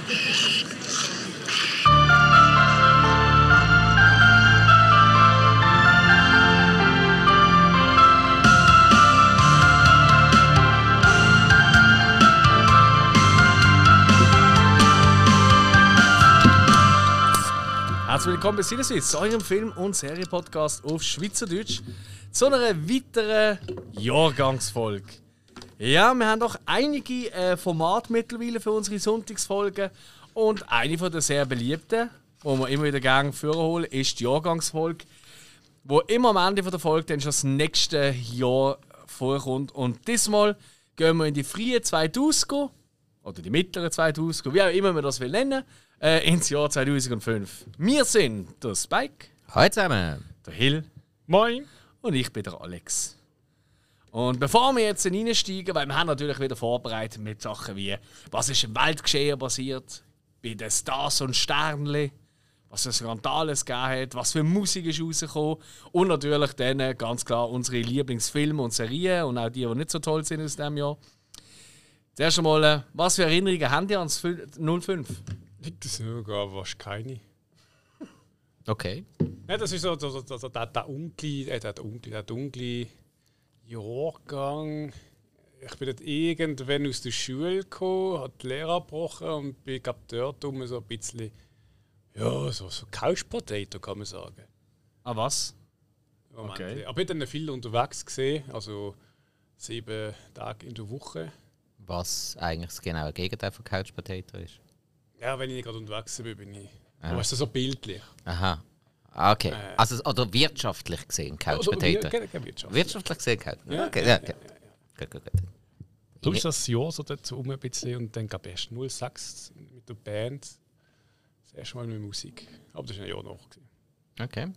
Herzlich willkommen bei Sinneswitz, eurem Film- und Serienpodcast auf Schweizerdeutsch, zu einer weiteren Jahrgangsfolge. Ja, wir haben doch einige Formate mittlerweile für unsere Sonntagsfolgen und eine von den sehr beliebten, die wir immer wieder gerne vorholen, ist die Jahrgangsfolge, wo immer am Ende der Folge dann schon das nächste Jahr vorkommt. Und diesmal gehen wir in die frühen 2000er oder die mittleren 2000er, wie auch immer man das will nennen, ins Jahr 2005. Wir sind der Spike. Hallo zusammen. Der Hill. Moin. Und ich bin der Alex. Und bevor wir jetzt reinsteigen, weil wir haben natürlich wieder vorbereitet mit Sachen wie, was ist im Weltgeschehen passiert, bei den Stars und Sternli, was für Skandale es gegeben hat, was für Musik ist rausgekommen und natürlich dann ganz klar unsere Lieblingsfilme und Serien und auch die nicht so toll sind aus diesem Jahr. Zuerst einmal, was für Erinnerungen habt ihr ans 05? Das sogar fast keine. Okay. Ja, das ist so der dunkle Jahrgang. Ich bin dort irgendwann aus der Schule gekommen, habe die Lehre abgebrochen und bin dort so ein bisschen, ja, so Couch Potato kann man sagen. Ah, was? Okay. Aber ich bin dann viel unterwegs gesehen, also 7 Tage in der Woche. Was eigentlich das genaue Gegenteil von Couch Potato ist. Ja, wenn ich nicht gerade unterwegs bin ich. Aber es ist so bildlich. Aha. Okay. Also, oder wirtschaftlich gesehen, Couch Potato. Wirtschaftlich gesehen, Couch. Ja, okay. ja. Gut. Du bist das Jahr so dazu ein bisschen und dann gab es erst 06 mit der Band. Das erste Mal mit Musik. Aber das war ein Jahr noch. Okay.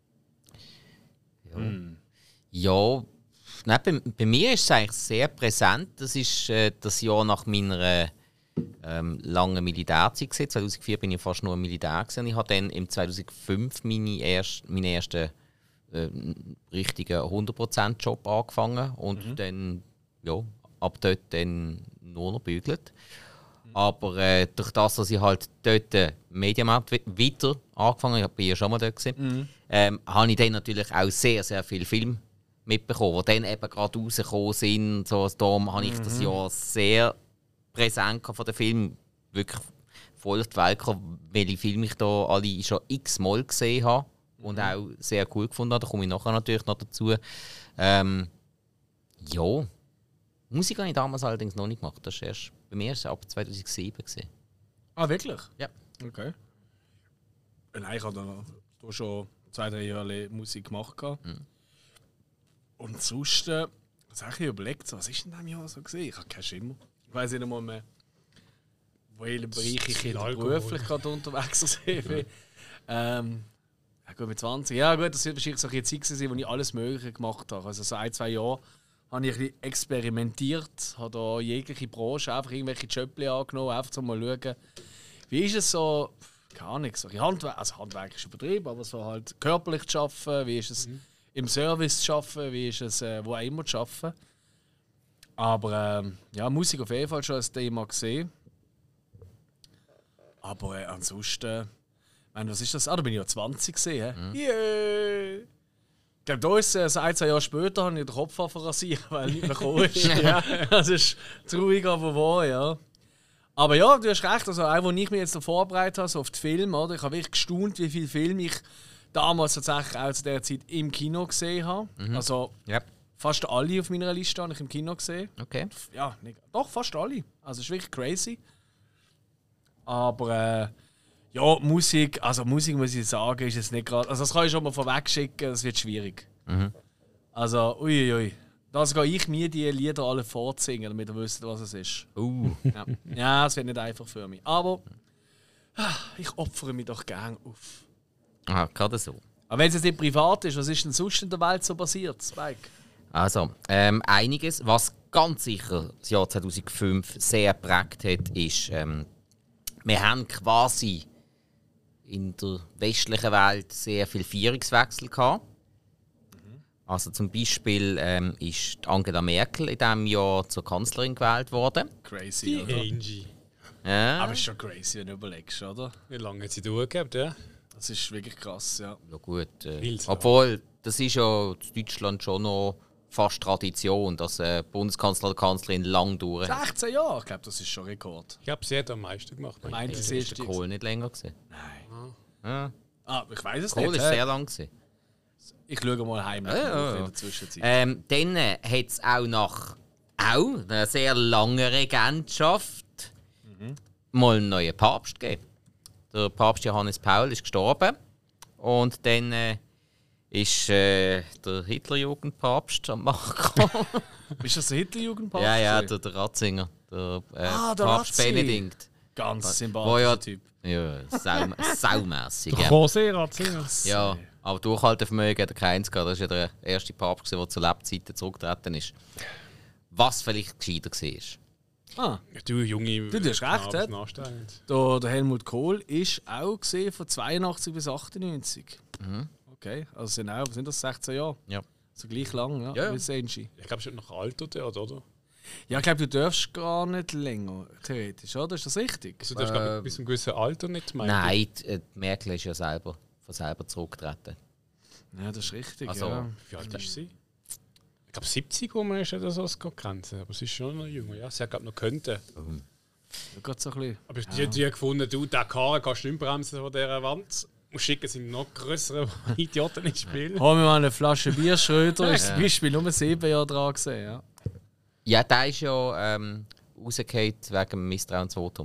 Ja. Nein, bei mir ist es eigentlich sehr präsent. Das ist das Jahr nach meiner langen Militärzeit gewesen. 2004 bin ich fast nur im Militär gewesen. Ich habe dann im 2005 meinen ersten richtigen 100% Job angefangen und dann ab dort dann nur noch bügelt. Aber durch das, dass ich halt dort Mediamarkt weiter angefangen habe, ich ja schon mal dort gewesen, habe ich dann natürlich auch sehr, sehr viele Filme mitbekommen, die dann eben gerade rausgekommen sind. So, darum habe ich das Jahr sehr präsent von den Filmen, wirklich voll auf die Welt gekommen, welche Filme ich da alle schon x-mal gesehen habe und auch sehr cool gefunden habe. Da komme ich nachher natürlich noch dazu. Musik habe ich damals allerdings noch nicht gemacht. Das war erst bei mir ab 2007 gewesen. Ah, wirklich? Ja. Okay. Nein, ich habe da schon 2-3 Jahre Musik gemacht. Und sonst, was habe ich überlegt, was ist in diesem Jahr so gesehen? Ich habe keinen Schimmer. Ich weiss nicht mal mehr, wo in welchem Bereich ich beruflich gerade unterwegs bin. Ja, gut, mit 20. Ja, gut, das wird wahrscheinlich so eine Zeit sein, wo ich alles Mögliche gemacht habe. Also so 1-2 Jahre habe ich ein bisschen experimentiert, habe da jegliche Branche einfach irgendwelche Jobs angenommen, einfach um mal zu schauen, wie ist es so, keine Ahnung, so handwerklicher Betrieb, aber so halt körperlich zu arbeiten, wie ist es im Service zu arbeiten, wie ist es wo auch immer zu arbeiten. Aber Musik auf jeden Fall schon ein Thema gesehen. Aber ansonsten, was ist das? Da bin ich ja 20 gesehen. Yeah! Ich glaube, da ist es 1-2 Jahre später, habe ich den Kopf rasiert, weil er nicht mehr gekommen ist. Ja, das ist traurig, aber wahr, ja. Aber ja, du hast recht, also auch als ich mich jetzt noch vorbereitet habe, so auf die Filme, oder? Ich habe wirklich gestaunt, wie viele Filme ich damals tatsächlich auch zu dieser Zeit im Kino gesehen habe. Also fast alle auf meiner Liste habe ich im Kino gesehen. Okay. Ja, doch, fast alle. Also es ist wirklich crazy. Aber Musik muss ich sagen, ist es nicht gerade. Also das kann ich schon mal vorweg schicken, das wird schwierig. Also, uiuiui. Das gehe ich mir die Lieder alle vorzingen, damit ihr wisst, was es ist. Ja, es wird nicht einfach für mich. Aber ich opfere mich doch gern auf. Ah, gerade so. Aber wenn es jetzt nicht privat ist, was ist denn sonst in der Welt so passiert, Spike? Also, einiges, was ganz sicher das Jahr 2005 sehr geprägt hat, ist, wir haben quasi in der westlichen Welt sehr viel Führungswechsel gehabt. Also zum Beispiel ist Angela Merkel in diesem Jahr zur Kanzlerin gewählt worden. Crazy, Die Angie. Ja. Aber es ist schon crazy, wenn du überlegst, oder? Wie lange hat sie durchgegeben, ja? Das ist wirklich krass, ja. Ja gut. Viel zu Obwohl, das ist ja in Deutschland schon noch fast Tradition, dass Bundeskanzler oder Kanzlerin lang durch hat. 16 Jahre, ich glaube, das ist schon Rekord. Ich glaube, sie hat am meisten gemacht. Meint Das sie ist der Kohl nicht länger gewesen. Nein. Ja. Ah, ich weiß es Kohl nicht. ist sehr lang gewesen. Ich schaue mal heimlich Ja. in der Zwischenzeit. Dann hat es auch nach einer sehr langen Regentschaft mal einen neuen Papst gegeben. Der Papst Johannes Paul ist gestorben. Und dann ist der Hitlerjugendpapst am Macht gekommen. Ist das der Hitlerjugendpapst? ja, der Ratzinger. Der der Papst Ratzi. Benedikt. Ganz Wo sympathischer ja, Typ. ja, saumässig. Der Ja. José Ratzinger. Ja, aber Durchhaltevermögen hat er keins gehabt. Das war ja der erste Papst, der zu Lebzeiten zurückgetreten ist. Was vielleicht gescheiter war. Ah, Du, Junge. Du hast recht, ja? der Helmut Kohl ist auch gesehen von 82 bis 98. Okay, also sind das 16 Jahre? Ja. So gleich lang, ja, Ja. wie Senji. Ich glaube, schon noch Alter dort, oder? Ja, ich glaube, du darfst gar nicht länger, theoretisch, oder? Ist das richtig? Also, du darfst glaub, bis zu einem gewissen Alter nicht meinen. Nein, die Merkel ist ja von selber zurückgetreten. Ja, das ist richtig, Also, ja. Wie alt ist sie? Ich glaube, 70 ist ja das als Grenze. Aber sie ist schon noch jünger. Ja, sie hat glaube noch könnte. Ja, gerade so ein bisschen. Aber die hat gefunden, du, den Karren kannst du nicht bremsen von dieser Wand. Und schicken sie noch größere Idioten ins Spiel. Haben wir mal eine Flasche Bier, Schröder, ist zum Beispiel nur 7 Jahre dran gesehen, ja. Ja, der ist ja rausgefallen wegen dem Misstrauensvotum.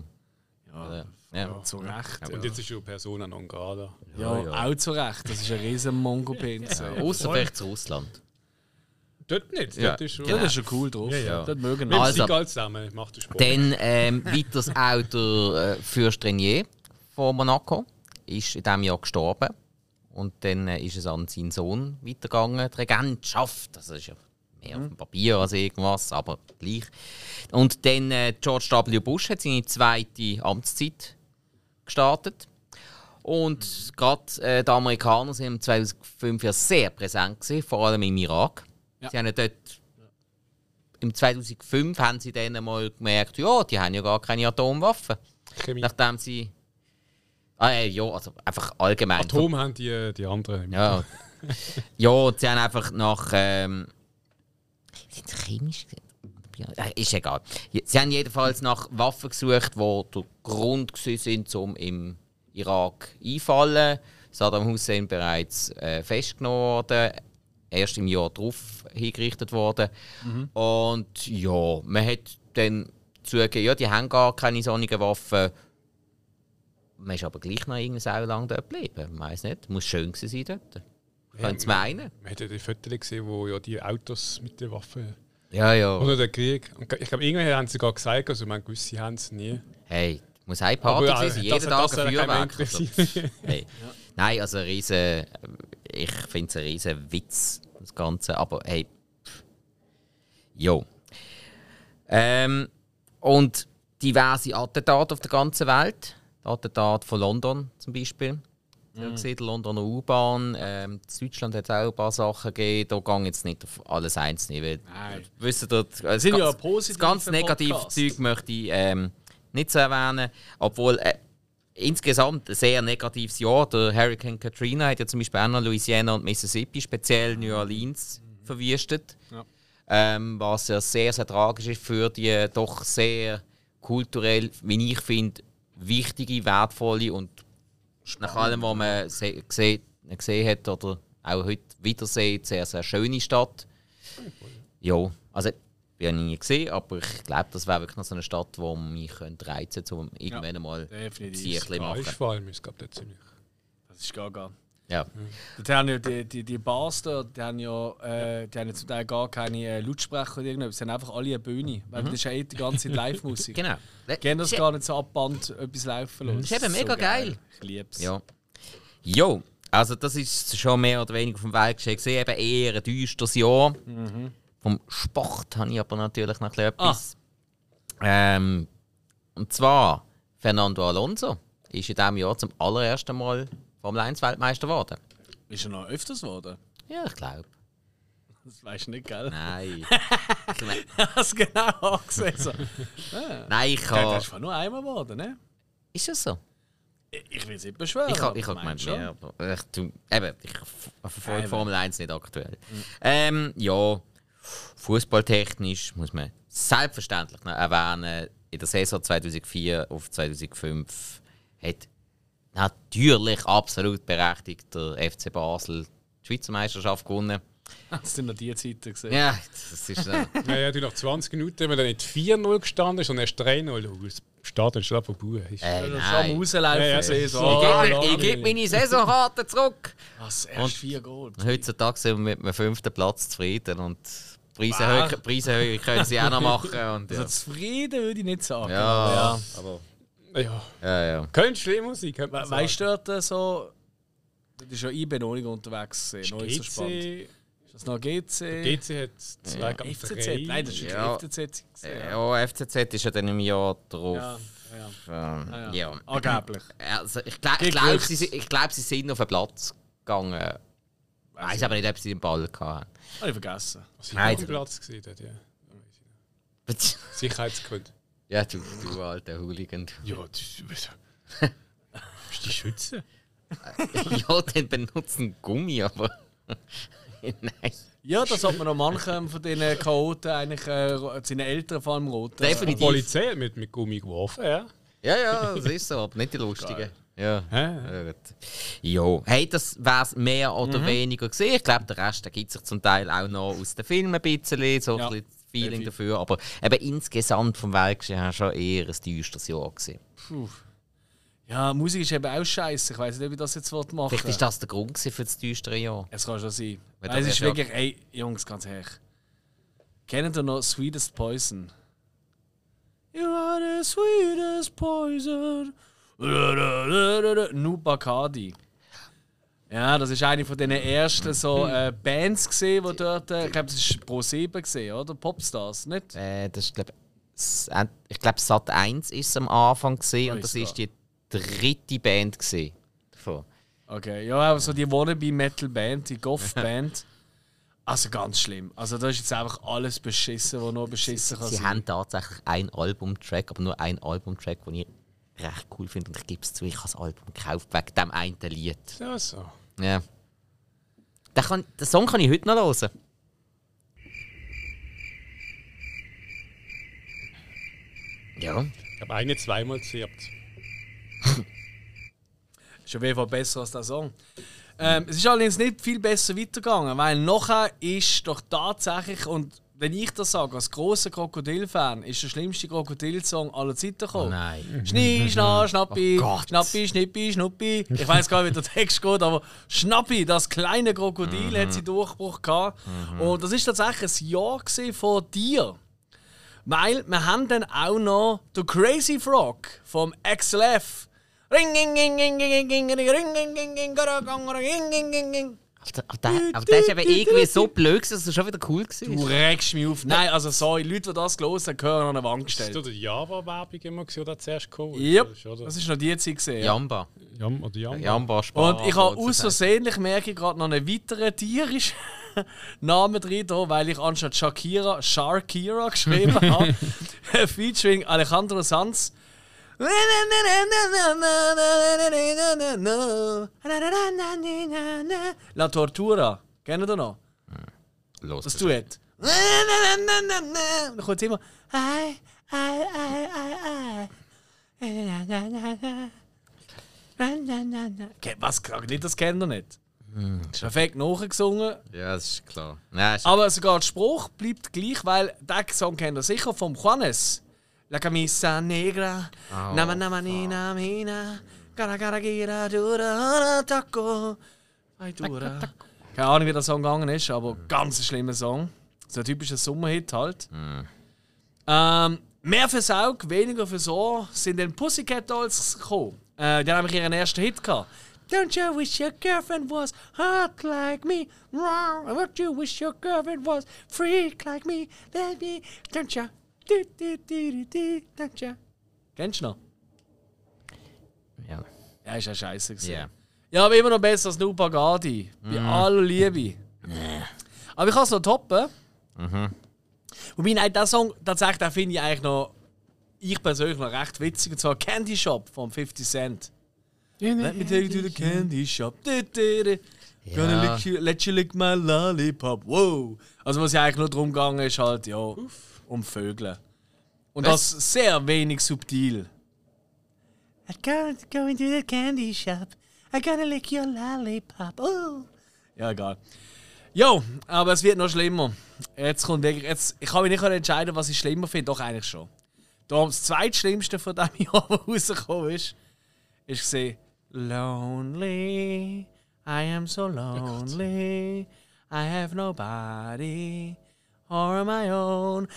Ja. Zu Recht. Und jetzt ist ja Persona non grata. Ja, auch zu Recht. Das ist ein riesen Mongo-Pinz. Außer vielleicht zu Russland. Dort nicht. Ja. Dort ist schon. Ja, das ist schon cool drauf. Ja. Das mögen Wir wir. Also- sind alle zusammen, macht den Sport. Dann weiters auch der Fürst Renier von Monaco ist in diesem Jahr gestorben. Und dann ist es an seinen Sohn weitergegangen, die Regentschaft. Das ist ja mehr auf dem Papier als irgendwas, aber gleich. Und dann George W. Bush hat seine zweite Amtszeit gestartet. Und gerade die Amerikaner sind 2005 ja sehr präsent gewesen, vor allem im Irak. Ja. Sie haben ja dort im 2005 haben sie dann mal gemerkt, ja, die haben ja gar keine Atomwaffen. Chemie. Nachdem sie. Ja, also einfach allgemein. Atom haben die anderen. Ja. Ja, sie haben einfach nach. Sind sie chemisch? Ist egal. Sie haben jedenfalls nach Waffen gesucht, die der Grund sind, um im Irak einfallen. Saddam Hussein bereits festgenommen worden, erst im Jahr darauf hingerichtet worden. Und ja, man hat dann zugegeben, ja, die haben gar keine sonnigen Waffen. Man ist aber gleich noch irgendwie sehr lange dort geblieben. Ich weiss nicht, muss schön gewesen sein dort. Könnte es meinen? Man hat ja die Fotos gesehen, wo ja die Autos mit den Waffen. Ja. Oder der Krieg. Und ich glaube, irgendwann haben sie sogar gesagt, also man gewisse haben es nie. Hey, muss eine Party Aber, sein, das- jeden Tag das ein hat keinen Feuerwerk. Also, interessiert. hey. Nein, also ich finde es ein riesen Witz, das Ganze. Aber hey, jo. Und diverse Attentate auf der ganzen Welt. Das Attentat von London zum Beispiel. Ich habe gesehen, die Londoner U-Bahn. In Deutschland hat es auch ein paar Sachen gegeben. Da gehe ich jetzt nicht auf alles einzeln. Weil, Nein. wisst ihr, das sind ja ganz- positive das ganz negative Podcasts. Zeug möchte ich nicht so erwähnen. Obwohl insgesamt ein sehr negatives Jahr. Der Hurricane Katrina hat ja zum Beispiel auch noch Louisiana und Mississippi, speziell New Orleans, verwüstet. Ja. Was ja sehr, sehr tragisch ist für die doch sehr kulturell, wie ich finde, wichtige, wertvolle und nach allem, was man gesehen hat oder auch heute wieder sieht, sehr, sehr schöne Stadt. Ja, also ich habe nie gesehen, aber ich glaube, das wäre wirklich noch so eine Stadt, die mich reizen könnte, um irgendwann einmal definitiv. Siechli Ja, machen. ist vor allem, ist glaube ich ziemlich. Das ist gar. Ja. Die haben ja die Bars da, die haben ja zum Teil gar keine Lautsprecher oder irgendwas. Sie haben einfach alle eine Bühne. Weil das ist ja die ganze Zeit Live-Musik. Genau. Die können das gar nicht so abband etwas laufen lassen. Das ist eben mega geil. Ich lieb's. Ja. Jo, also das ist schon mehr oder weniger vom Weltgeschehen gesehen, eben eher ein düsteres Jahr. Vom Sport habe ich aber natürlich noch etwas. Und zwar, Fernando Alonso ist in diesem Jahr zum allerersten Mal Formel 1 Weltmeister geworden. Ist er noch öfters geworden? Ja, ich glaube. Das weißt du nicht, gell? Nein. Hast du genau angesehen. So. Nein, ich Das habe... ist nur einmal geworden, ne? Ist das so? Ich will es nicht beschweren. Ich habe aber gemeint, schon. mehr, aber ich verfolge Eben. Formel 1 nicht aktuell. Ja, fußballtechnisch muss man selbstverständlich noch erwähnen, in der Saison 2004 auf 2005 hat natürlich absolut berechtigt der FC Basel die Schweizer Meisterschaft gewonnen. Hast du noch die Zeiten gesehen? Ja, das ist... Naja, nach 20 Minuten, wenn man dann nicht 4-0 gestanden ist, sondern erst 3-0. Das Stadion ist schon vorbei. Du nein. schon am Rauslaufen Ja, sehen. ja. Ich gebe meine Saisonkarte zurück. Was? Erst 4 Goal? Heutzutage sind wir mit dem 5. Platz zufrieden und Preisenhöhe können sie auch noch machen. Und, ja. Also zufrieden würde ich nicht sagen. Ja, aber ja. Könnte schlimm sein, könnte man sagen. weißt du dort so... Du bist ja IB noch nicht unterwegs gewesen. Noch nicht so spannend. GC, Ist das noch GC? GC hat 2 gegen FCZ? 3. Nein, das ist Ja. FCZ. gewesen, Ja, FCZ ist ja dann im Jahr drauf. Ja. Ja. Angeblich. Also, ich glaube, sie sind auf den Platz gegangen. Ich weiß aber nicht, ob sie den Ball hatten. Habe ich vergessen. Was Nein, auf dem Platz gesehen dort, ja. Sicherheitsgründe. Ja, du alter Hooligan. Ja, das ist die Schütze? Ja, den benutzen Gummi, aber. Nein. Ja, das hat man noch manchen von diesen Chaoten eigentlich seinen Eltern vor allem roten. Die Definitiv. Polizei hat mit Gummi geworfen, ja. Ja, das ist so, aber nicht die lustigen. Ja. Hä? Ja, gut. Jo. Hey, das wäre es mehr oder weniger gesehen. Ich glaube, der Rest ergibt sich zum Teil auch noch aus den Filmen ein bisschen, so ein bisschen Feeling dafür. Aber eben insgesamt vom Werkgeschehen her schon eher ein düsteres Jahr gewesen. Puh. Ja, Musik ist eben auch scheiße. Ich weiß nicht, ob ich das jetzt machen will. Vielleicht ist das der Grund für das düstere Jahr. Es kann schon sein. Weil Weil es das ist ja- wirklich, ey, Jungs, ganz ehrlich. Kennt ihr noch Sweetest Poison? You are the sweetest poison. Noob Bacardi. Ja, das ist eine von den ersten so, Bands gesehen, die dort, ich glaube, das war Pro 7 gesehen, oder? Popstars, nicht? Das ist, ich glaube, Sat 1 ist es am Anfang gesehen und das ist ist die dritte Band gesehen. Davon. Okay, ja, aber so die Wannabe-Metal-Band, die Goth-Band. Also ganz schlimm. Also da ist jetzt einfach alles beschissen, was nur beschissen kann Sie sein. haben tatsächlich einen Albumtrack, aber nur einen Albumtrack, den ich recht cool finde. Und ich gebe es zu, ich habe das Album gekauft wegen dem einen Lied. Ja, so. Ja. Den Song kann ich heute noch hören. Ja. Ich habe eine zweimal zirpt. Ist auf jeden Fall besser als der Song. Es ist allerdings nicht viel besser weitergegangen, weil nachher ist doch tatsächlich, und wenn ich das sage, als grosser Krokodil-Fan, ist der schlimmste Krokodil-Song aller Zeiten gekommen. Oh nein. Schnie, schna, Schnappi, Oh Gott. Schnappi, Schnippi, Schnuppi. Ich weiß gar nicht, wie der Text geht, aber Schnappi, das kleine Krokodil, hat sie Durchbruch gehabt. Und das ist tatsächlich ein Jahr gewesen von dir. Weil wir haben dann auch noch den Crazy Frog vom XLF. Ring, ging, ging, ging, ging, ging, ging, ring, ging, ging, ging, ging, ging, ging, ging. Aber der ist eben irgendwie so blöd, dass es schon wieder cool Du war. regst mich auf. Nein, also sorry, Leute, die das gelesen haben, gehören an eine Wand Ist das gestellt. die Java-Werbung immer gewesen, die zuerst gekommen ist? Yep, Das ist, oder? das ist noch die Zeit gesehen. Ja. Jamba. Oder Jamba? Jamba Spar. Und ich habe aus Versehentlich, merke ich gerade, noch einen weiteren tierischen Namen drin, da, weil ich anstatt Shakira geschrieben habe. Featuring Alejandro Sanz. La Tortura. Kennt ihr noch? Los. Das Duett. Dann kommt immer. Was? Nicht, das kennt ihr nicht. Perfekt nachgesungen. Ja, das ist klar. Nein, ist Aber sogar der Spruch bleibt gleich, weil den Song kennt ihr sicher vom Juanes. La camisa negra, nama nama nina mina, gara gara gira dura taco, ay dura. Keine Ahnung, wie der Song gegangen ist, aber ganz ein schlimmer Song. So ein typischer Sommerhit halt. Mehr für Saug, weniger für so sind dann Pussycat Dolls gekommen. Die haben nämlich ihren ersten Hit gehabt. Don't you wish your girlfriend was hot like me? Don't you wish your girlfriend was freak like me? Don't you? Don't you? Kennst du noch? ja. Ja, ist ja scheiße gewesen. Ja. Ja, aber immer noch besser als Noob Bacardi. Bei aller Liebe. Aber ich kann es noch toppen. Wobei, nein, der Song, tatsächlich, den finde ich eigentlich noch, ich persönlich noch recht witzig. Und zwar Candy Shop von 50 Cent. Let me take you to the candy shop. Gonna let you lick my lollipop. Wow. Also was ja eigentlich nur darum gegangen ist, halt, ja, um Vögel. Und das sehr wenig subtil. I'm gonna go into the candy shop. I'm gonna lick your lollipop. Oh. Ja, egal. Jo, aber es wird noch schlimmer. Jetzt kommt wirklich, ich kann mich nicht entscheiden, was ich schlimmer finde. Doch, eigentlich schon. Das zweitschlimmste von diesem Jahr, das rausgekommen ist gesehen, Lonely, I am so lonely, I have nobody, or my own.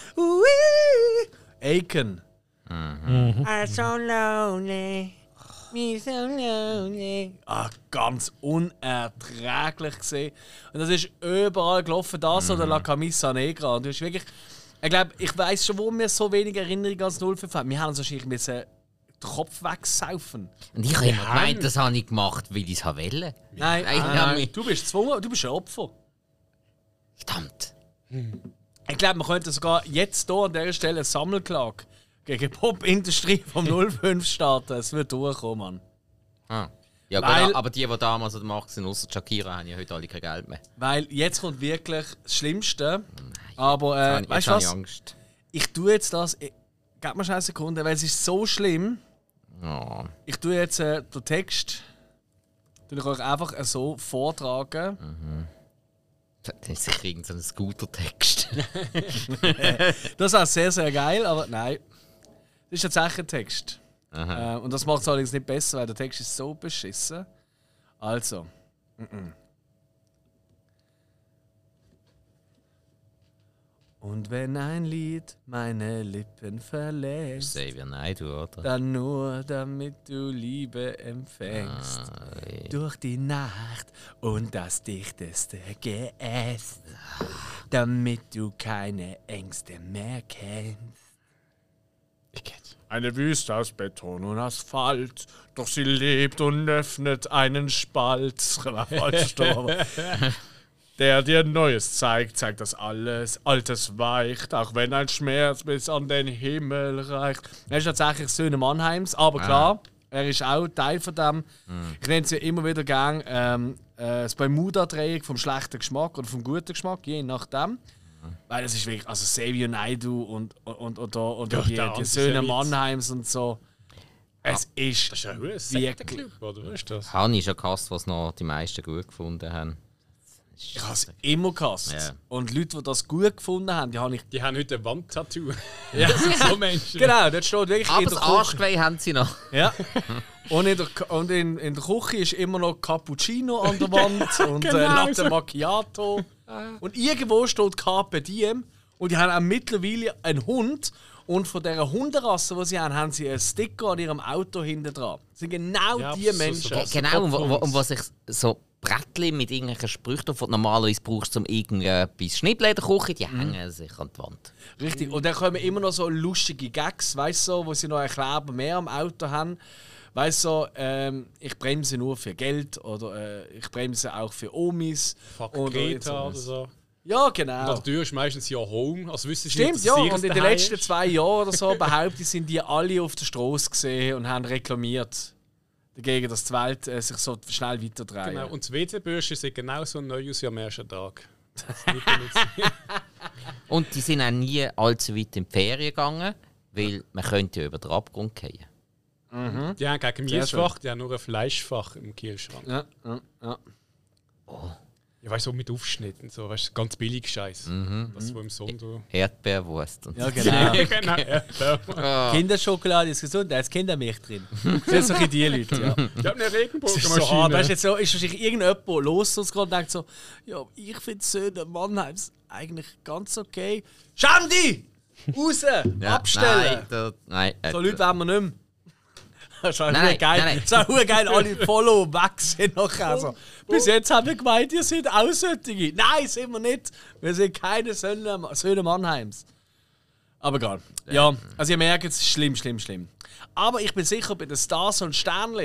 Aiken. I'm so lonely, me so lonely. Ganz unerträglich gesehen. Und das ist überall gelaufen, das oder La Camisa Negra. Und du hast wirklich, ich weiss schon, wo wir so wenig Erinnerungen als 05 haben. Wir haben uns wahrscheinlich den Kopf wegsaufen. Und ich habe immer gemeint, das habe ich gemacht, weil ich es wollte. Nein, du bist gezwungen, du bist ein Opfer. Verdammt. Ich glaube, wir könnten sogar jetzt hier an dieser Stelle eine Sammelklage gegen die Pop-Industrie vom 05 starten. Es wird durchkommen, Mann. Ja, gut, aber die damals an der Macht sind, außer Shakira, haben ja heute alle kein Geld mehr. Weil jetzt kommt wirklich das Schlimmste. Aber jetzt weißt du habe was? ich Angst. Ich tue jetzt das. Gib mir schnell eine Sekunde, weil es ist so schlimm. Oh. Ich tue jetzt den Text. Ich euch einfach so vortragen. Das ist sicher irgendein Scooter-Text. Das ist auch sehr, sehr geil, aber nein. Das ist tatsächlich ein Text. Und das macht es allerdings nicht besser, weil der Text ist so beschissen. Also. Und wenn ein Lied meine Lippen verlässt, Xavier Naidoo, oder? dann nur, damit du Liebe empfängst. Durch die Nacht und das dichteste Geäst, damit du keine Ängste mehr kennst. Eine Wüste aus Beton und Asphalt, doch sie lebt und öffnet einen Spalt. Der dir Neues zeigt dass alles Altes weicht, auch wenn ein Schmerz bis an den Himmel reicht. Er ist tatsächlich Söhne Mannheims, aber klar, er ist auch Teil von dem. Ich nenne es ja immer wieder gern das Bermuda-Dreieck vom schlechten Geschmack oder vom guten Geschmack, je nachdem. Weil es ist wirklich, also Xavier Naidoo und die Söhne Mannheims und so. Es ist Das ist ja ein wirklich. oder was ist das? Habe ich schon gehasst, was noch die meisten gut gefunden haben. Ich habe es immer gehasst. Ja. Und Leute, die das gut gefunden haben, Die haben heute ein Wandtattoo. Ja. Das sind so Menschen. Genau, dort steht wirklich Aber in das der Küche. Arschgeweih haben sie noch. Ja. Und in der Küche ist immer noch Cappuccino an der Wand und Latte Macchiato. Und irgendwo steht Carpe Diem. Und die haben auch mittlerweile einen Hund. Und von dieser Hunderasse, die sie haben, haben sie einen Sticker an ihrem Auto hinten dran. Das sind genau die Menschen. Genau, und was ich so Brettchen mit irgendwelchen Sprüchen, die du normalerweise brauchst, um irgendetwas Schnibbeln in der Küche, die hängen sich an die Wand. Richtig. Und dann kommen immer noch so lustige Gags, weißt du, wo sie noch einen Kleber mehr am Auto haben. Weißt du, ich bremse nur für Geld oder ich bremse auch für Omis. Fuck oder Greta oder so. Ja, genau. Und die Tür ist meistens ja home. Also wissen sie Stimmt, nicht, ja. dass Und in den letzten 2 Jahren oder so behaupte ich, sind die alle auf der Straße gesehen und haben reklamiert. Dagegen, dass die Welt sich so schnell weiterdreht. Genau, und das WC-Bürste ist genauso neu wie am ersten Tag. Und die sind auch nie allzu weit in die Ferien gegangen, weil man könnte ja über den Abgrund fallen. Die haben kein Gemüsefach, die haben nur ein Fleischfach im Kühlschrank. Ja. Ja, weißt du, so mit Aufschnitten, so, weißt du, ganz billig Scheiß. Das, wo im Sonntag. Erdbeerwurst. Und Ja, genau. Genau, ja. Kinderschokolade ist gesund, da ist Kindermilch drin. Das sind so die Leute, ja. Ich habe eine Das Regenbogenmaschine. ist so hart. Weißt du, jetzt so, ist wahrscheinlich irgendjemand los uns gerade und denkt so, ja, ich finde Söhne Mannheims eigentlich ganz okay. Schäm dich! Raus! Abstellen! Nein, So Leute wollen wir nicht mehr. Das ist auch Nein, geil. nein. Das ist auch geil, alle Follow weg sind nachher. Also, bis jetzt haben wir gemeint, ihr seid auch solche. Nein, sind wir nicht. Wir sind keine Söhne Mannheims. Aber egal. Ja, also ihr merkt, es ist schlimm. Aber ich bin sicher, bei den Stars und Sternli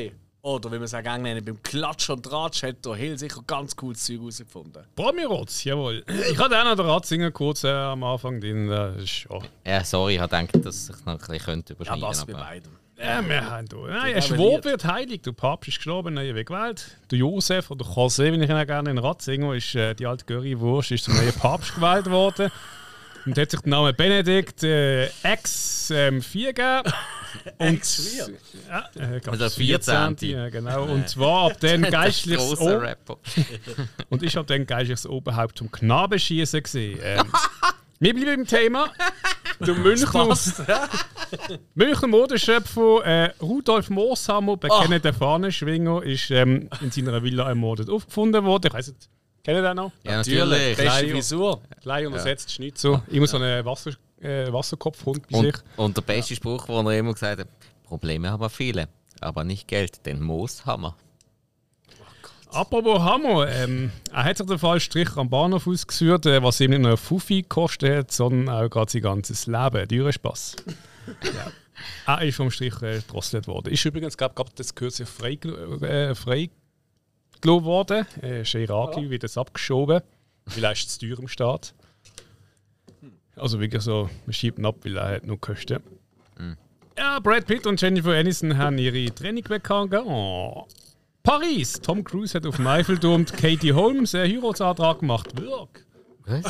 Oder wie man es auch gerne nennt, beim Klatsch und Tratsch hat der Hill sicher ganz cooles Zeug herausgefunden. Promi-Rotz, jawohl. Ich hatte auch noch den Ratzinger kurz am Anfang drin. Ja, sorry, ich habe gedacht, dass ich noch ein bisschen überschneiden Ja, was könnte. bei beidem. Ja, wir haben da. Nein, ein Schwab wird heilig. Der Papst ist gestorben, neuer Weg gewählt. Der Josef oder José, wie ich ihn auch gerne in Ratzinger, ist die alte Currywurst, ist zum neuen Papst gewählt worden. Und hat sich den Namen Benedikt X4 gegeben. X4? Ja, Also 14. Ja, genau. Und zwar ab dann geistliches Grosser Rapper. Und ich habe dann geistliches Oberhaupt zum Knabenschießen gesehen. Wir bleiben im Thema. Der Münchner Modeschöpfer Rudolf Mooshammer, bekannter Fahnenschwinger, ist in seiner Villa ermordet aufgefunden worden. Ich weiss nicht, kennt ihr den noch? Ja, natürlich. Beste Frisur. Klein untersetzt, Schnitzel. Immer so einen Wasserkopfhund bei sich. Und der beste Spruch, den er immer gesagt hat: Probleme haben viele, aber nicht Geld, den Mooshammer. Apropos Hammer, er hat sich den falschen Strich am Bahnhof ausgeführt, was ihm nicht nur Fuffi gekostet hat, sondern auch gerade sein ganzes Leben. Teurer Spass. Ja. Er ist vom Strich gedrosselt worden. Ist übrigens, glaube ich, das kürzlich freigelassen worden. Scheraki wird das abgeschoben, weil er ist zu teuer im Staat. Also wirklich so, man schiebt ihn ab, weil er hat nur Kosten. Ja, Brad Pitt und Jennifer Aniston haben ihre Trennung bekannt gegeben. Oh. Paris! Tom Cruise hat auf dem Eiffelturm Katie Holmes einen Heiratsantrag gemacht. Wirk! Was?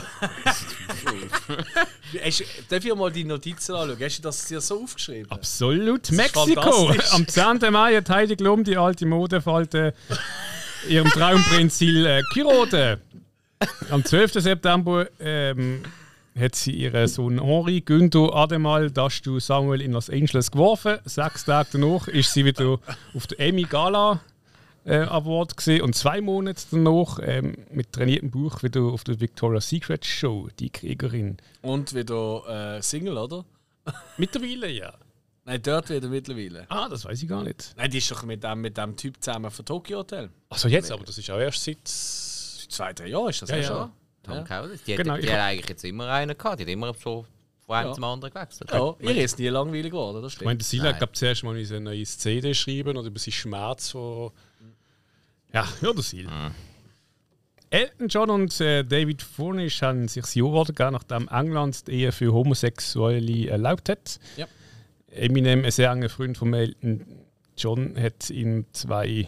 Darf ich mal die Notizen anschauen? Hast du das dir so aufgeschrieben? Absolut! Mexiko! Am 10. Mai hat Heidi Klum, die alte Modefalte, ihrem Traumprinz geheiratet. Am 12. September hat sie ihren Sohn Henri Günther Ademal Dastu Samuel in Los Angeles geworfen. 6 Tage danach ist sie wieder auf der Emmy Gala Award gesehen und 2 Monate danach mit trainiertem Buch wieder auf der Victoria's Secret Show, die Kriegerin. Und wieder Single, oder? Mittlerweile, ja. Nein, dort wieder mittlerweile. Ah, das weiß ich gar nicht. Nein, die ist doch mit dem Typ zusammen von Tokyo Hotel. Also jetzt, aber das ist auch erst seit 2-3 Jahren ist das ja, ja ja schon. Tom Cowles. Die Genau, hat eigentlich jetzt immer einen gehabt. Die hat immer so von einem zum anderen gewechselt. Ja, ihr ist nie langweilig geworden, das Ich meine, stimmt. der Sila gab zuerst mal eine neue CD schreiben oder über seinen Schmerz von. Ja, der Sila. Elton John und David Furnish haben sich das Jahr gegeben, nachdem England die Ehe für Homosexuelle erlaubt hat. Ja. Eminem, ein sehr enger Freund von Elton John, hat ihm 2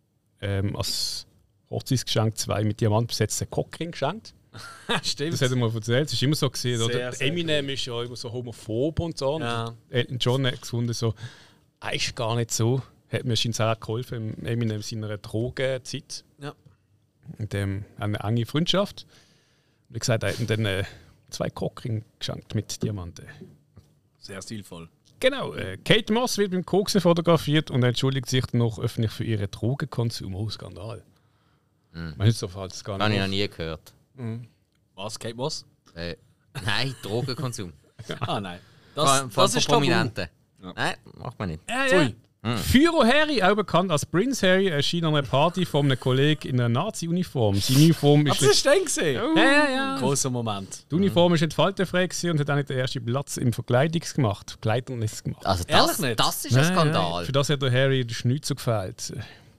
als Hochzeitsgeschenk 2 mit Diamant besetzte Cockring geschenkt. Stimmt. Das hat er mal erzählt. Es ist immer so gesehen, oder? Sehr Eminem ist ja immer so homophob und so. Ja. Und Elton John hat gefunden, so, ist gar nicht so. Hat mir schon sehr geholfen im Eminem seiner Drogenzeit. Ja. Und eine enge Freundschaft. Wie gesagt, er hat ihm dann 2 Cockring geschenkt mit Diamanten. Sehr stilvoll. Genau, Kate Moss wird beim Koksen fotografiert und entschuldigt sich noch öffentlich für ihren Drogenkonsum. Oh, Skandal. Man ist so falsch gar nicht. Habe ich noch nie gehört. Was, Kate Moss? Nein, Drogenkonsum. Ah, nein. Von Das ist Prominenten. Ja. Nein, macht man nicht. Ja. Führer Harry, auch bekannt als Prince Harry, erschien an einer Party von einem Kollegen in einer Nazi-Uniform. Seine Uniform ist Das ist dein gesehen. ja. Großer Moment. Die Uniform ist nicht faltenfrei gewesen und hat auch nicht den ersten Platz im Verkleidungs gemacht. Verkleidernis gemacht. Also Ehrlich nicht? das ist ein Skandal. Für das hat der Harry den Schnitzel gefällt.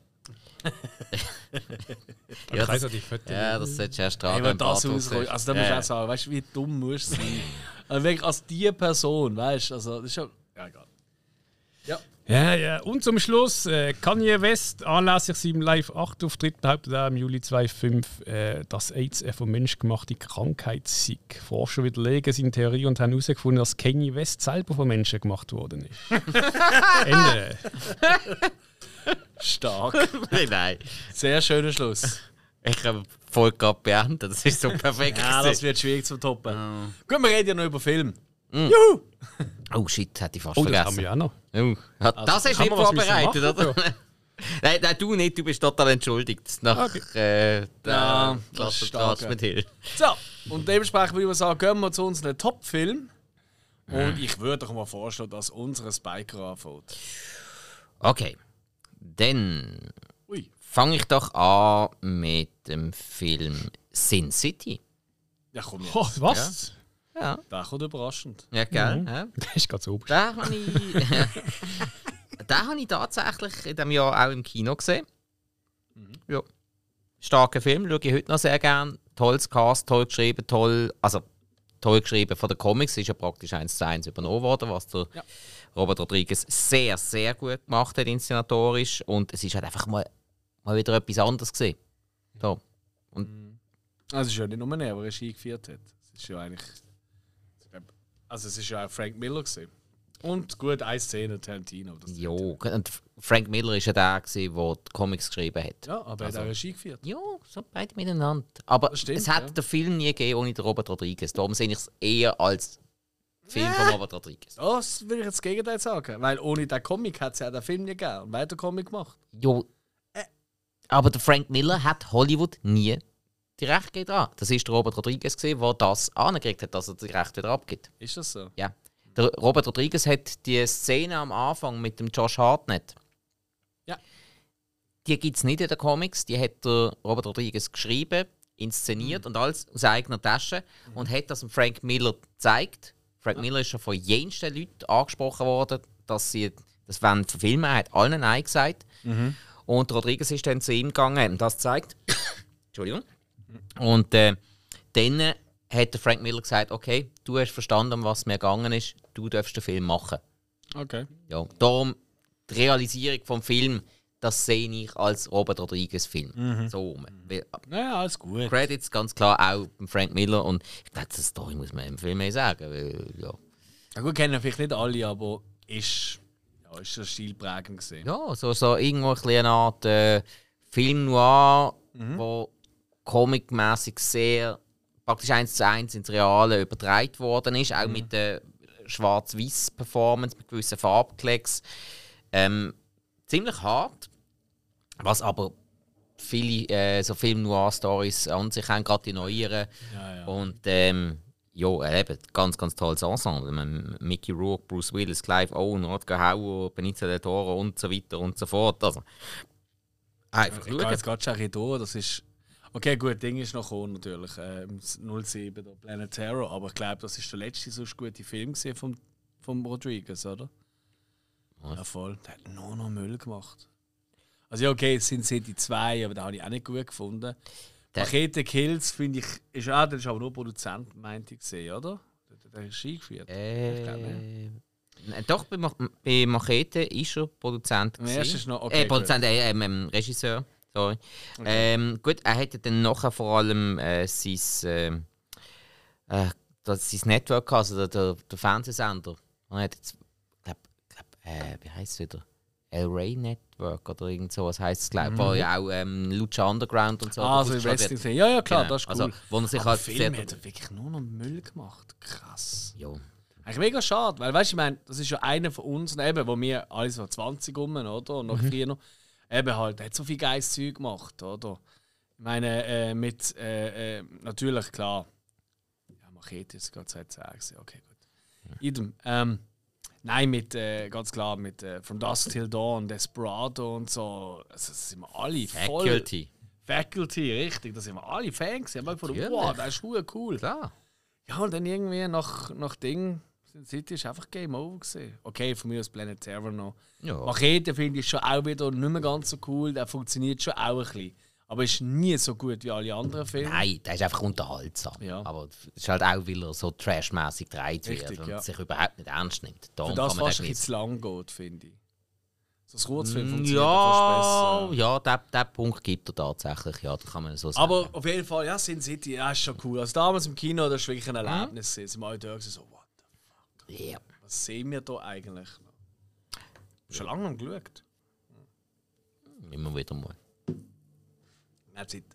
Ja, das, das solltest du erst tragen. Wenn im das Bad rauskommt, also da musst du auch sagen, weißt du, wie dumm musst du sein? Also wirklich als die Person, weißt du, also das ist schon. Ja, egal. Ja. Ja. Und zum Schluss, Kanye West, anlässlich seinem Live-8-Auftritt, behauptet er im Juli 2005, dass AIDS eine von Mensch gemachte Krankheit sei. Forscher widerlegen seine Theorie und haben herausgefunden, dass Kanye West selber von Menschen gemacht worden ist. Ende. Stark. Nein. Sehr schöner Schluss. Ich habe voll gerade beerntet. Das ist so perfekt. Ja, das wird schwierig zu toppen. Gut, wir reden ja noch über Film. Juhu! Oh shit, hätte ich fast Oh, das vergessen. haben wir auch noch. Das hast du kann nicht man was vorbereitet, machen, oder? Nein, du nicht. Du bist total entschuldigt. Nach Ja, das ist Lass stark, mit Hill. So, und dementsprechend würde ich sagen, gehen wir zu unserem Top-Film. Und ich würde euch mal vorstellen, dass unser Spiker anfängt. Okay. Dann Ui. fange ich doch an mit dem Film Sin City. Ja, komm jetzt. Oh, was? Ja, Der kommt überraschend. ja gell? Ja. Das ist gerade so oben. Den habe ich, den habe ich tatsächlich in diesem Jahr auch im Kino gesehen. Ja. Starker Film, schaue ich heute noch sehr gerne. Tolles Cast, toll geschrieben, toll geschrieben von den Comics. Ist ja praktisch 1:1 übernommen worden, was der Robert Rodriguez sehr, sehr gut gemacht hat, inszenatorisch. Und es ist halt einfach mal wieder etwas anderes gesehen. So. Und also es ist ja nicht nur er, der Regie geführt hat. Es ist ja eigentlich... Also es ist ja auch Frank Miller gewesen. Und gut, eine Szene Tarantino. Jo, und Frank Miller war ja der, der die Comics geschrieben hat. Ja, aber er hat auch Regie geführt. Ja, so beide miteinander. Aber stimmt, es hat den Film nie gegeben ohne den Robert Rodriguez. Darum sehe ich es eher als Film von Robert Rodriguez. Das will ich jetzt das Gegenteil sagen. Weil ohne den Comic hat es ja den Film nie gegeben. Und wer hat den Comic gemacht? Jo. Aber der Frank Miller hat Hollywood nie die Rechte dran. Das war der Robert Rodriguez, der das angekriegt hat, dass er die Rechte wieder abgibt. Ist das so? Ja. Der Robert Rodriguez hat die Szene am Anfang mit dem Josh Hartnett. Ja. Die gibt es nicht in den Comics. Die hat der Robert Rodriguez geschrieben, inszeniert und alles aus eigener Tasche und hat das dem Frank Miller gezeigt. Frank Miller ist schon von jensten Leuten angesprochen worden, dass sie das verfilmen. Er hat allen Nein gesagt. Und Rodriguez ist dann zu ihm gegangen und das gezeigt. Entschuldigung. Und dann hat der Frank Miller gesagt, okay, du hast verstanden, um was es mir gegangen ist, du darfst den Film machen. Okay. Ja, darum die Realisierung vom Film, das sehe ich als Robert Rodriguez Film. So, Ja, alles gut. Credits ganz klar auch beim Frank Miller und ich glaube, das Story muss man im Film mehr sagen. Weil, ja. Ja, gut, kennen vielleicht nicht alle, aber ist so stilprägend gesehen. Ja, so irgendwo eine Art Film noir, wo comicmäßig sehr praktisch 1:1 ins Reale übertragen worden ist, auch mit der Schwarz-Weiß-Performance, mit gewissen Farbklecks. Ziemlich hart, was aber viele so Film-Noir-Stories an sich haben, gerade die neueren. Ja. Und eben, ganz, ganz tolles Ensemble. Mickey Rourke, Bruce Willis, Clive Owen, Rutger Hauer, Benicio del Toro und so weiter und so fort. Also, einfach Ich gehe jetzt gerade schon durch, das ist... Okay, gut, Ding ist noch gekommen, natürlich. 07, der Planet Terror, aber ich glaube, das ist der letzte so gute Film vom Rodriguez, oder? Was? Ja, voll. Der hat nur noch Müll gemacht. Also ja, okay, es sind die 2, aber den habe ich auch nicht gut gefunden. Pakete Kills, finde ich, ist aber nur Produzent, meinte ich, gesehen, oder? Der Regie geführt. Ich glaube nicht. Doch, bei Machete ist er Produzent. Ist noch, okay, Produzent, Regisseur. Sorry. Okay. Gut, er hätte dann nachher vor allem sein Network, also der Fernsehsender. Und er hat jetzt, wie heisst es wieder? El Rey Network oder irgend sowas heisst es, glaube ich. Wo ja auch Lucha Underground und so. Also Wrestling. Ja, klar, genau. Das ist cool. Also, wo er sich aber halt Film hat er wirklich nur noch Müll gemacht. Krass. Ja. Eigentlich mega schade, weil weißt du, ich meine, das ist ja einer von uns, eben, wo wir alle so 20 rum, oder? Und noch früher noch. Eben halt, er hat so viel geiles Zeug gemacht, oder? Ich meine, mit, natürlich, klar. Ja, Machete ist gerade seit 10 okay, gut. Idem. Nein, mit, ganz klar, mit From Dusk Till Dawn, Desperado und so. Also, das sind wir alle voll. Faculty, richtig. Da sind wir alle Fans. Ich habe gefunden, wow, das ist cool. Klar. Ja, und dann irgendwie nach Ding. Sin City ist einfach Game Over gewesen. Okay, von mir aus Planet Terror noch. Ja. Machete finde ich schon auch wieder nicht mehr ganz so cool. Der funktioniert schon auch ein bisschen. Aber ist nie so gut wie alle anderen Filme. Nein, der ist einfach unterhaltsam. Ja. Aber es ist halt auch, weil er so trashmäßig gedreht wird und sich überhaupt nicht ernst nimmt. Für das fast ein bisschen zu lang geht, finde ich. So ein Kurzfilm funktioniert fast besser. Ja, der Punkt gibt er tatsächlich. Ja, da kann man so sagen. Aber auf jeden Fall, ja, Sin City, ja, ist schon cool. Also damals im Kino, das war wirklich ein Erlebnis. Sind wir alle da so, what the fuck? Yeah. Was sehen wir da eigentlich noch? Schon lange noch geschaut. Immer wieder mal. That's it.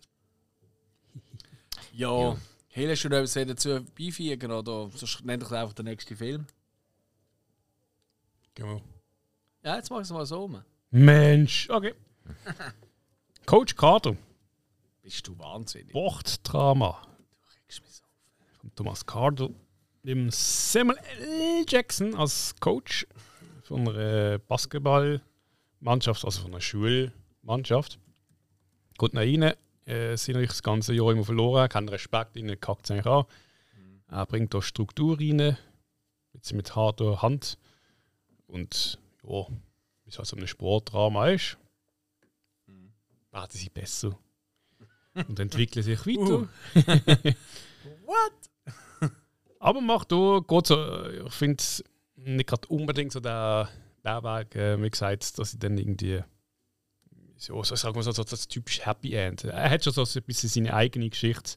Ja, Hel, hast du noch etwas dazu beifügen oder sonst nenn doch einfach den nächsten Film? Genau. Ja, jetzt mach ich es mal so. Mensch, okay. Coach Carter. Bist du wahnsinnig. Borddrama. Du regst mich so auf. Von Thomas Carter. Dem Samuel L. Jackson als Coach von einer Basketballmannschaft, also von einer Schulmannschaft. Geht nach rein, sind natürlich das ganze Jahr immer verloren, keinen Respekt, ihnen kackt es eigentlich an. Er bringt da Struktur rein, mit harter Hand. Und ja, wie es halt so ein Sportdrama ist, werden sie besser. Und entwickeln sich weiter. What? Aber macht auch, geht so, ich finde es nicht gerade unbedingt so der Weg, wie gesagt, dass sie dann irgendwie so sagen wir so das typische Happy End. Er hat schon so ein bisschen seine eigene Geschichte.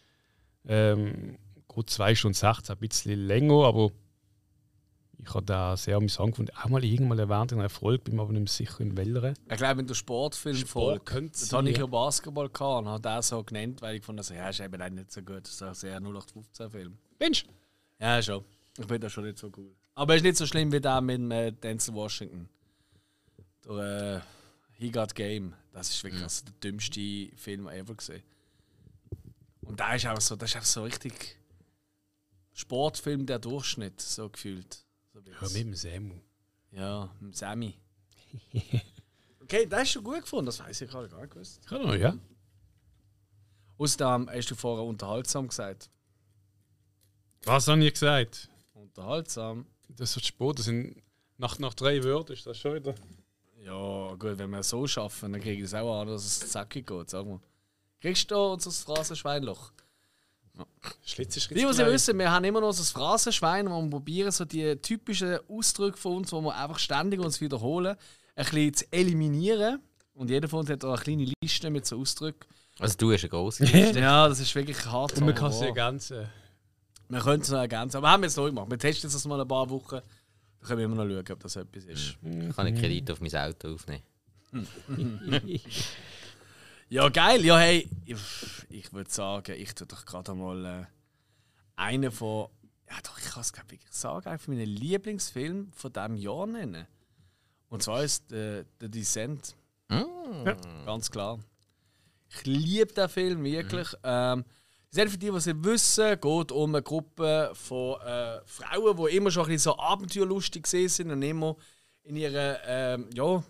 Gut 2 Stunden 16, ein bisschen länger, aber ich habe da sehr amüsant gefunden. Auch mal irgendwann erwähnt in einer Folge, bin mir aber nicht mehr sicher in welcher. Ich glaube, in der Sportfilmfolge. Da hatte ich ja Basketball gehabt und habe das so genannt, weil ich fand, also, ja, ist eben auch nicht so gut. Das ist ein sehr 0815-Film. Mensch! Ja, schon. Ich finde das schon nicht so cool. Aber es ist nicht so schlimm wie der mit Denzel Washington. Der He Got Game. Das ist wirklich also der dümmste Film ever gesehen. Und da ist auch so, das ist einfach so richtig Sportfilm der Durchschnitt, so gefühlt. So Ja, mit dem Samu. Ja, mit dem Sammy. Okay, das hast du gut gefunden, das weiß ich gerade gar nicht gewusst. Ja. Außerdem hast du vorher unterhaltsam gesagt. Was habe ich gesagt? Unterhaltsam. Das ist Sport, das sind nach 3 Wörtern ist das schon wieder. Ja, gut, wenn wir es so schaffen, dann kriege ich es auch an, dass es zackig geht, sag mal. Kriegst du unser Phrasenschweinloch? Schlitz Die, die wissen, wir haben immer noch so ein Phrasenschwein, wo wir probieren, so die typischen Ausdrücke von uns, die wir einfach ständig uns wiederholen, ein bisschen zu eliminieren. Und jeder von uns hat auch eine kleine Liste mit so Ausdrücken. Also du hast eine grosse Liste. Ja, das ist wirklich hart. Und man kann sie ergänzen. Wir können es noch ergänzen, aber haben wir es noch gemacht. Wir testen es mal ein paar Wochen. Dann können wir immer noch schauen, ob das etwas ist. Ich kann einen Kredit auf mein Auto aufnehmen. Ja, geil. Ja, hey, ich würde sagen, ich tue doch gerade mal einen von. Ja, doch, ich kann es wirklich sagen, einfach meinen Lieblingsfilm von diesem Jahr nennen. Und zwar ist The Descent. Ja, ganz klar. Ich liebe den Film wirklich. Für die, die es nicht wissen, geht um eine Gruppe von Frauen, die immer schon ein bisschen so abenteuerlustig sind und immer in ihrer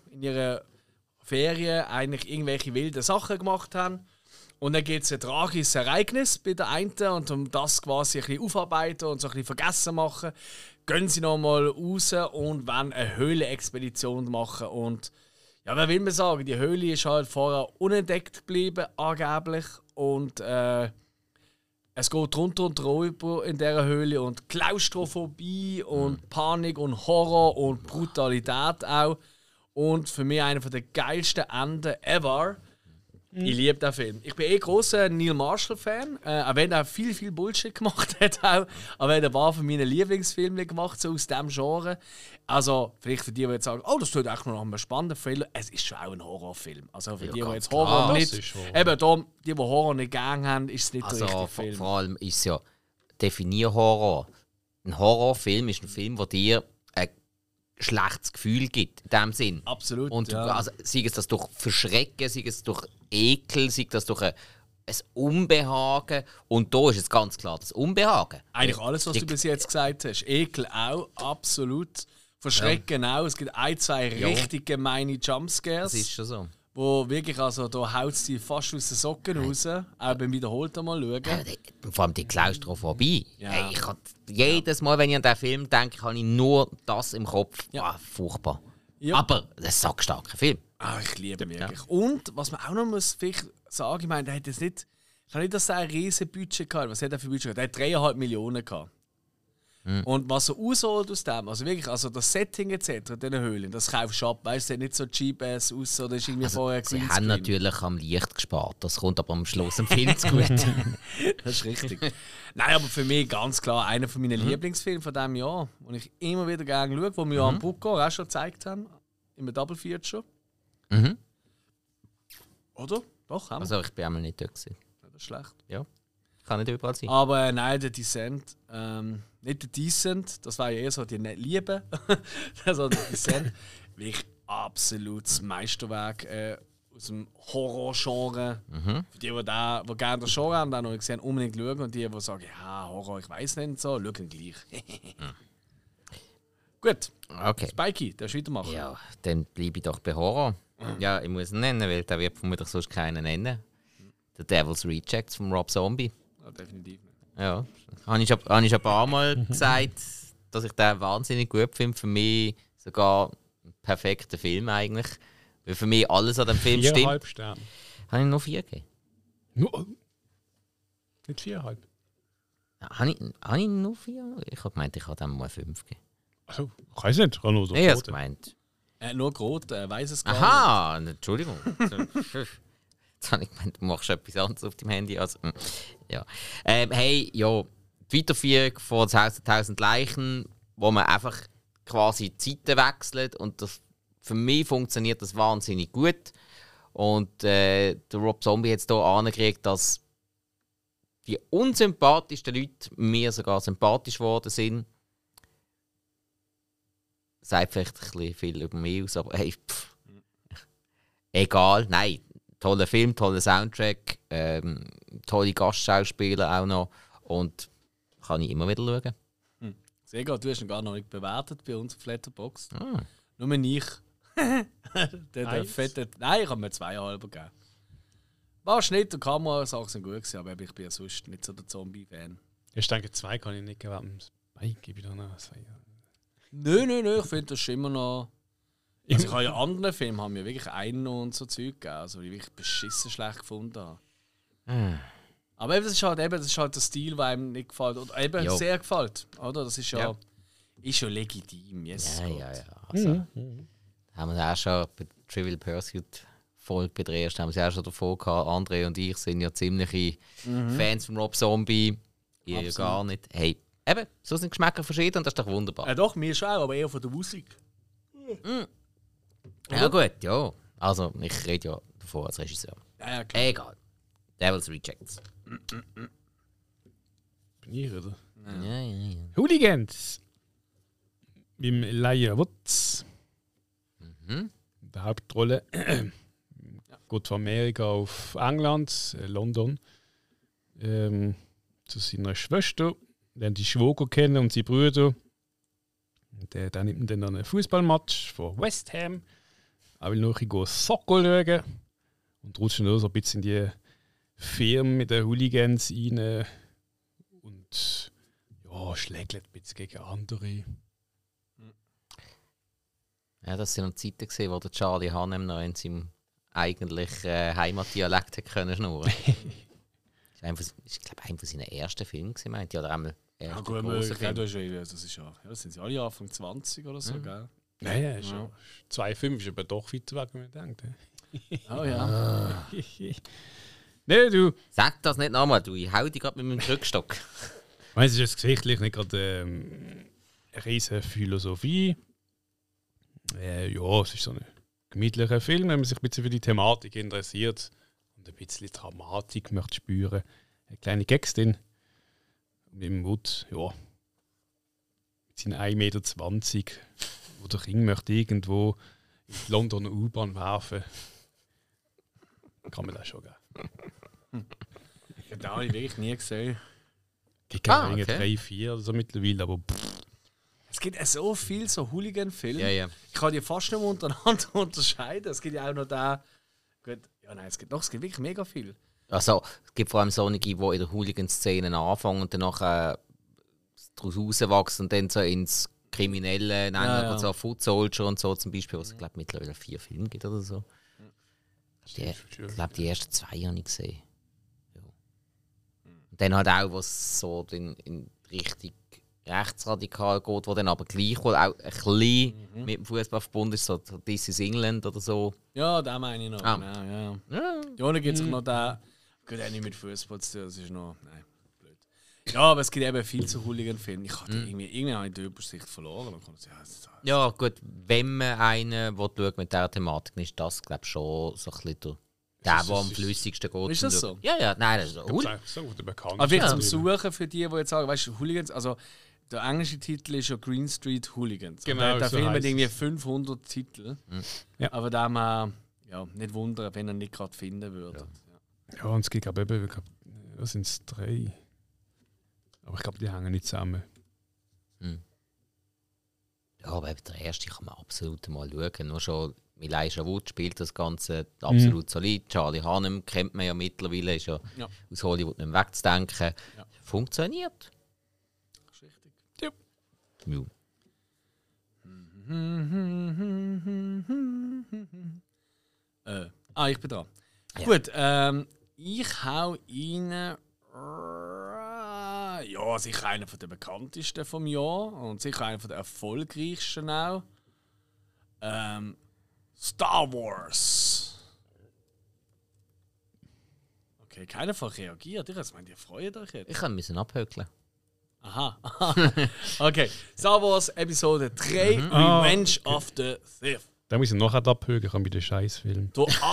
Ferien eigentlich irgendwelche wilden Sachen gemacht haben. Und dann gibt es ein tragisches Ereignis bei der einen und um das quasi ein bisschen aufarbeiten und so ein bisschen vergessen machen, gehen sie nochmal raus und wollen eine Höhlenexpedition machen. Und ja, wer will man sagen, die Höhle ist halt vorher unentdeckt geblieben, angeblich. Und es geht drunter und drüber in dieser Höhle und Klaustrophobie und Panik und Horror und Brutalität auch. Und für mich einer der geilsten Enden ever. Ich liebe den Film. Ich bin großer Neil Marshall-Fan, auch wenn er viel Bullshit gemacht hat. Auch. Aber er hat ein paar von meinen Lieblingsfilmen gemacht, so aus diesem Genre. Also, vielleicht für die, die jetzt sagen, oh, das tut eigentlich noch einen spannenden Film. Es ist schon auch ein Horrorfilm. Also für die jetzt Horror nicht. Eben da, die Horror nicht gerne haben, ist es nicht der richtige Film. Vor allem ist es ja definier Horror. Ein Horrorfilm ist ein Film, der dir ein schlechtes Gefühl gibt, in dem Sinn. Absolut. Und also, sei es das durch Verschrecken, sei es durch Ekel, sei das durch ein Unbehagen. Und da ist es ganz klar das Unbehagen. Eigentlich alles, was du bis jetzt gesagt hast. Ekel auch, absolut. Verschrecken auch. Es gibt 2 richtig gemeine Jumpscares. Das ist schon so. Wo wirklich, also da haut es die fast aus den Socken raus. Auch beim wiederholten Mal schauen. Vor allem die Klaustrophobie. Ja. Hey, jedes Mal, wenn ich an diesen Film denke, habe ich nur das im Kopf. Ja. Furchtbar. Ja. Aber das ist ein sackstarker Film. Ich liebe ihn wirklich. Und was man auch noch muss vielleicht sagen, ich meine, der hat jetzt nicht, ich kann nicht, dass er ein riesen Budget gehabt. Was hat er für Budget gehabt? Der hat 3,5 Millionen gehabt. Und was er ausholt aus dem, also wirklich, also das Setting etc. in diesen Höhlen, das kaufst du ab, weißt du, sieht nicht so cheap-ass aus oder ist irgendwie vorher Sie haben natürlich am Licht gespart, das kommt aber am Schluss im Film zu gut. Das ist richtig. Nein, aber für mich ganz klar einer von meinen Lieblingsfilmen von diesem Jahr, den ich immer wieder gerne schaue, den wir am Bucco auch schon gezeigt haben, im Double Feature. Oder? Doch, haben wir. Also ich bin einmal nicht dort gewesen. Das ist schlecht. Ja, kann nicht überall sein. Aber nein, der Descent, nicht der Decent, das war ja eher so die Liebe, also der Descent, wirklich absolutes Meisterwerk aus dem Horror-Genre. Für die, die gerne das Genre haben, dann noch nicht gesehen, unbedingt schauen. Und die, die sagen, ja, Horror, ich weiß nicht so, schauen gleich. Gut, Okay. Spikey, darfst du weitermachen? Ja, dann bleibe ich doch bei Horror. Ja, ich muss ihn nennen, weil der wird vermutlich sonst keinen nennen. The Devil's Rejects von Rob Zombie. Ja, definitiv nicht. Ja, habe ich schon ein paar Mal gesagt, dass ich den wahnsinnig gut finde. Für mich sogar perfekter Film eigentlich. Weil für mich alles an dem Film 4,5 stimmt. Sterne. Habe ich noch 4 gegeben? Nicht 4,5. Habe ich nur 4? Ich habe gemeint, ich habe dem mal 5 gegeben. Also, ich weiß nicht, ich habe nur so Nee, ich habe gemeint. Nur Grot, weiß es gar nicht. Aha, Entschuldigung. Jetzt habe ich gemeint, du machst etwas anderes auf deinem Handy. Also, ja. Hey, ja, die Weiterführung von 1000 Leichen, wo man einfach quasi die Zeiten wechselt und das, für mich funktioniert das wahnsinnig gut. Und der Rob Zombie hat es hier angekriegt, dass die unsympathischsten Leute mir sogar sympathisch geworden sind. Sagt vielleicht ein bisschen viel über mich aus, aber hey, egal, nein. Toller Film, toller Soundtrack, tolle Gastschauspieler auch noch und kann ich immer wieder schauen. Sehr gut, du hast ihn gar noch nicht bewertet bei uns auf Letterboxd. Ah. Nur ich. der fette. Nein, ich habe mir 2,5 gegeben. War Schnitt und Kamerasachen sind gut gewesen, aber ich bin ja sonst nicht so der Zombie-Fan. Ich denke, 2 kann ich nicht geben. Gebe ich da noch 2. Nein, ich finde das ist immer noch. Also ich habe ja andere Filme, haben mir wirklich einen und so Zeug gegeben, also die ich wirklich beschissen schlecht gefunden habe. Aber eben, das ist halt der Stil, der einem nicht gefällt. Oder eben sehr gefällt. Oder? Das ist ja legitim. Yes, Ja. Also, haben wir auch schon bei Trivial Pursuit Folge bei der ersten, haben wir es auch schon davor gehabt. André und ich sind ja ziemliche Fans von Rob Zombie. Ihr ja gar nicht. Hey, eben, so sind Geschmäcker verschieden und das ist doch wunderbar. Doch, mir schon, aber eher von der Musik. Ja gut, ja. Also, ich rede ja davor als Regisseur. Ja, klar. Egal. Devil's Rejects. Bin ich, oder? Ja. Hooligans! Mit dem Elijah Woods. In der Hauptrolle. Geht von Amerika auf England, London. Zu seiner Schwester. Lernt die Schwager kennen und seine Brüder. Der nimmt ihn dann an einen Fußballmatch von West Ham. Er will noch ein bisschen Soccer schauen. Und rutscht dann auch so ein bisschen in die Firma mit den Hooligans rein. Und ja, schlägt ein bisschen gegen andere. Ja, das sind noch Zeiten gewesen, wo der Charlie Hunnam noch in seinem eigentlichen Heimatdialekt hätte können schnurren. Das ist, glaube ich, einer von seinen ersten Filmen gewesen, meinte ich. Oder einmal Ja, gut, das ist ja, das sind ja alle Anfang 20 oder so, gell? Naja, schon. 2,5 ist aber doch weiter weg, wenn man denkt. Oh ja. Nee, du. Sag das nicht nochmal, du. Ich hau dich gerade mit meinem Krückstock. Es ist jetzt gesichtlich nicht gerade eine riesige Philosophie. Ja, es ist so ein gemütlicher Film, wenn man sich ein bisschen für die Thematik interessiert und ein bisschen Dramatik möchte spüren. Eine kleine Gags drin. Und im Wood, ja, mit seinen 1,20 Meter, wo der King möchte irgendwo in die Londoner U-Bahn werfen. Kann man das schon geben. Den habe ich wirklich nie gesehen. Gibt okay. 3, 4 oder so mittlerweile, aber es gibt so viel so Hooligan-Filme. Ja. Ich kann die fast nicht mehr untereinander unterscheiden. Es gibt ja auch noch da. Gut, ja, nein, es gibt wirklich mega viel. Also, es gibt vor allem solche, die in der Hooligan-Szene anfangen und danach daraus rauswachsen und dann so ins Kriminelle, so Foot Soldier und so zum Beispiel, was ich glaube mittlerweile 4 Filme gibt oder so. Ich glaube, die ersten 2 habe ich gesehen. Ja. Und dann halt auch, was so in Richtung rechtsradikal geht, wo dann aber gleichwohl auch ein bisschen mit dem Fußball verbunden ist, so This is England oder so. Ja, da meine ich noch. Genau, ja. Da gibt es noch da. Gut, auch nicht mit Fußball zu tun, das ist noch. Nein, blöd. Ja, aber es gibt eben viel zu Hooligan-Filmen. Ich hatte irgendwie habe ich die Übersicht verloren. Ja, gut, wenn man einen schaut mit dieser Thematik, dann ist das, glaube ich, schon so ein bisschen der am flüssigsten geht. Ist das so? Ja, nein, das ist so bekannt. Aber vielleicht zum Suchen für die jetzt sagen, weißt du, Hooligans, also der englische Titel ist ja Green Street Hooligans. Genau, der so Film hat irgendwie 500 Titel. Ja. Aber da man nicht wundern, wenn er nicht gerade finden würde. Ja, und es gibt eben, was sind es, 3? Aber ich glaube, die hängen nicht zusammen. Ja, aber eben der erste kann man absolut mal schauen. Nur schon Elijah Wood spielt das Ganze absolut solid. Charlie Hunnam kennt man ja mittlerweile, ist ja aus Hollywood nicht mehr wegzudenken. Ja. Funktioniert. Das ist richtig. Ja. Ja. Ich bin dran. Ja. Gut, ich hau rein. Ja, sicher einer der bekanntesten vom Jahr und sicher einer der erfolgreichsten auch. Star Wars. Okay, keiner von euch reagiert. Ich meine, ihr freut euch jetzt. Ich musste abhökeln. Aha. Okay, Star Wars Episode 3, Revenge of the Sith. Da muss ich nachher abhören, ich habe bei den Scheißfilm.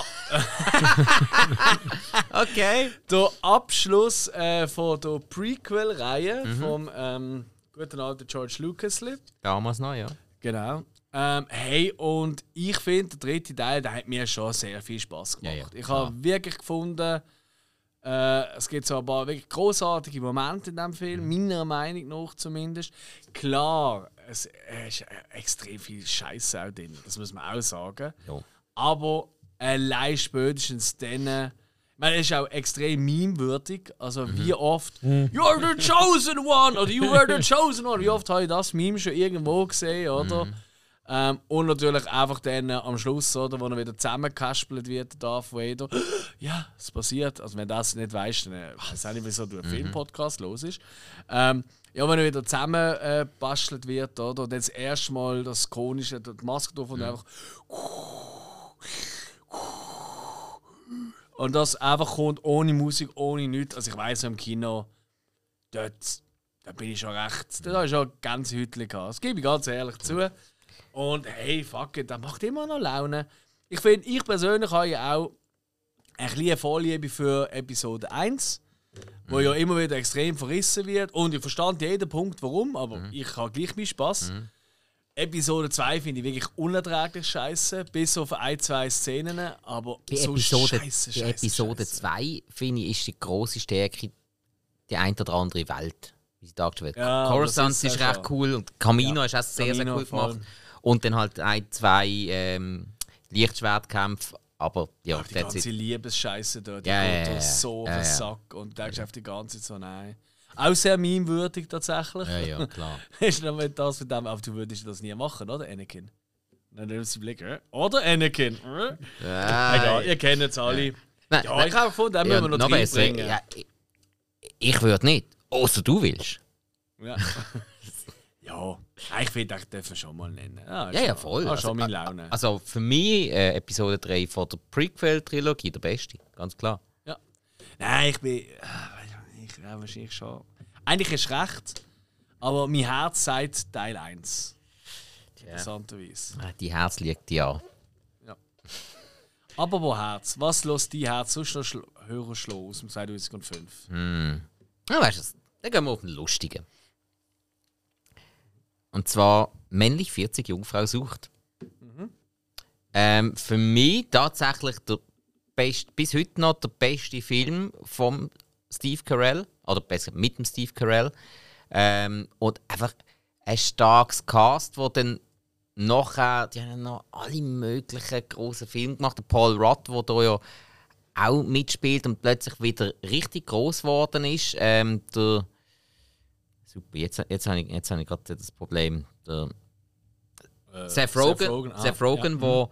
Okay. Der Abschluss von der Prequel-Reihe vom guten alten George Lucas. Damals noch, ja. Genau. Hey, und ich finde, der dritte Teil, der hat mir schon sehr viel Spaß gemacht. Ja, Ich habe wirklich gefunden, es gibt so ein paar wirklich großartige Momente in diesem Film, meiner Meinung nach zumindest. Klar, es ist extrem viel Scheiße auch drin, das muss man auch sagen. Ja. Aber allein spätestens dann. Ich meine, es ist auch extrem meme-würdig. Also, wie oft You're the chosen one! Oder You were the chosen one! Wie oft habe ich das Meme schon irgendwo gesehen, oder? Und natürlich einfach dann am Schluss, oder, wo er wieder zusammengehaspelt wird, Darth Vader. Ja, es passiert. Also, wenn du das nicht weißt, dann weiß ich nicht, wieso du einen Filmpodcast los ist. Ja, wenn er wieder zusammengebastelt wird, oder? Und dann das erste Mal das Konische, die Maske drauf und einfach. Und das einfach kommt ohne Musik, ohne nichts. Also ich weiss, im Kino, da bin ich schon recht. Da habe ich schon ganz Hütchen gehabt. Das gebe ich ganz ehrlich zu. Und hey, fuck it, das macht immer noch Laune. Ich finde, ich persönlich habe ja auch eine kleine Vorliebe für Episode 1, wo ja immer wieder extrem verrissen wird. Und ich verstand jeden Punkt, warum, aber ich habe gleich meinen Spass. Episode 2 finde ich wirklich unerträglich scheiße, bis auf ein, zwei Szenen, aber Bei so Episode 2 finde ich, ist die grosse Stärke die ein oder andere Welt, wie sie dargestellt wird. Ja, Coruscant das ist ist recht schon. cool und Camino ist auch sehr, sehr Camino cool gemacht. voll. Und dann halt ein, zwei Lichtschwertkämpfe, aber ja, Aber die ganze Liebesscheiße dort, die Ja, geht ja, dir so auf ja, den ja. Sack und du denkst auf die ganze Zeit so, nein. Auch sehr meme-würdig tatsächlich. Ja, klar. Ist dann mit das mit dem, aber du würdest das nie machen, oder Anakin? Dann nimmst du den Blick, oder Anakin? Ja, ihr kennt es alle. Nein, Ja, ich habe gefunden, den müssen wir noch besser. reinbringen. Ja, ich würde nicht, außer du willst. Ja. Ja, ich finde, ich darf ihn schon mal nennen. Ja, voll. Ah, schon meine Laune. Also für mich Episode 3 von der Prequel-Trilogie der beste, ganz klar. Ja. Nein, ich bin. Wahrscheinlich schon. Eigentlich ist recht, aber mein Herz sagt Teil 1. Interessanterweise. Die Herz liegt ja. Ja. Aber wo Herz? Was lässt die Herz sonst noch höher schlagen aus dem 2005? Ja, weißt du, dann gehen wir auf den Lustigen. Und zwar männlich 40 Jungfrau sucht. Für mich tatsächlich der bis heute noch der beste Film von Steve Carell. Oder besser mit dem Steve Carell. Und einfach ein starkes Cast, wo dann nachher, die haben noch alle möglichen grossen Filme gemacht. Der Paul Rudd, der da ja auch mitspielt und plötzlich wieder richtig groß geworden ist. Super, jetzt habe ich gerade das Problem. Der Seth Rogen, wo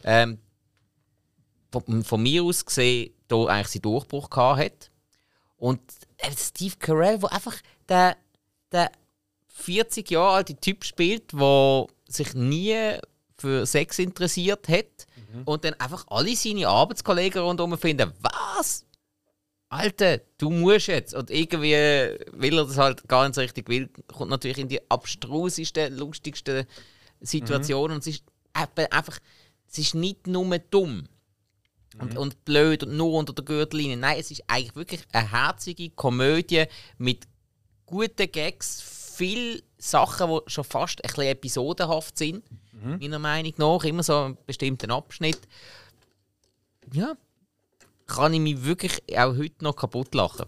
von mir aus gesehen da eigentlich seinen Durchbruch gehabt hat. Und Steve Carell, der einfach der 40 Jahre alte Typ spielt, der sich nie für Sex interessiert hat und dann einfach alle seine Arbeitskollegen rundherum finden, was? Alter, du musst jetzt. Und irgendwie will er das halt gar nicht so richtig will, kommt natürlich in die abstrusesten, lustigsten Situationen. Und es ist einfach, es ist nicht nur dumm und blöd und nur unter der Gürtellinie. Nein, es ist eigentlich wirklich eine herzige Komödie mit guten Gags, viele Sachen, die schon fast ein bisschen episodenhaft sind, meiner Meinung nach. Immer so einen bestimmten Abschnitt. Ja, kann ich mich wirklich auch heute noch kaputt lachen.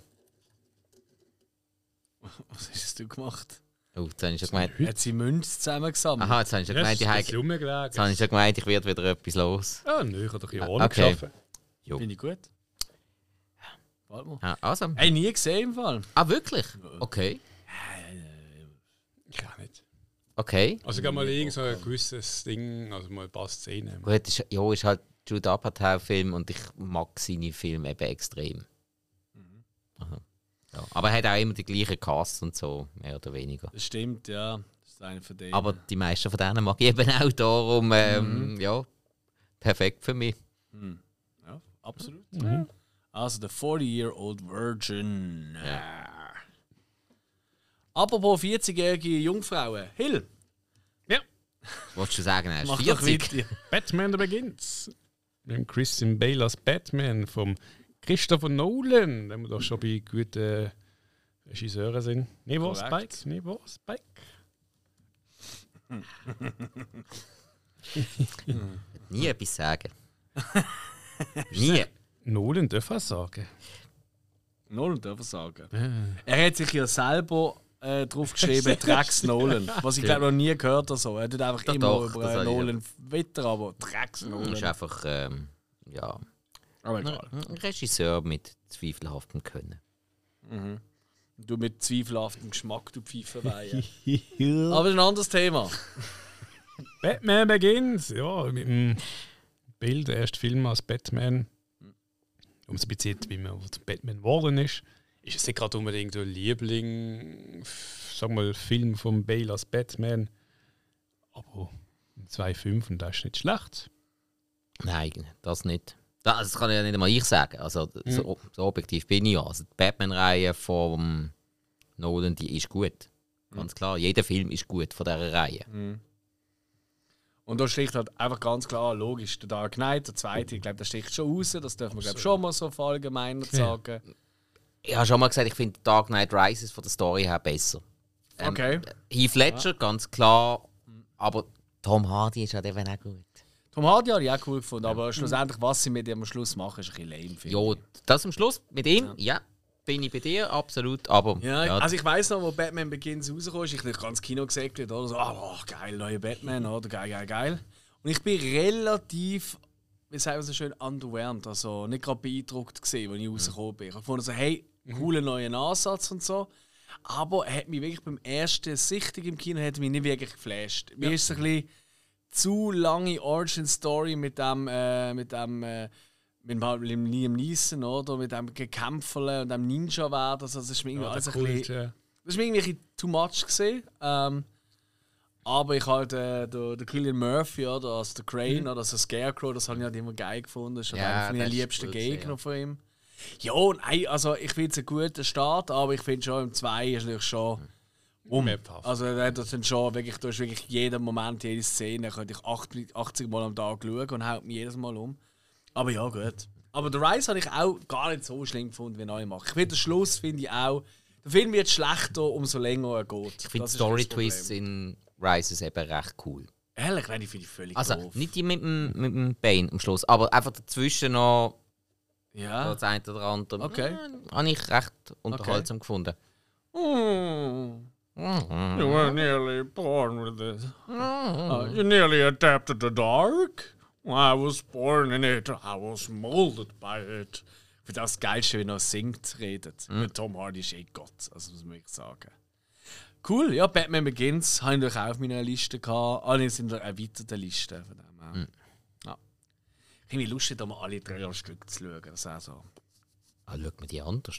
Was hast du gemacht? Oh, jetzt habe ich schon gemeint. Hat sie Münze zusammengesammelt? Aha, jetzt habe ich schon gemeint, ich werde wieder etwas los. Ah, nö, ich habe doch hier ohne Okay. geschaffen. Jo. Bin ich gut? Warte mal. Ah, also. Hey, nie gesehen im Fall. Ah, wirklich? Okay. Ich auch nicht. Okay. Also ich mal irgend so ein gewisses Ding, also mal ein paar Szenen. Gut, ist halt Judd Apatow-Film und ich mag seine Filme eben extrem. Aha. Ja. Aber er hat auch immer die gleichen Casts und so, mehr oder weniger. Das stimmt, ja. Das ist einer von denen. Aber die meisten von denen mag ich eben auch darum, ja, perfekt für mich. Ja, absolut. Ja. Also, The 40-Year-Old Virgin. Ja. Apropos 40-jährige Jungfrauen. Hill. Ja. Wolltest du sagen, er ist Mach doch 40? weiter. Batman The Begins. Mit dem Christian Bale als Batman vom Christopher Nolan, den wir doch schon bei guten Regisseuren sind. Nevo Korrekt. Spike. Nie etwas sagen. Nie. Nolan darf er sagen. Nolan darf ich sagen. Er hat sich ja selber draufgeschrieben, Drecks Nolan. Was ich glaube noch nie gehört habe. So. Er hat einfach immer doch, über das habe ich Nolan weiter, aber Drecks Das Nolan. ist einfach, ja, Aber egal. ein Regisseur mit zweifelhaftem Können. Du mit zweifelhaftem Geschmack, du Pfeifenweihe. Aber das ist ein anderes Thema. Batman Begins, ja, mit dem Bale, der erste Film als Batman. Um es bezieht, wie man zum Batman geworden ist. Ist es nicht gerade unbedingt so ein Liebling, sag mal, Film von Bale als Batman. Aber 2,5 und das ist nicht schlecht. Nein, das nicht. Das kann ja nicht einmal ich sagen. Also, so objektiv bin ich ja. Also, die Batman-Reihe von Nolan, die ist gut. Ganz klar. Jeder Film ist gut von dieser Reihe. Und da sticht halt einfach ganz klar, logisch, der Dark Knight, der zweite, ich glaube, der sticht schon raus. Das dürfen wir glaub, schon mal so verallgemeinert sagen. Ich habe schon mal gesagt, ich finde Dark Knight Rises von der Story her besser. Okay. Heath Ledger, ganz klar. Aber Tom Hardy ist halt eben auch gut. Tom Hardy habe ich auch cool gefunden, aber schlussendlich, was sie mit ihm am Schluss machen, ist ein bisschen lame, finde Ja, das am Schluss mit ihm, ja, bin ich bei dir, absolut. Aber Ja, also ich weiss noch, wo Batman Begins rausgekommen ist, ich habe ganz Kino gesagt, oder so, geil, neuer Batman, oder geil. Und ich bin relativ, wie sagen wir so schön, underwhelmed, also nicht gerade beeindruckt gesehen, als ich rausgekommen bin. Ich fand so, hey, cooler neuer Ansatz und so, aber er hat mich wirklich beim ersten Sichtung im Kino hat mich nicht wirklich geflasht. Mir ist es ein bisschen zu lange Origin-Story mit dem Liam Neeson, oder? Mit dem Gekämpferle und dem Ninja-Werden. Also, das ist mir irgendwie alles ein bisschen, das ist mir irgendwie ein bisschen too much gesehen. Aber ich halt der Cillian Murphy, oder? Also der Crane, oder also Scarecrow, das habe ich halt immer geil gefunden. Das ist einer meiner liebsten Gegner von ihm. Ja, nein, also ich finde es einen guten Start, aber ich finde schon im 2 ist natürlich schon Also da hat dann schon wirklich, du hast wirklich jeden Moment, jede Szene, könnte ich 80 Mal am Tag schauen und haut mich jedes Mal um. Aber ja, gut. Aber The Rise habe ich auch gar nicht so schlimm gefunden, wie neu macht. Ich finde, den Schluss finde ich auch. Der Film wird schlechter, umso länger er geht. ich finde Story-Twists in Rises eben recht cool. Ehrlich, nein, die finde ich völlig Also doof. nicht die mit dem Bane am Schluss, aber einfach dazwischen noch Ja. das eine oder andere. Okay. Habe ich recht unterhaltsam gefunden. You were nearly born with it. You nearly adapted the dark. I was born in it. I was molded by it. Ich finde das Geilste, wenn er singt, redet. Mit Tom Hardy ist Gott, also muss man wirklich sagen. Cool, ja, Batman Begins habe ich natürlich auch auf meiner Liste gehabt. Alle sind in der erweiterten Liste. Von dem, ja. Ich finde es lustig, da mal alle 3 Jahre Stück zu schauen. Das ist auch so. Schaut man die anders?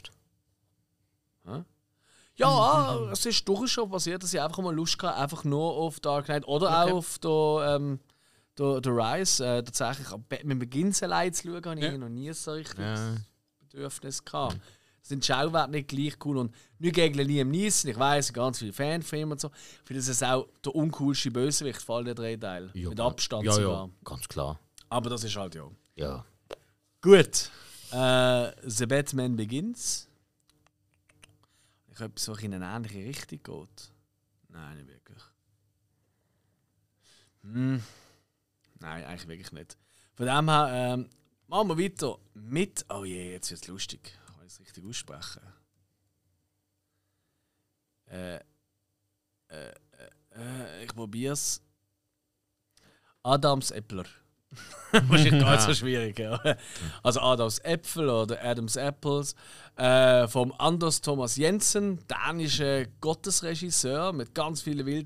Ja, es ist durchaus schon passiert, dass ich einfach mal Lust hatte, einfach nur auf Dark Knight oder auch auf The Rise. Tatsächlich ab Batman Begins allein zu schauen, habe ich noch nie so richtig Bedürfnis gehabt. Sind die Schauwerte nicht gleich cool und nicht gegen Liam Neeson. Ich weiss, ganz viele Fans von ihm und so. Ich finde, das ist auch der uncoolste Bösewicht von allen 3 Teilen. Mit Abstand sogar. Ja, ganz klar. Aber das ist halt ja. Ja. Gut. The Batman Begins. Ich habe etwas, was in eine ähnliche Richtung geht. Nein, nicht wirklich. Nein, eigentlich wirklich nicht. Von dem her, machen wir weiter mit. Oh je, jetzt wird es lustig. Kann ich es richtig aussprechen? Ich probiere es. Adams Äppler. Wahrscheinlich gar nicht so schwierig. Ja. Also Adams Äpfel oder Adams Apples. Vom Anders Thomas Jensen, dänischer Gottesregisseur mit ganz vielen wilden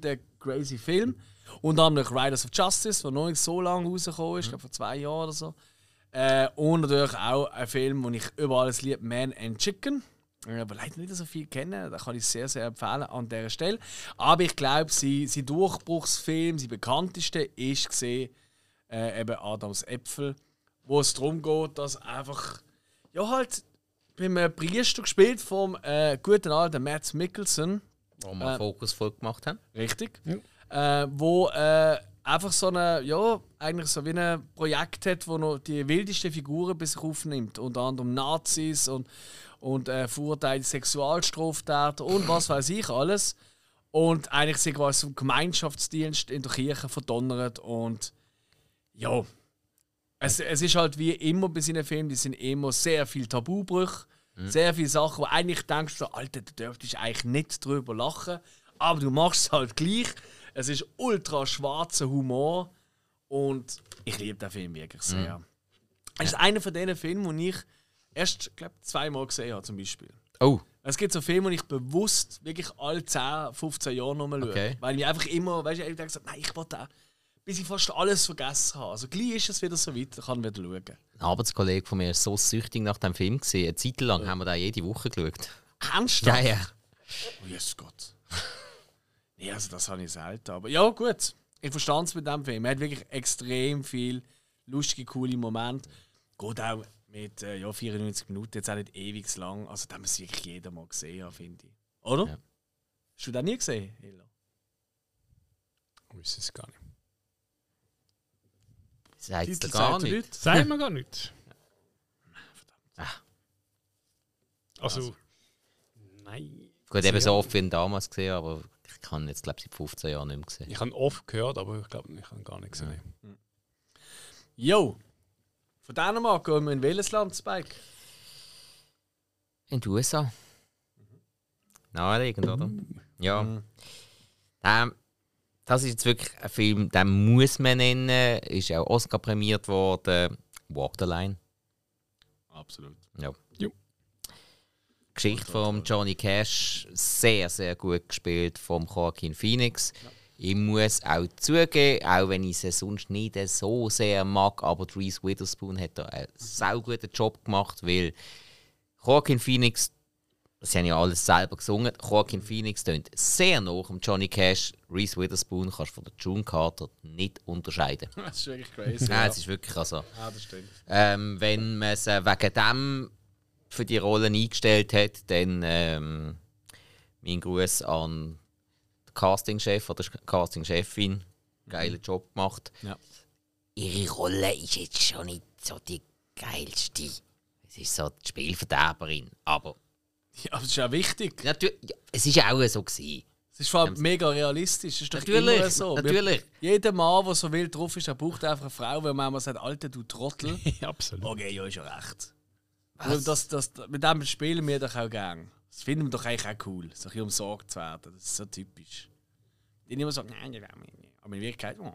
crazy Film. Unter anderem Riders of Justice, der noch nicht so lange rausgekommen ist, ich glaube vor 2 Jahren oder so. Und natürlich auch ein Film, den ich über alles liebe, Man and Chicken. Aber leider nicht so viel kennen, da kann ich sehr, sehr empfehlen an dieser Stelle. Aber ich glaube, sein Durchbruchsfilm, sein bekannteste, ist gesehen eben Adams Äpfel, wo es darum geht, dass einfach ja halt beim Priester gespielt vom guten alten Mads Mikkelsen, Wo wir Fokus voll gemacht haben. richtig, wo einfach so eine, ja, eigentlich so wie ein Projekt hat, wo noch die wildesten Figuren bei sich aufnimmt. Unter anderem Nazis und verurteilte Sexualstraftäter und was weiß ich alles. Und eigentlich sind quasi zum Gemeinschaftsdienst in der Kirche verdonnert. Und ja, es ist halt wie immer bei seinen Filmen, die sind immer sehr viel Tabubrüche, sehr viele Sachen, wo eigentlich denkst du, Alter, du dürftest eigentlich nicht drüber lachen, aber du machst es halt gleich. Es ist ultra schwarzer Humor und ich liebe den Film wirklich sehr. Es ist einer von diesen Filmen, die ich erst, glaube 2-mal gesehen habe, zum Beispiel. Oh. Es gibt so Filme, die ich bewusst wirklich alle 10, 15 Jahre nochmal schaue. Okay. Weil ich einfach immer, weißt du, ich denke, nein, ich will da, bis ich fast alles vergessen habe. Also gleich ist es wieder so weit, ich kann wieder schauen. Ein Arbeitskollege von mir war so süchtig nach dem Film. Eine Zeit lang haben wir den jede Woche geschaut. Ernsthaft? Ja. Oh, Jesus Gott. Nee, also das habe ich selten. Aber ja, gut. Ich verstand es mit dem Film. Er hat wirklich extrem viel lustige, coole Momente. Geht auch mit 94 Minuten, jetzt auch nicht ewig lang. Also, da muss wirklich jeder mal gesehen haben, finde ich. Oder? Ja. Hast du den nie gesehen, Hilla? Ich weiß es gar nicht. Sagt Titel er gar sagt er nicht. Sagen wir gar nicht. Ah. Also, nein. Gut, eben so oft wie ihn damals gesehen, aber ich kann jetzt, glaube ich, seit 15 Jahren nicht mehr gesehen. Ich habe oft gehört, aber ich glaube, ich habe gar nicht gesehen. Jo! Von Dänemark gehen wir in welches Land, Spike? In den USA. Naheliegend, oder? Ja. Das ist jetzt wirklich ein Film, den muss man nennen. Ist auch Oscar prämiert worden. Walk the Line. Absolut. Ja. Jo. Geschichte von Johnny Cash, sehr, sehr gut gespielt von Joaquin Phoenix. Ja. Ich muss auch zugeben, auch wenn ich sie sonst nicht so sehr mag, aber Reese Witherspoon hat da einen sehr guten Job gemacht, weil Joaquin Phoenix, sie haben ja alles selber gesungen, Joaquin Phoenix tönt sehr nach dem Johnny Cash. Reese Witherspoon kannst du von der June Carter nicht unterscheiden. Das ist wirklich crazy. Nein, es ist wirklich also. Ja, das stimmt. Wenn man sie wegen dem für die Rolle eingestellt hat, dann mein Gruß an den Castingchef oder Castingchefin. Geiler Job gemacht. Ja. Ihre Rolle ist jetzt schon nicht so die geilste. Es ist so die Spielverderberin. Aber Ja, aber das ist auch wichtig. natürlich, ja, es war auch so gewesen. Es ist vor allem mega realistisch. Das ist doch Natürlich, immer so. natürlich. Jeder Mann, der so wild drauf ist, der braucht einfach eine Frau, weil man immer sagt, Alter, du Trottel. Ja, absolut. Okay, ja, ist ja recht. Mit dem spielen wir doch auch gerne. Das finden wir doch eigentlich auch cool, so ein bisschen umsorgt zu werden. Das ist so typisch. Die immer sagen, nein, aber in Wirklichkeit, oh.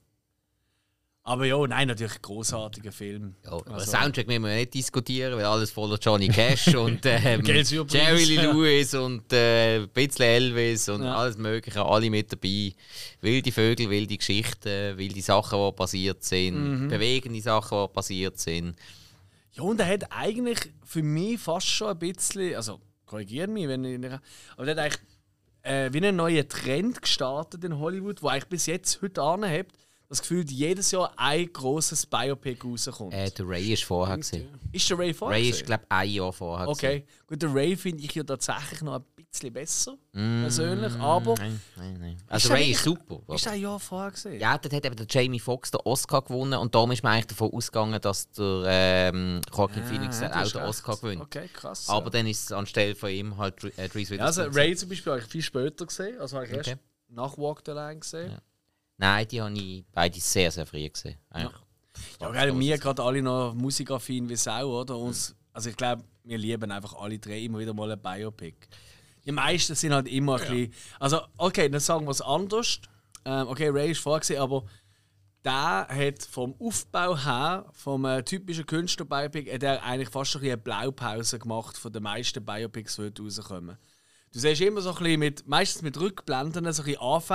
Aber ja, nein, natürlich ein grossartiger Film. Ja, über Also- den Soundtrack müssen wir nicht diskutieren, weil alles voller Johnny Cash und Geld Jerry Lee ja. Lewis und ein bisschen Elvis und Ja. alles Mögliche, alle mit dabei. Wilde Vögel, wilde Geschichten, wilde Sachen, die passiert sind, bewegende Sachen, die passiert sind. Ja, und er hat eigentlich für mich fast schon ein bisschen, also korrigiere mich, wenn ich nicht, aber er hat eigentlich wie einen neuen Trend gestartet in Hollywood, wo eigentlich bis jetzt heute anhebt, das Gefühl, dass jedes Jahr ein grosses Biopic rauskommt. Der Ray ist vorher gesehen. Ist der Ray vorher? Ray ist, glaube ich, ein Jahr vorher Okay, gut, der Ray finde ich ja tatsächlich noch ein bisschen besser, persönlich, aber Nein. Also der Ray wirklich- ist super. ist der ein Jahr vorher gesehen? Ja, dort hat eben der Jamie Foxx den Oscar gewonnen und darum ist man eigentlich davon ausgegangen, dass der Joaquin Phoenix du auch hast den recht. Oscar gewinnt. Okay, krass. Aber dann ist es anstelle von ihm halt Reese Witherspoon. ja, also Ray zum Beispiel habe ich viel später gesehen, also habe ich erst Okay. nach Walk the Line gesehen. Ja. Nein, die habe ich beide sehr, sehr früh gesehen. Eigentlich. Ja, geil, wir gerade alle noch musikaffin wie Sau, oder? Also ich glaube, wir lieben einfach alle drei immer wieder mal ein Biopic. Die meisten sind halt immer ein bisschen... Also, okay, dann sagen wir es anders. Okay, Ray ist vorgesehen, aber der hat vom Aufbau her, vom typischen Künstler-Biopic, hat er eigentlich fast schon ein bisschen eine Blaupause gemacht von den meisten Biopics, die heute rauskommen. Du siehst immer so ein bisschen meistens mit Rückblenden so ein bisschen Anfang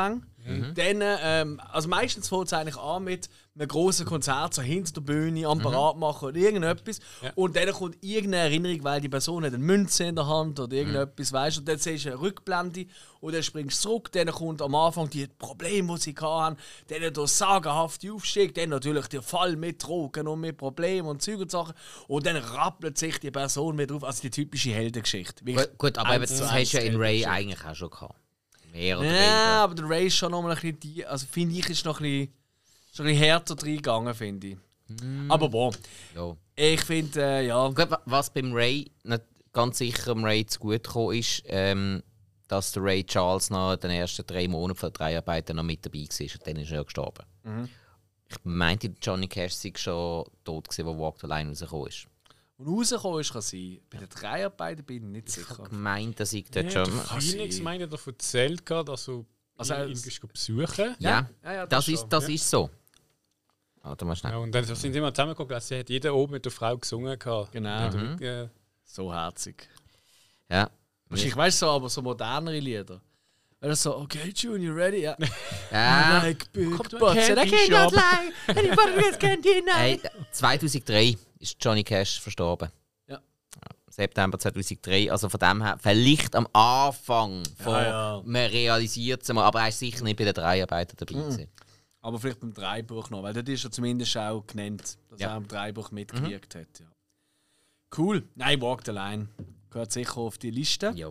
Dann, also meistens fängt es eigentlich an mit einem grossen Konzert, so hinter der Bühne, am Parat machen oder irgendetwas. Ja. Und dann kommt irgendeine Erinnerung, weil die Person hat eine Münze in der Hand oder irgendetwas, weißt du. Und dann siehst du eine Rückblende und dann springst du zurück. Dann kommt am Anfang die Probleme, die sie hatten. Dann der sagenhafte Aufstieg. Dann natürlich der Fall mit Drogen und mit Problemen und Zeug und Sachen. Und dann rappelt sich die Person wieder auf. Also die typische Heldengeschichte. Gut, aber das hast du ja in Ray eigentlich auch schon gehabt. Mehr oder weniger. Ja, aber der Ray ist schon noch mal ein bisschen, also finde ich, ist noch ein bisschen härter reingegangen, finde ich. Aber boah. Ja. Ich finde, ja. Gut, was beim Ray nicht ganz sicher dem Ray zu gut gekommen ist, dass der Ray Charles nach den ersten 3 Monaten von der Dreharbeiten noch mit dabei war und dann ist er gestorben. Ich meinte, Johnny Cash sei schon tot gewesen, als Walk the Line rausgekommen ist. Und rausgekommen ist, kann sein. Bei den Dreharbeiten bin ich nicht sicher. Ich habe gemeint, dass ich dort schon... Phoenix meinte davon erzählt, dass du ihn besuchen. Ja, das ist so. Warte mal schnell. Ja, und dann sind sie immer zusammengeguckt, also hat jeder oben mit der Frau gesungen. Genau. So herzig. Ja. Ich weiß so, aber so modernere Lieder. Weil so, okay, Junior, ready? Ja. Like big butts and I cannot lie. Anybody else can deny. 2003 ist Johnny Cash verstorben. Ja. September 2003. Also von dem her, vielleicht am Anfang von man realisiert es mal, aber er ist sicher nicht bei den Dreharbeiten dabei gewesen. Aber vielleicht beim Dreibuch noch, weil dort ist er zumindest auch genannt, dass er im Dreibuch mitgewirkt hat. Ja. Cool. Nein, Walk the Line. Gehört sicher auf die Liste. Ja.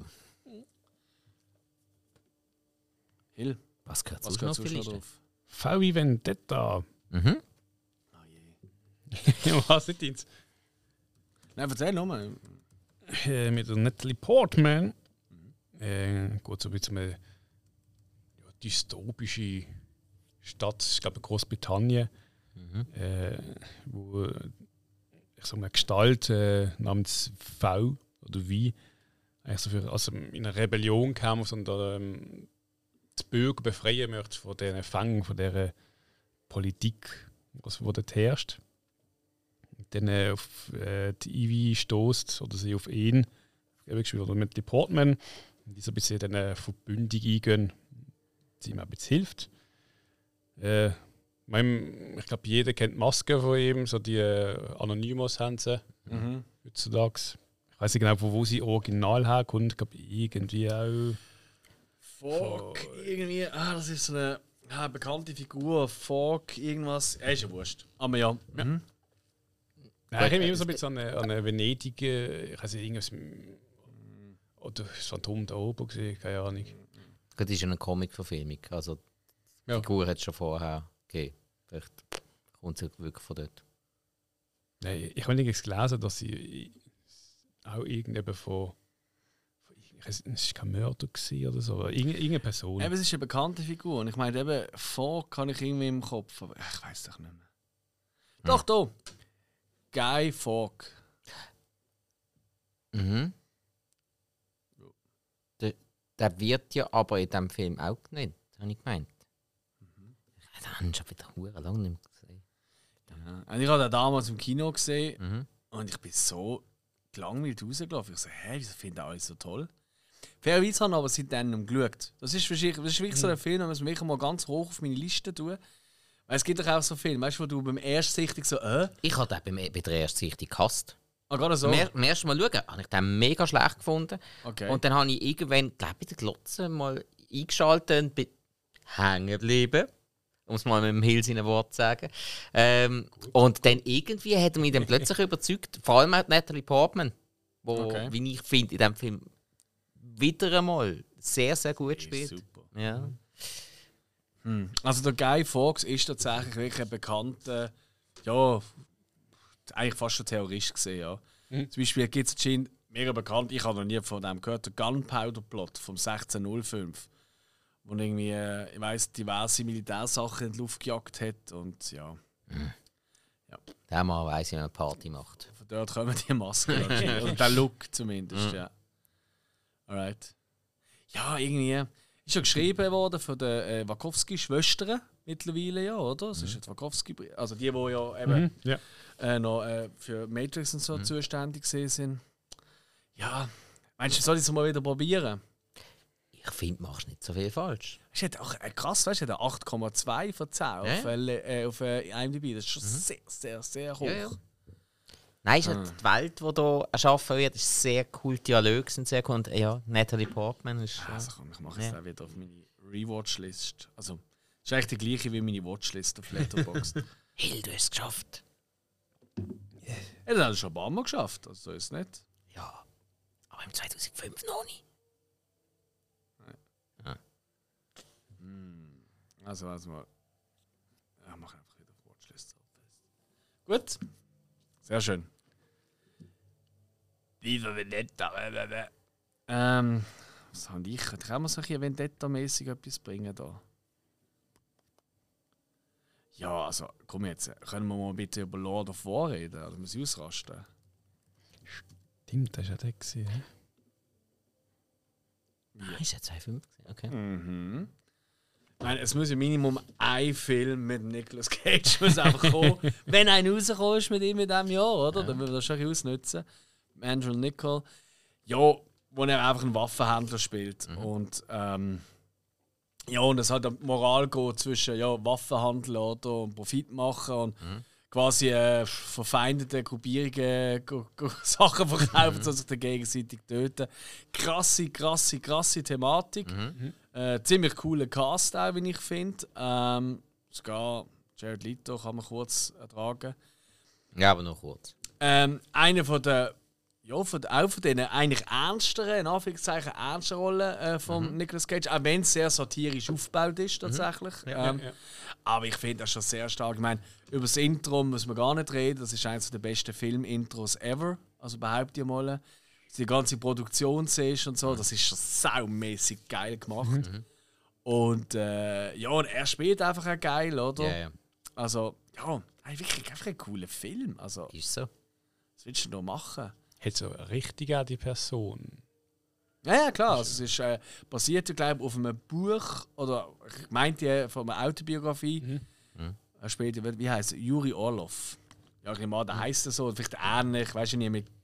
Hill. Was gehört sonst noch auf die Liste? Drauf? V wie Vendetta. Oh je. Was ist das? Nein, erzähl nochmal. Mit der Natalie Portman. Geht so ein bisschen eine dystopische Stadt, ich glaube Großbritannien, wo ich sag mal, eine Gestalt namens V oder V also in eine Rebellion kam und die Bürger befreien möchte von diesen Fängen, von dieser Politik, die dort herrscht. Und dann auf die Ivy stößt oder sie auf ihn, oder mit die Portman, die so ein bisschen eine Verbündung eingehen, die ihm ein bisschen hilft. Ich glaube, jeder kennt die Maske von ihm, so die Anonymous haben sie heutzutage. Ich weiß nicht genau, wo sie original herkommt. Ich glaube, irgendwie auch. Irgendwie, das ist so eine bekannte Figur. Fogg, irgendwas. Ist ja wurscht. Aber ja. Ja, ich habe immer so ein bisschen an eine Venedig, ich weiß nicht, irgendwas. Oder das Phantom da oben gesehen, keine Ahnung. Das ist ja eine Comic-Verfilmung. Also die Figur hat es schon vorher gegeben. Vielleicht kommt sie wirklich von dort. Nein, ich habe nicht gelesen, dass sie auch irgendjemand von es war kein Mörder oder so, aber irgendeine Person. Eben, es ist eine bekannte Figur. Und ich meine, eben, Fogg kann ich irgendwie im Kopf, aber ich weiß doch nicht mehr. Doch, da! Guy Fawkes. Der wird ja aber in diesem Film auch genannt, habe ich gemeint. Den habe ich schon wieder verdammt lange nicht mehr gesehen. Ja. Ich habe den damals im Kino gesehen und ich bin so gelangweilt rausgelaufen. Ich so, wieso finden alle so toll? Fairerweise habe ich aber seitdem geschaut. Das ist wirklich so ein Film, den muss ich mal ganz hoch auf meine Liste tun. Weil es gibt doch auch so Filme, weißt du, wo du beim Erstsichtung so, Ich habe den bei der Erstsichtung gehasst. Ah, gerade so? Beim ersten Mal schauen, habe ich den mega schlecht gefunden. Okay. Und dann habe ich irgendwann, glaube ich, den Glotze mal eingeschaltet und bin hängen geblieben. Um es mal mit dem Hill seinen Wort zu sagen. Und dann irgendwie hat er mich dann plötzlich überzeugt, vor allem auch Natalie Portman, wo, wie ich finde, in diesem Film wieder einmal sehr, sehr gut spielt. Super. Ja. Also der Guy Fawkes ist tatsächlich wirklich ein bekannter, ja, eigentlich fast schon Terrorist gesehen, ja. Zum Beispiel gibt es anscheinend, mega bekannt, ich habe noch nie von dem gehört, der Gunpowder-Plot vom 1605, wo irgendwie, ich weiss, diverse Militärsachen in die Luft gejagt hat und ja. Der Mann weiss, wie man eine Party macht. Von dort kommen die Masken, oder der Look zumindest, ja. Alright. Ja, irgendwie ist ja geschrieben worden von den Wachowski-Schwestern mittlerweile, ja, oder? Das ist jetzt Wachowski, also die ja eben noch für Matrix und so zuständig sind. Ja, meinst du, soll ich es mal wieder probieren? Ich finde, machst nicht so viel falsch. Es hat auch krass, weißt du, 8,2 von 10 auf IMDb. Das ist schon sehr, sehr, sehr hoch. Ja. Nein, ist halt die Welt, die hier erschaffen wird, ist sehr cool. Die Dialoge sind sehr cool. Und ja, Natalie Portman ist. Also komm, ich mache es auch wieder auf meine Rewatch-List. Also, das ist eigentlich die gleiche wie meine Watchlist auf Letterboxd. Hill, du hast es geschafft. Das hat er schon ein paar Mal geschafft, also so ist es nicht. Ja, aber im 2005 noch nicht. Also mal. Ja, mach einfach wieder auf Watchlist. Gut. Sehr schön. Viva Vendetta. Was haben die? Kann man so ein Vendetta-mäßig etwas bringen da? Ja, also komm jetzt. Können wir mal bitte über Lord of War reden? Oder muss ich ausrasten? Stimmt, das war ja der gewesen, hä? Ja. Ist ja 2005? Okay. Mhm. Nein, es muss ja Minimum ein Film mit Nicolas Cage muss einfach kommen. Wenn einer rausgekommen ist mit ihm in diesem Jahr, oder? Ja. Dann würden wir das schon ausnutzen. Andrew Niccol. Ja, wo er einfach einen Waffenhändler spielt. Und ja, und es hat eine Moral geht zwischen Waffenhandel oder und Profit machen und quasi verfeindete Gruppierungen Sachen verkaufen, die sich dann gegenseitig töten. Krasse Thematik. Ziemlich cooler Cast auch, wie ich finde. Sogar Jared Leto kann man kurz ertragen. Ja, aber noch kurz. Einer von der auch von denen eigentlich ernsteren, in Anführungszeichen ernsten Rollen von Nicolas Cage, auch wenn es sehr satirisch aufgebaut ist tatsächlich. Ja. Aber ich finde das schon sehr stark. Ich meine, über das Intro müssen wir gar nicht reden. Das ist eines der besten Film-Intros ever. Also behaupte ich mal. Die ganze Produktion siehst und so, das ist schon saumäßig geil gemacht. Und und er spielt einfach auch geil, oder? Ja. Also, wirklich einfach ein cooler Film. Also, Ist so. was willst du noch machen? Hat so richtig auch die Person. Ja, klar. Also, es ist basiert, glaube ich, auf einem Buch oder ich meinte von einer Autobiografie. Er spielt, wie heißt er? Yuri Orlov. Ja, ich nehme an, der heisst er so. Vielleicht ähnlich, weißt du nicht, mit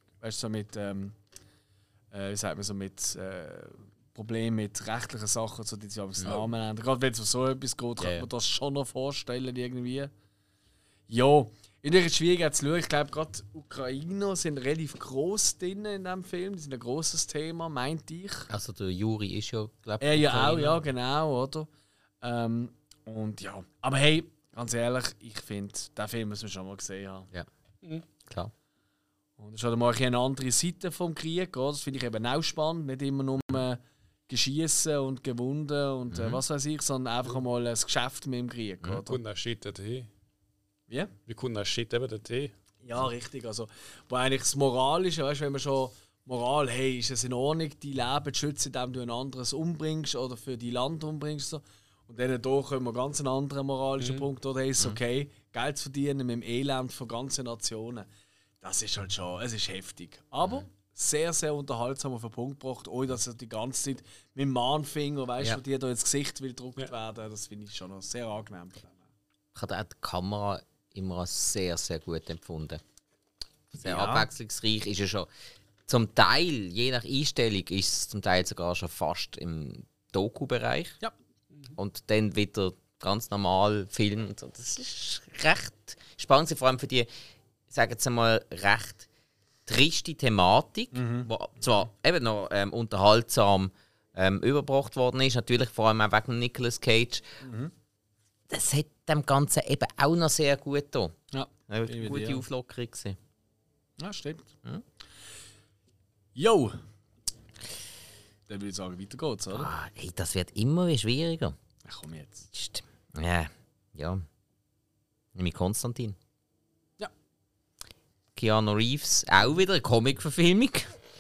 wie sagt man so, mit Problemen mit rechtlichen Sachen, so die Namen ändern. Gerade wenn es um so etwas geht, kann man das schon noch vorstellen irgendwie. Ja, ist schwierig zu schauen. Ich glaube, gerade Ukrainer sind relativ gross drin in diesem Film. Die sind ein grosses Thema, meinte ich. Also der Juri ist ja, glaube ich. Er ja auch, ja, genau, oder? Und ja, aber hey, ganz ehrlich, ich finde, den Film müssen wir schon mal gesehen haben. Ja, klar. Und das ist halt mal eine andere Seite vom Krieg, oder? Das finde ich eben auch spannend. Nicht immer nur Geschiessen und Gewunden und was weiß ich, sondern einfach mal ein Geschäft mit dem Krieg, oder? Wie kommt das Shit dorthin? Wie? Wie kommt das Shit eben dorthin? Ja, richtig. Also, wo eigentlich das Moralische, weißt du, wenn man schon Moral, hey, ist es in Ordnung, dein Leben zu schützen, indem du ein anderes umbringst oder für dein Land umbringst. So. Und dann hier kommen wir ganz einen anderen moralischen Punkt, oder ist es okay, Geld zu verdienen mit dem Elend von ganzen Nationen. Das ist halt schon, es ist heftig. Aber sehr, sehr unterhaltsam auf den Punkt gebracht, ohne dass er die ganze Zeit mit dem Mahnfinger, weißt du, dir da ins Gesicht will gedrückt werden. Das finde ich schon noch sehr angenehm. Ich habe auch die Kamera immer als sehr, sehr gut empfunden. Sehr abwechslungsreich ist ja schon. Zum Teil, je nach Einstellung, ist es zum Teil sogar schon fast im Doku-Bereich. Ja. Und dann wieder ganz normal Film. Das ist recht spannend, vor allem für die, sagen wir mal, recht triste Thematik, die zwar eben noch unterhaltsam übergebracht worden ist, natürlich vor allem auch wegen Nicolas Cage. Das hat dem Ganzen eben auch noch sehr gut getan. Ja, eine gute Auflockerung gewesen. Ja, stimmt. Jo! Dann würde ich sagen, weiter geht's, oder? Hey, das wird immer schwieriger. Ach, komm jetzt. Ja. Nämlich Konstantin. Ja. Keanu Reeves, auch wieder eine Comic-Verfilmung.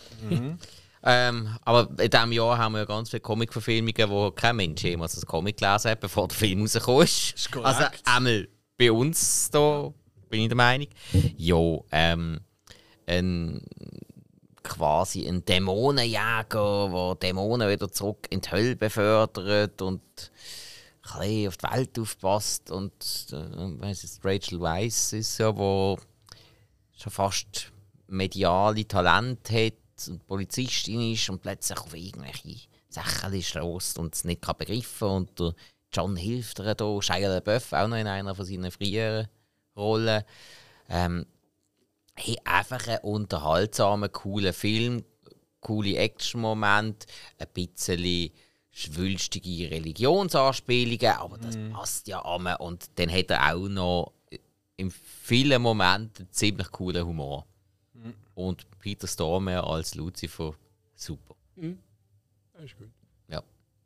Aber in diesem Jahr haben wir ja ganz viele Comic-Verfilmungen, wo kein Mensch jemals ein Comic gelesen hat, bevor der Film rausgekommen ist. Also einmal bei uns da, bin ich der Meinung. Ja, quasi ein Dämonenjäger, der Dämonen wieder zurück in die Hölle befördert und ein bisschen auf die Welt aufpasst. Und Rachel Weisz ist ja, wo schon fast mediale Talent hat und Polizistin ist und plötzlich auf irgendwelche Sächeli stößt und es nicht kann begreifen und der John hilft ihr da, Shia LaBeouf auch noch in einer von seinen früheren Rollen. Hey, einfach ein unterhaltsamer, cooler Film, coole Action-Momente, ein bisschen schwülstige Religionsanspielungen, aber das passt ja an. Und dann hat er auch noch in vielen Momenten einen ziemlich coolen Humor. Und Peter Stormare als Lucifer, super. Das ist gut. Ja.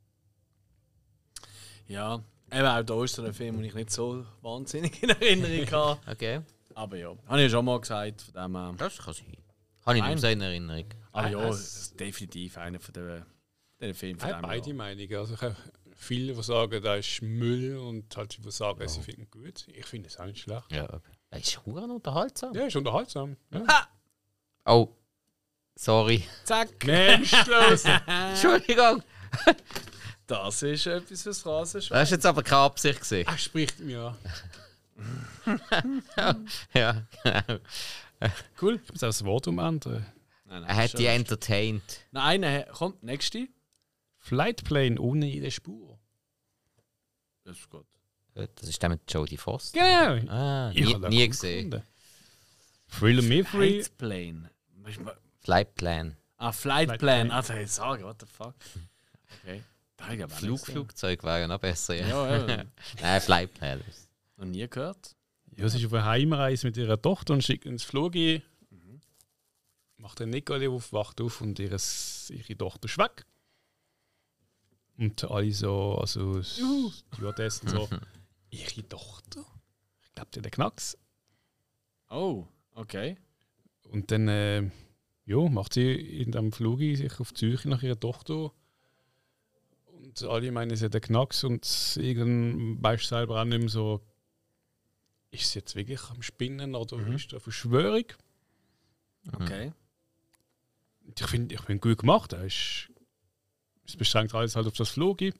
Ja, eben auch da ist so ein Film, den ich nicht so wahnsinnig in Erinnerung habe. Okay. Aber ja, habe ich ja schon mal gesagt. Von dem, Das kann sein. Habe ich nicht so in Erinnerung. aber ja, es ist definitiv einer von den Filmen von Ich habe dem beide Jahr. Meinungen. Also ich habe viele, die sagen, das ist Müll und halt die sagen, sie finden gut. Ich finde es auch nicht schlecht. Ja, okay. Das ist verdammt unterhaltsam. Ja, ist unterhaltsam. Ja. Oh, sorry. Zack! Menschlos! Entschuldigung. Das ist etwas fürs Phrasenschwein. Das war jetzt aber keine Absicht gewesen. Er spricht mir an. Ja, genau. Cool. Ich muss auch das Wort umändern. Nein, Er hat die entertained. Nein, komm, nächste. Flightplane ohne jede Spur. Das ist gut. Das ist der mit Jodie Foster. Genau. Ah, Ich nie, habe das nie cool gesehen. gefunden. Thriller Me Free. Flight Plane. Flight Plan. Flight Plan. Also, ich sage, what the fuck. Okay. Da habe ich aber auch nicht gesehen. Flugzeug wäre ja noch besser. Ja. Ja, ja. Nein, Flight Plan. Noch nie gehört. Ja, sie ist auf einer Heimreise mit ihrer Tochter und schickt ins Flug ein. Macht den Nicole auf, wacht auf und ihre Tochter ist weg. Und alle so, also Stewardessen so, ihre Tochter? Ich glaube, die hat einen Knacks. Oh, okay. Und dann macht sie in dem Flug sich auf die Suche nach ihrer Tochter. Und alle meinen, sie hat einen Knacks und irgendwann weißt du selber auch nicht mehr so, ist sie jetzt wirklich am Spinnen oder ist das eine Verschwörung? Okay. Ich finde gut gemacht. Es beschränkt alles halt auf das Flug. Ja.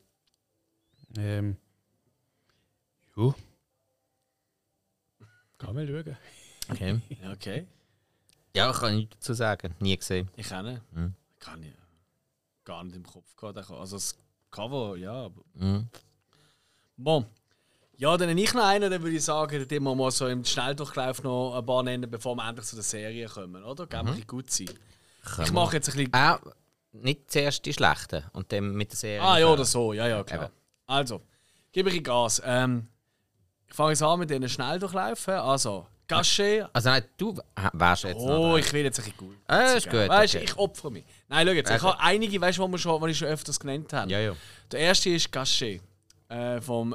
Kann mal schauen. Okay. Okay. Ja, ich kann nichts dazu sagen. Nie gesehen. Ich kenne. Mhm. Kann ich gar nicht im Kopf gehabt. Also das Cover, ja. Aber Mhm. bon. Ja, dann ich noch einen, dann würde ich sagen, den wir mal so im Schnelldurchlauf noch ein paar nennen, bevor wir endlich zu der Serie kommen, oder? Geben wir ein bisschen gut sein. Ich mache jetzt ein bisschen... Nicht zuerst die schlechten und dann mit der Serie. ja, oder so. Ja, klar. Eben. Also, gebe ich Gas. Ich fange jetzt an mit diesen Schnelldurchläufen. Also, Gachet. Also nein, du wärst jetzt noch. Ich will jetzt ein bisschen gut. Ist gut. Weißt du, Okay. ich opfere mich. Nein, schau jetzt. Ich habe einige, weißt du, die ich schon öfters genannt habe. Ja. Der erste ist Gachet. Vom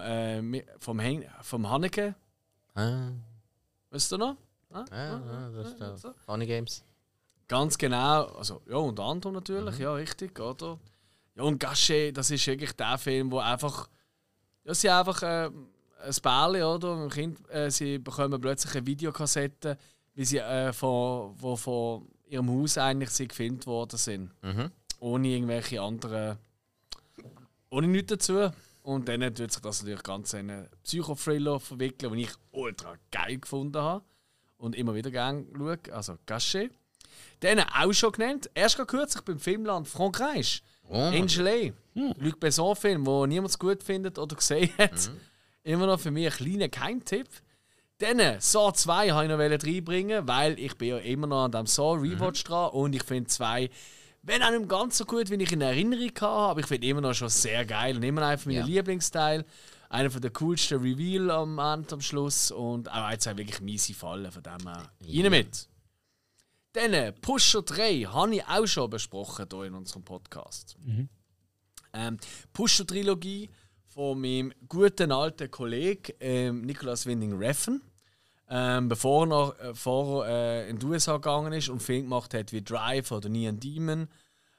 Hanneke. Weißt du noch? Das ist der Funny Games. Ganz genau. Also, ja, unter anderem natürlich. Ja, richtig, oder? Ja, und Gachet, das ist wirklich der Film, wo einfach. Ja, sie einfach ein Bärli, oder? Ein Kind, sie bekommen plötzlich eine Videokassette, wie sie von ihrem Haus eigentlich sie gefilmt worden sind. Ohne irgendwelche anderen. Ohne nichts dazu. Und dann tut sich das natürlich ganz in einen Psychothriller verwickeln, den ich ultra geil gefunden habe. Und immer wieder gerne schaue. Also Gachet. Den auch schon genannt. Erst gerade kürzlich beim Filmland Frankreich. Angela. Luc Besson-Film, den niemand so gut findet oder gesehen hat. Immer noch für mich ein kleiner Keimtipp. Dann Saw 2 wollte ich noch reinbringen, weil ich bin ja immer noch an dem Saw Rewatch dran und ich finde 2, wenn auch nicht ganz so gut, wie ich in Erinnerung hatte, aber ich finde immer noch schon sehr geil und immer einer von meinen Lieblingsteilen. Einer der coolsten Reveal am Ende, am Schluss und auch jetzt wirklich miese Fallen, von dem her. Rein mit! Dann Pusher 3 habe ich auch schon besprochen hier in unserem Podcast. Pusher-Trilogie von meinem guten alten Kollegen Nicolas Winding Refn. Bevor er in die USA gegangen ist und Film gemacht hat wie Drive oder Neon Demon.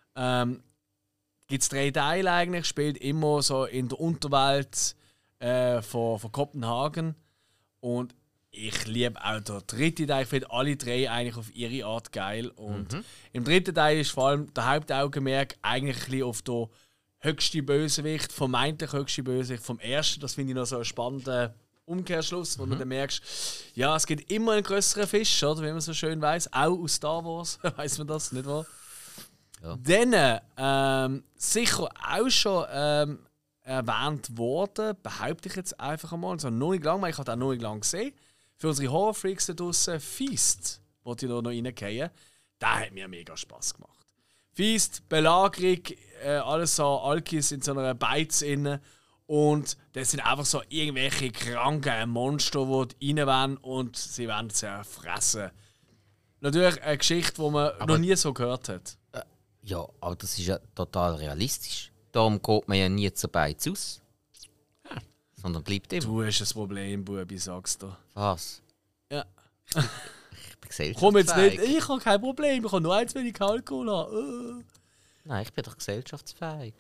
Gibt es 3 Teile eigentlich, spielt immer so in der Unterwelt von Kopenhagen. Und ich liebe auch den 3. Teil. Ich finde alle 3 eigentlich auf ihre Art geil. Und im 3. Teil ist vor allem der Hauptaugenmerk eigentlich ein bisschen auf den höchsten Bösewicht, vermeintlich höchsten Bösewicht vom ersten. Das finde ich noch so einen spannenden Umkehrschluss, wo du dann merkst, ja, es gibt immer einen größeren Fisch, oder wie man so schön weiß, auch aus Star Wars, weiß man das, nicht wahr? Dann sicher auch schon erwähnt worden, behaupte ich jetzt einfach einmal. Also noch nicht lange, ich habe den noch nicht lange gesehen. Für unsere Horrorfreaks da draussen, Feast, wollte ich da noch reingehen. Der hat mir mega Spass gemacht. Feast, Belagerung, alles so Alkis in so einer Beiz inne. Und das sind einfach so irgendwelche kranken Monster, die rein wollen und sie werden sie fressen. Natürlich eine Geschichte, die man noch nie so gehört hat. Ja, aber das ist ja total realistisch. Darum geht man ja nie zur Beiz aus. Sondern bleibt immer. Du hast ein Problem, Bubi, sagst du. Was? Ja. Ich bin gesellschaftsfähig. Komm jetzt nicht, ich habe kein Problem, ich habe nur eins wenig Alkohol haben. Nein, ich bin doch gesellschaftsfähig.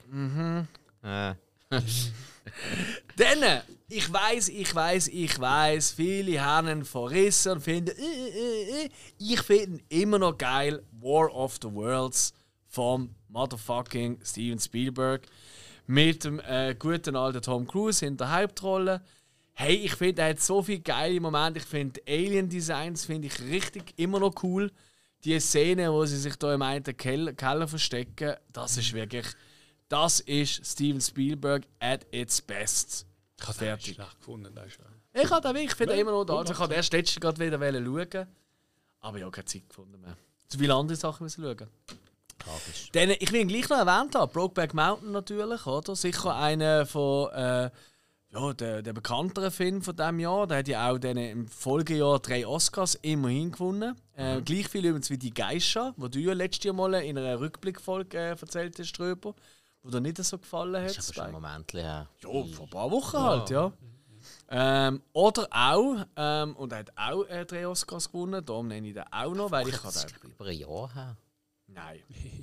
Dann, ich weiß, viele haben verrissen und finden, ich finde immer noch geil War of the Worlds vom motherfucking Steven Spielberg mit dem guten alten Tom Cruise in der Hauptrolle. Hey, ich finde, er hat so viele geile Momente. Ich finde Alien-Designs finde ich richtig immer noch cool. Die Szene, wo sie sich da im einen Keller verstecken, das ist wirklich... Das ist Steven Spielberg at its best. Ich habe den schlecht gefunden. Ich finde immer noch da. Also ich habe erst letztens gerade wieder schauen. Aber ich habe keine Zeit gefunden mehr. Zu viele andere Sachen müssen schauen. Tragisch. Dann, ich will ihn gleich noch erwähnt haben. Brokeback Mountain natürlich, oder? Sicher einer von der bekannteren Film von diesem Jahr. Der hat ja auch dann im Folgejahr 3 Oscars immerhin gewonnen. Gleich viel übrigens wie die Geisha, wo du ja letztes Jahr mal in einer Rückblickfolge erzählt hast drüber. Wo dir nicht so gefallen hat. Das ist aber schon ein Moment her. Ja, vor ein paar Wochen halt, ja. Oder auch, und er hat auch 3 Oscars gewonnen, darum nenne ich den auch noch, weil ich Das ist über ein Jahr her. Nein.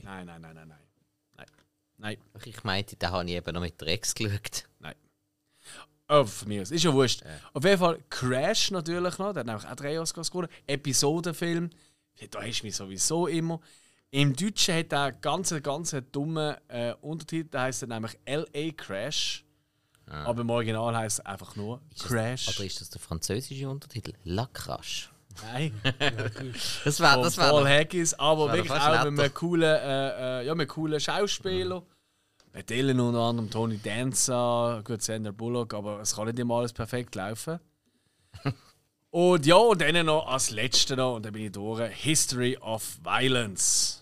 Ich meinte, da habe ich eben noch mit der Ex geschaut. Nein. Oh, von mir aus. Ist ja wurscht. Auf jeden Fall Crash natürlich noch, der hat nämlich auch 3 Oscars gewonnen. Episodenfim, da hast du mich sowieso immer. Im Deutschen hat er ganz dummen Untertitel, der heisst nämlich L.A. Crash. Aber im Original heisst es einfach nur Crash. Oder ist das der französische Untertitel? La Crash. Nein. Das war Paul Haggis, aber wirklich auch netter. mit coolen Schauspielern. Mit Dylan unter anderem Tony Danza, gut Sandra Bullock, aber es kann nicht immer alles perfekt laufen. Und ja, und dann noch als letzte noch, und dann bin ich durch, History of Violence.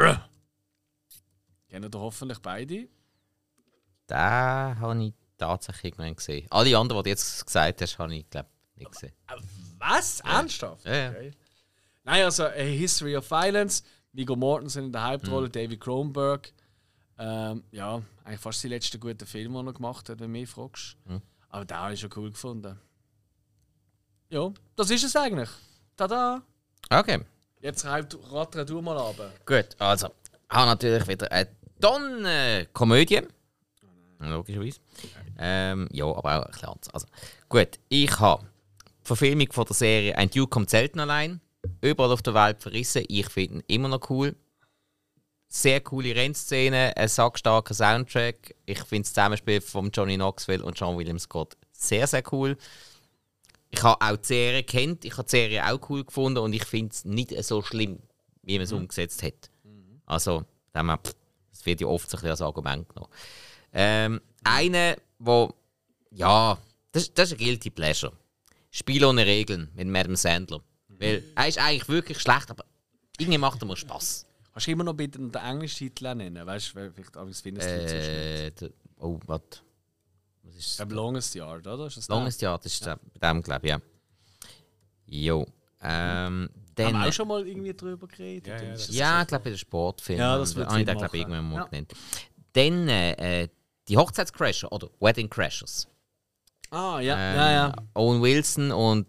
Kennen ihr hoffentlich beide? Den habe ich tatsächlich irgendwann gesehen. Alle anderen, die du jetzt gesagt hast, habe ich, glaube ich, nicht gesehen. Was? Ernsthaft? Ja. Okay. Nein, also History of Violence, Viggo Mortensen in der Hauptrolle, David Cronenberg. Ja, eigentlich fast die letzten guten Filme, die er gemacht hat, wenn du mich fragst. Aber den habe ich schon cool gefunden. Ja, das ist es eigentlich. Tada! Okay. Jetzt rattern du mal runter. Gut, also, habe natürlich wieder eine Tonne Komödie. Logischerweise. Ja, aber auch ein bisschen anders. Also, gut, ich habe die Verfilmung von der Serie Ein Duke kommt selten allein. Überall auf der Welt verrissen. Ich finde ihn immer noch cool. Sehr coole Rennszenen, ein sackstarker Soundtrack. Ich finde das Zusammenspiel von Johnny Knoxville und John William Scott sehr, sehr cool. Ich habe auch die Serie kennt, ich habe die Serie auch cool gefunden und ich finde es nicht so schlimm, wie man es umgesetzt hat. Also, das wird ja oft so ein bisschen als Argument genommen. Einer, wo ja, das ist ein Guilty Pleasure. Spiel ohne Regeln mit Adam Sandler. Weil er ist eigentlich wirklich schlecht, aber irgendwie macht er mir Spass. Kannst du immer noch bitte den englischen Titel nennen? Weißt du, vielleicht findest du nicht so schnell. Oh, was ist das? Longest Yard, oder? Ist das Longest Yard, das ist bei dem, glaube ich, ja. Jo. Haben wir auch schon mal irgendwie drüber geredet? Ja, ich glaube, bei den Sportfilmen. Ja, das wird ich Sinn glaube machen. irgendwann mal genannt. Dann die Hochzeitscrasher oder Wedding Crashers. Ah, ja. Owen Wilson und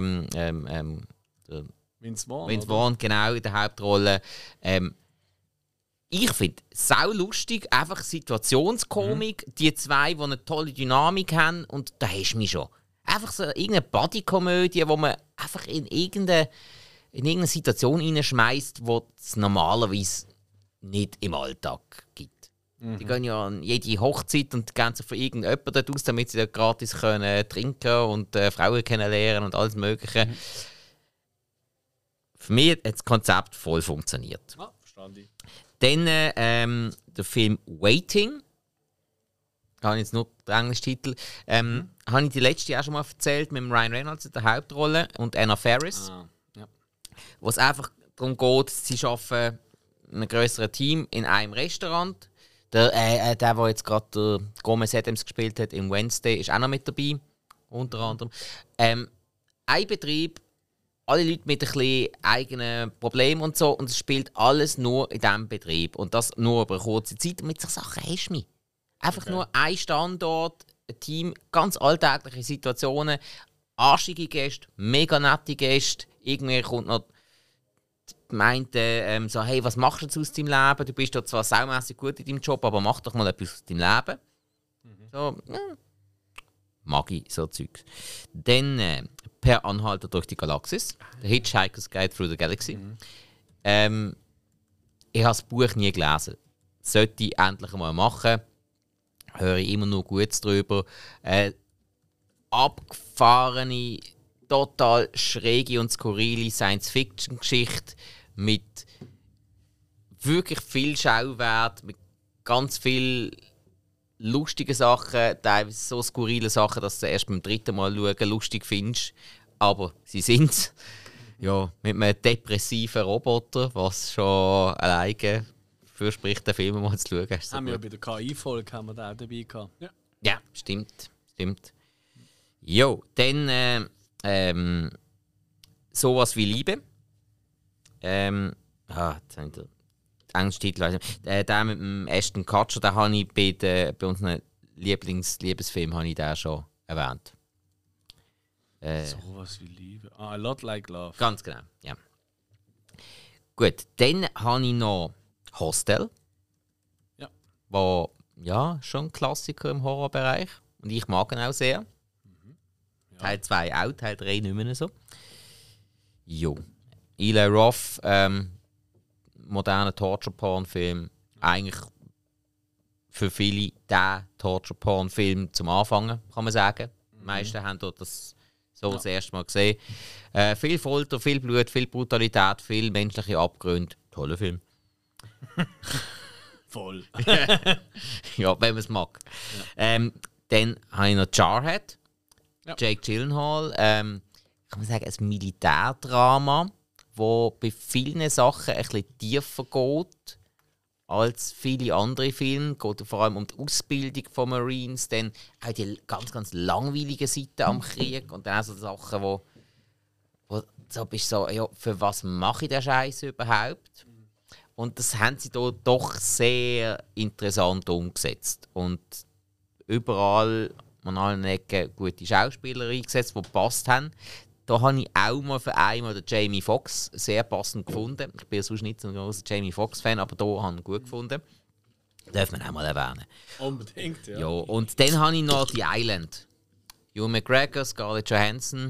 Vince Vaughn. Vince Vaughn, genau, in der Hauptrolle. Ich finde es sau lustig, einfach Situationskomik. Die zwei, die eine tolle Dynamik haben, und da hast du mich schon. Einfach so irgendeine Buddy-Komödie, wo man einfach in irgendeine Situation hineinschmeißt, die es normalerweise nicht im Alltag gibt. Die gehen ja an jede Hochzeit und gehen sich von irgendjemandem dort aus, damit sie dort gratis können trinken und Frauen kennenlernen und alles Mögliche. Für mich hat das Konzept voll funktioniert. Ah, verstanden. Dann der Film Waiting. Da habe ich jetzt nur den englischen Titel. Habe ich die letzte Jahr schon mal erzählt, mit Ryan Reynolds in der Hauptrolle und Anna Faris. Ja. Wo es einfach darum geht, sie arbeiten in einem größeren Team in einem Restaurant. Der jetzt gerade Gomez Adams gespielt hat im Wednesday, ist auch noch mit dabei. Unter anderem. Ein Betrieb, alle Leute mit ein bisschen eigenen Problemen und so. Und es spielt alles nur in diesem Betrieb. Und das nur über eine kurze Zeit. Und mit solchen Sachen hast du mich. Einfach nur ein Standort, ein Team, ganz alltägliche Situationen, arschige Gäste, mega nette Gäste. Irgendwie kommt noch meinte so, hey, was machst du jetzt aus deinem Leben? Du bist doch zwar saumässig gut in deinem Job, aber mach doch mal etwas aus deinem Leben. So, mag ich so Zeugs. Dann Per Anhalter durch die Galaxis, The Hitchhiker's Guide Through the Galaxy. Ich habe das Buch nie gelesen. Sollte ich endlich mal machen. Höre ich immer nur Gutes drüber. Abgefahrene, total schräge und skurrile Science-Fiction-Geschichte mit wirklich viel Schauwert, mit ganz viel lustigen Sachen, teilweise so skurrile Sachen, dass du sie erst beim dritten Mal schauen lustig findest. Aber sie sind es. Ja, mit einem depressiven Roboter, was schon alleine für spricht, den Film mal zu schauen. So haben wir ja bei der KI-Folge haben wir da auch dabei gehabt. Ja, stimmt. Jo, dann sowas wie Liebe. Jetzt habe ich den englischen Titel. Der mit dem Ashton Kutcher, den habe ich bei unseren Liebesfilm habe ich den schon erwähnt. Sowas wie Liebe. A Lot Like Love. Ganz genau, ja. Gut, dann habe ich noch Hostel. Ja. Wo, ja, schon ein Klassiker im Horrorbereich. Und ich mag ihn auch sehr. Ja. Teil 2 auch, Teil 3 nicht mehr so. Jo. Eli Roth, moderner Torture-Porn-Film. Eigentlich für viele der Torture-Porn-Film zum Anfangen, kann man sagen. Die meisten haben dort das das erste Mal gesehen. Viel Folter, viel Blut, viel Brutalität, viel menschliche Abgründe. Toller Film. Voll. Ja, wenn man es mag. Ja. Dann habe ich noch Jarhead. Ja. Jake Gyllenhaal. Kann man sagen, ein Militärdrama, das bei vielen Sachen ein bisschen tiefer geht als viele andere Filme. Es geht vor allem um die Ausbildung von Marines, dann auch die ganz, ganz langweiligen Seiten am Krieg und dann auch so Sachen, wo so bist so, ja, für was mache ich den Scheiß überhaupt? Und das haben sie da doch sehr interessant umgesetzt. Und überall an allen Ecken gute Schauspieler eingesetzt, die gepasst haben. Da habe ich auch mal für einmal den Jamie Foxx sehr passend gefunden. Ich bin sonst nicht so ein großer Jamie Foxx-Fan, aber hier habe ich ihn gut gefunden. Darf man auch mal erwähnen. Unbedingt, ja. Ja, und dann habe ich noch The Island. Ewan McGregor, Scarlett Johansson.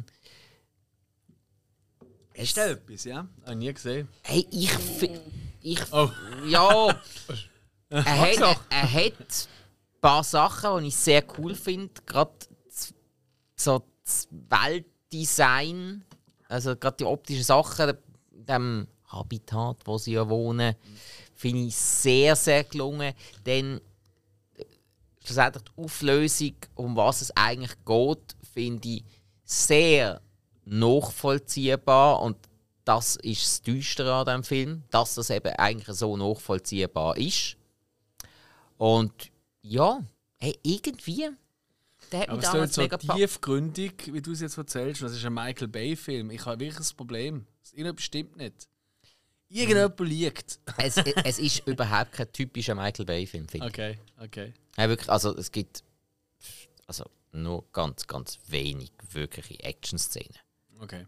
Ist das etwas, ja? Habe ich nie gesehen. Hey, Oh. Ja. Er hat ein paar Sachen, die ich sehr cool finde. Gerade so das Weltdesign, also gerade die optischen Sachen, dem Habitat, wo sie ja wohnen, finde ich sehr, sehr gelungen. Denn schlussendlich die Auflösung, um was es eigentlich geht, finde ich sehr nachvollziehbar. Und das ist das Düstere an diesem Film, dass das eben eigentlich so nachvollziehbar ist. Und ja, hey, irgendwie, der hat mich damals so mega gepackt. tiefgründig, wie du es jetzt erzählst. Das ist ein Michael Bay-Film. Ich habe wirklich ein Problem. Das irgendjemand bestimmt nicht. Irgendjemand liegt. Es ist überhaupt kein typischer Michael Bay-Film, finde ich. Okay. Ja, wirklich, also es gibt nur ganz, ganz wenig wirkliche Action-Szenen. Okay.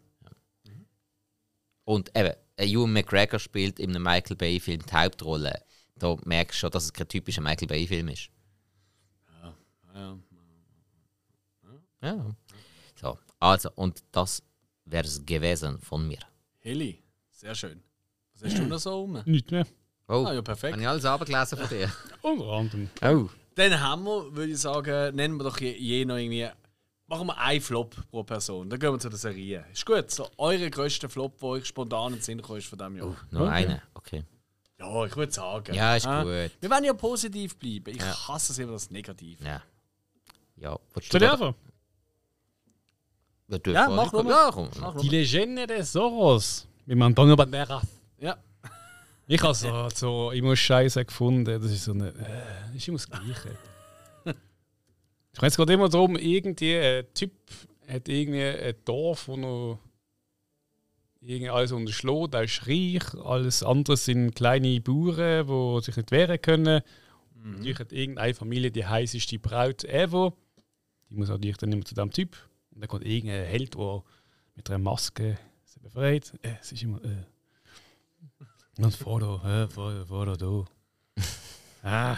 Und eben, Ewan McGregor spielt in einem Michael Bay-Film die Hauptrolle. Da merkst du schon, dass es kein typischer Michael Bay-Film ist. Ja. So, also, und das wäre es gewesen von mir. Heli, sehr schön. Was hast du noch so rum? Nicht mehr. Oh, ja, perfekt. habe ich alles abgelesen von dir? Unter anderem. Oh. Dann haben wir, würde ich sagen, nennen wir doch je noch irgendwie. Machen wir einen Flop pro Person. Dann gehen wir zu der Serie. Ist gut. So eure grösste Flop, wo euch spontan in den Sinn kommt von diesem Jahr. Nur eine, okay. Ja, ich würde sagen. Ja, ist gut. Wir wollen ja positiv bleiben. Ich hasse es immer das Negative. Ja. Ja, Soll ich einfach? Ja, mach nur. Ja, komm. Die Legende des Zorros. Mit Antonio Banderas. Ja. Ich habe so immer Scheiße gefunden. Das ist so eine. Das ist immer das Gleiche. Ich weiß gerade immer darum, irgendwie ein Typ hat irgendwie ein Dorf, wo noch irgendwie alles unterschlägt. Der ist reich, alles andere sind kleine Bauern, die sich nicht wehren können. Natürlich hat irgendeine Familie die heißeste Braut ever. Die muss natürlich dann immer zu diesem Typ. Und dann kommt irgendein Held, der mit einer Maske sie befreit. Es ist immer. Und vor da. Ah.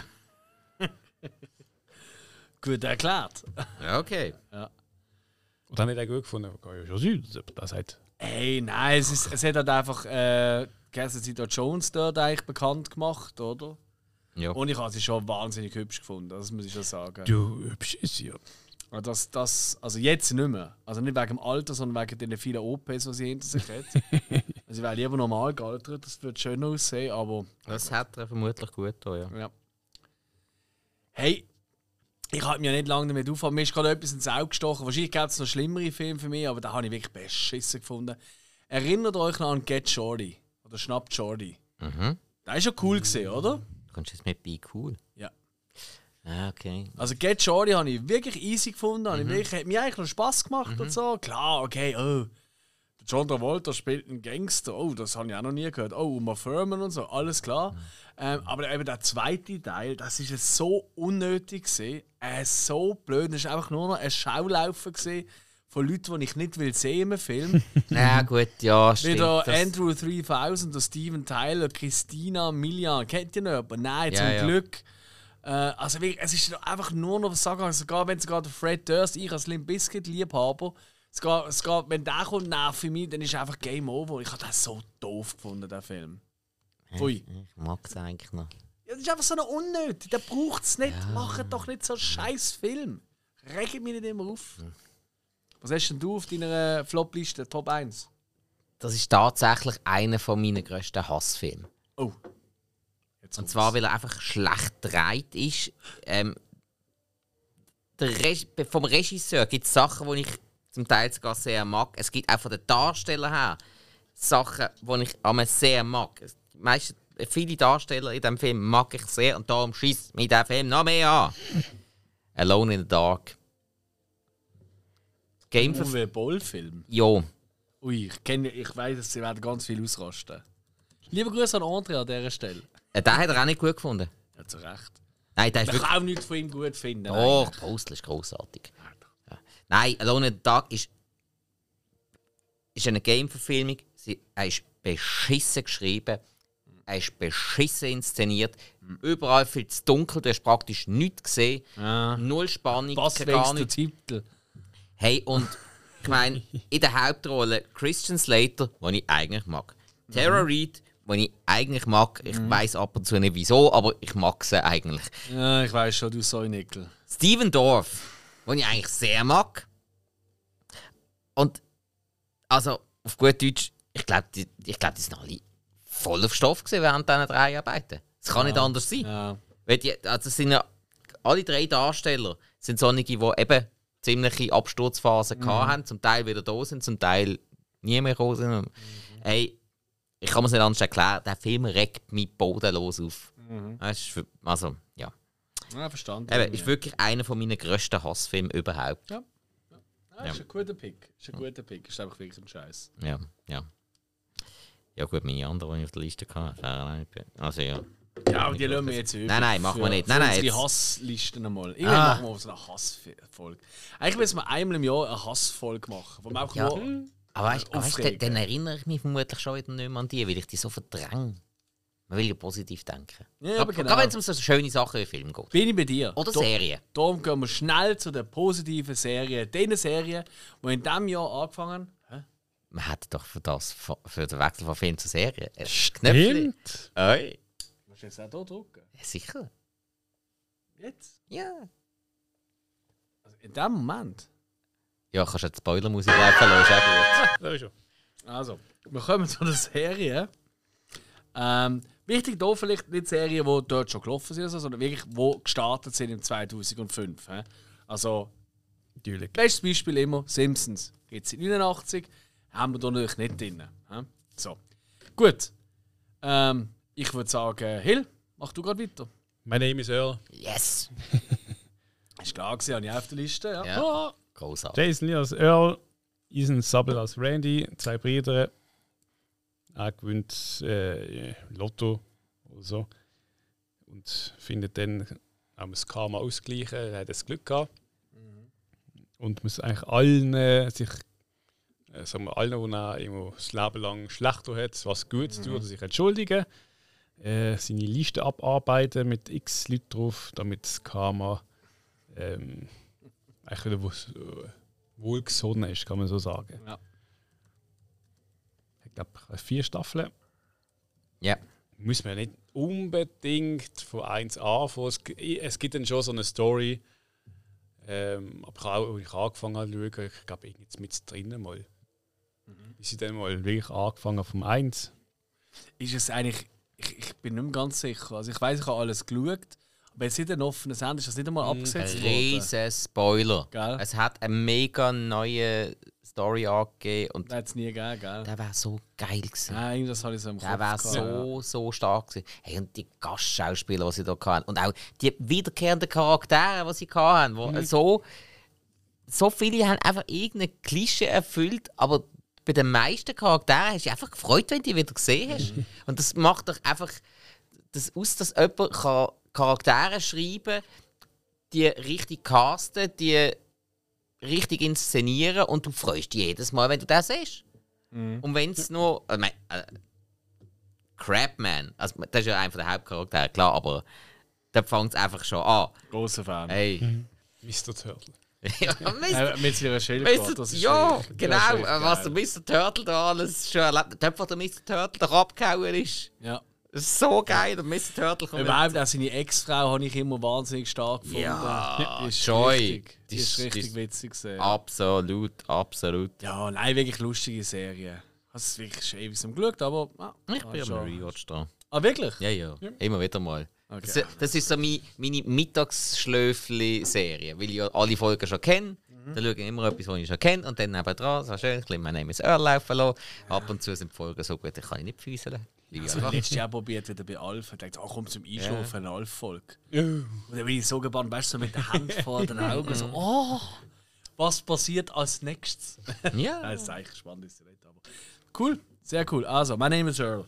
Gut erklärt. Ja, okay. Ja. Und dann hat er gut gefunden, kann ja schon sein, das hat. Hey, nein, es hat halt einfach Cassidy Jones dort eigentlich bekannt gemacht, oder? Ja. Und ich habe sie schon wahnsinnig hübsch gefunden, das muss ich schon sagen. Du hübsch ist ja. Also jetzt nicht mehr. Also nicht wegen dem Alter, sondern wegen den vielen OPs, die sie hinter sich hat. Also ich wäre lieber normal gealtert, das würde schön aussehen, aber... Das hat er vermutlich gut getan, ja. Hey, ich halte mich ja nicht lange damit auf, mir ist gerade etwas ins Auge gestochen. Wahrscheinlich gibt es noch schlimmere Filme für mich, aber da habe ich wirklich beschissen gefunden. Erinnert euch noch an Get Shorty oder Schnapp Shorty. Mhm. Das war schon cool gesehen, oder? Du kannst jetzt mit Be Cool. Ja. Ah, okay. Also Get Shorty habe ich wirklich easy gefunden. Hat mir eigentlich noch Spass gemacht und so. Klar, okay, der John Travolta spielt einen Gangster. Oh, das habe ich auch noch nie gehört. Oh, Uma Thurman und so, alles klar. Aber eben der zweite Teil, das ist jetzt so unnötig gewesen. So blöd. Das war einfach nur noch ein Schaulaufen gewesen von Leuten, die ich nicht will sehen im Film. Ja, gut, ja, stimmt. Wieder Andrew 3000, der Steven Tyler, Christina Milian. Kennt ihr nicht? Aber nein, zum Glück. Also wirklich, es ist einfach nur noch, sogar wenn sogar der Fred Durst, ich als Limp Bizkit-Liebhaber, wenn der kommt, nervt für mich, dann ist einfach Game Over. Ich habe das so doof gefunden, den Film. Pfui. Ich mag es eigentlich noch. Ja, das ist einfach so eine unnötig. Der braucht es nicht. Ja. Macht doch nicht so einen scheiß Film. Regt mich nicht immer auf. Was hast denn du auf deiner Flop-Liste, Top 1? Das ist tatsächlich einer meiner grössten Hassfilme. Oh. Und zwar, weil er einfach schlecht gedreht ist. Vom Regisseur gibt es Sachen, die ich zum Teil sogar sehr mag. Es gibt auch von den Darstellern her Sachen, die ich sehr mag. Viele Darsteller in diesem Film mag ich sehr und darum schießt mich dieser Film noch mehr an. Alone in the Dark. Uwe Boll-Film? Ja. Ui, ich weiss, sie werden ganz viel ausrasten. Liebe Grüße an André an dieser Stelle. Den hat er auch nicht gut gefunden. Ja, zu Recht. Nein, der ist ich kann auch nichts von ihm gut finden. Oh, Postel ist grossartig. Ja. Nein, Alone in the Dark ist eine Game-Verfilmung. Er ist beschissen geschrieben. Er ist beschissen inszeniert. Überall viel zu dunkel. Du hast praktisch nichts gesehen. Null Spannung. Was gar nicht. Titel? Hey, und ich meine, in der Hauptrolle Christian Slater, den ich eigentlich mag. Tara Reid, den ich eigentlich mag. Ich weiss ab und zu nicht wieso, aber ich mag sie eigentlich. Ja, ich weiss schon, du Säunickel. Steven Dorff, den ich eigentlich sehr mag. Und also auf gut Deutsch, ich glaube, die sind alle voll auf Stoff gewesen während diesen 3 Arbeiten. Es kann nicht anders sein. Ja. Weil sind ja, alle 3 Darsteller sind solche, die eben ziemliche Absturzphasen hatten, zum Teil wieder da sind, zum Teil nie mehr gekommen sind. Hey, ich kann mir es nicht anders erklären, der Film regt mich bodenlos auf. Also, ja. Ja, verstanden. Eben, ist wirklich einer meiner grössten Hassfilme überhaupt. Ja. Ist ein guter Pick. Ist einfach wirklich ein Scheiß. Ja. Ja gut, meine anderen, die ich auf der Liste hatte. Also ja. Ja, und die lassen wir jetzt über. Nein, machen wir nicht. Die Hasslisten einmal. Irgendwann machen wir so eine Hassfolge. Eigentlich müssen wir einmal im Jahr eine Hassfolge machen, wo wir auch nur aber weißt, dann erinnere ich mich vermutlich schon wieder nicht mehr an die, weil ich die so verdränge. Man will ja positiv denken. Ja, aber genau. Gerade wenn es um so schöne Sachen wie Film geht. Bin ich bei dir. Oder Serien. Darum gehen wir schnell zu den positiven Serien. Den Serien, die in diesem Jahr angefangen haben. Man hat doch für den Wechsel von Film zu Serie ein Knöpfchen. Oi. Musst du jetzt auch hier drücken? Ja, sicher. Jetzt? Ja. Also in dem Moment? Ja, kannst du jetzt Spoilermusik laufen lassen, ist auch gut. Das ist schon. Also, wir kommen zu der Serie. Wichtig hier vielleicht nicht Serien, die dort schon gelaufen sind, sondern wirklich, die gestartet sind im 2005. Also, Natürlich. bestes Beispiel immer Simpsons. Gibt es in 89, haben wir da natürlich nicht drin. So. Gut. Ich würde sagen, Hill, mach du gerade weiter. My name is Earl. Yes! Ist klar gewesen, habe ich auf der Liste. Ja. Ja. Ah. Großartig. Jason Lee als Earl, Ethan Sabel als Randy, 2 Brüder. Er gewinnt Lotto oder so. Und findet dann auch das Karma ausgleichen. Er hat das Glück gehabt. Und muss eigentlich allen sich, sagen wir, allen, die er irgendwo das Leben lang schlechter hat, was Gutes tun oder sich entschuldigen. Seine Liste abarbeiten mit x Leuten drauf, damit das Karma eigentlich wieder wohlgesonnen ist, kann man so sagen. Ja. Ich glaube, 4 Staffeln. Ja. Muss man nicht unbedingt von 1 anfangen. Es gibt dann schon so eine Story. Aber auch, als ich angefangen habe zu schauen, ich glaube, jetzt mit drinnen mal. Bis ich dann mal wirklich angefangen vom 1. Ist es eigentlich, ich bin nicht mehr ganz sicher. Also ich weiss, ich habe alles geschaut, aber jetzt nicht ein offenes Ende, ist das nicht einmal abgesetzt worden? Riesen Spoiler. Gell? Es hat eine mega neue Story angegeben und Das hat es nie gegeben, gell? der wäre so geil gewesen. Nein, das habe ich so im Kopf Der wäre gehabt, so stark gewesen. Hey, und die Gastschauspieler, die sie da hatten. Und auch die wiederkehrenden Charaktere, die sie hatten. Wo so viele haben einfach irgendein Klischee erfüllt, aber bei den meisten Charakteren hast du dich einfach gefreut, wenn du die wieder gesehen hast. Und das macht doch einfach das aus, dass jemand Charaktere schreiben kann, die richtig casten, die richtig inszenieren und du freust dich jedes Mal, wenn du das siehst. Und wenn es nur... Crabman, also das ist ja einer der Hauptcharaktere, klar, aber da fängt es einfach schon an. Grosser Fan. Hey. Mr. Turtle. Ja, Mit seiner Schildkröte, das ist ja, wirklich- genau, das ist wirklich was der geil. Mr. Turtle da alles schon erlebt hat. Dort, wo der Mr. Turtle da abgehauen ist. Ja. Das ist so geil, der Mr. Turtle kommt. Überhaupt auch seine Ex-Frau habe ich immer wahnsinnig stark gefunden. Ja, die ist Joy. richtig, die Die ist ist- richtig die ist- witzig gesehen. Absolut. Ja, nein, wirklich lustige Serie. Ich habe es wirklich schon ewig geschaut, aber... Ich bin am schon. Rewatch da. Ah, wirklich? Ja. Immer wieder mal. Okay. Das ist so meine Mittagsschläfli-Serie, weil ich ja alle Folgen schon kenne. Da schaue ich immer etwas, was ich schon kenne. Und dann nebenan, so schön, ein bisschen «My name is Earl» laufen lassen. Ab und zu sind die Folgen so gut, ich kann nicht füßeln. Also, letztes Jahr probiert wieder bei Alf und dachte, komm zum Einschlafen, eine Alf-Folge. Und dann bin ich so gebannt, weißt du, so mit der Hand vor den Augen, so, was passiert als nächstes? Ja. Das ist eigentlich spannend, ist ja nicht, aber... Cool, sehr cool. Also, my name is Earl.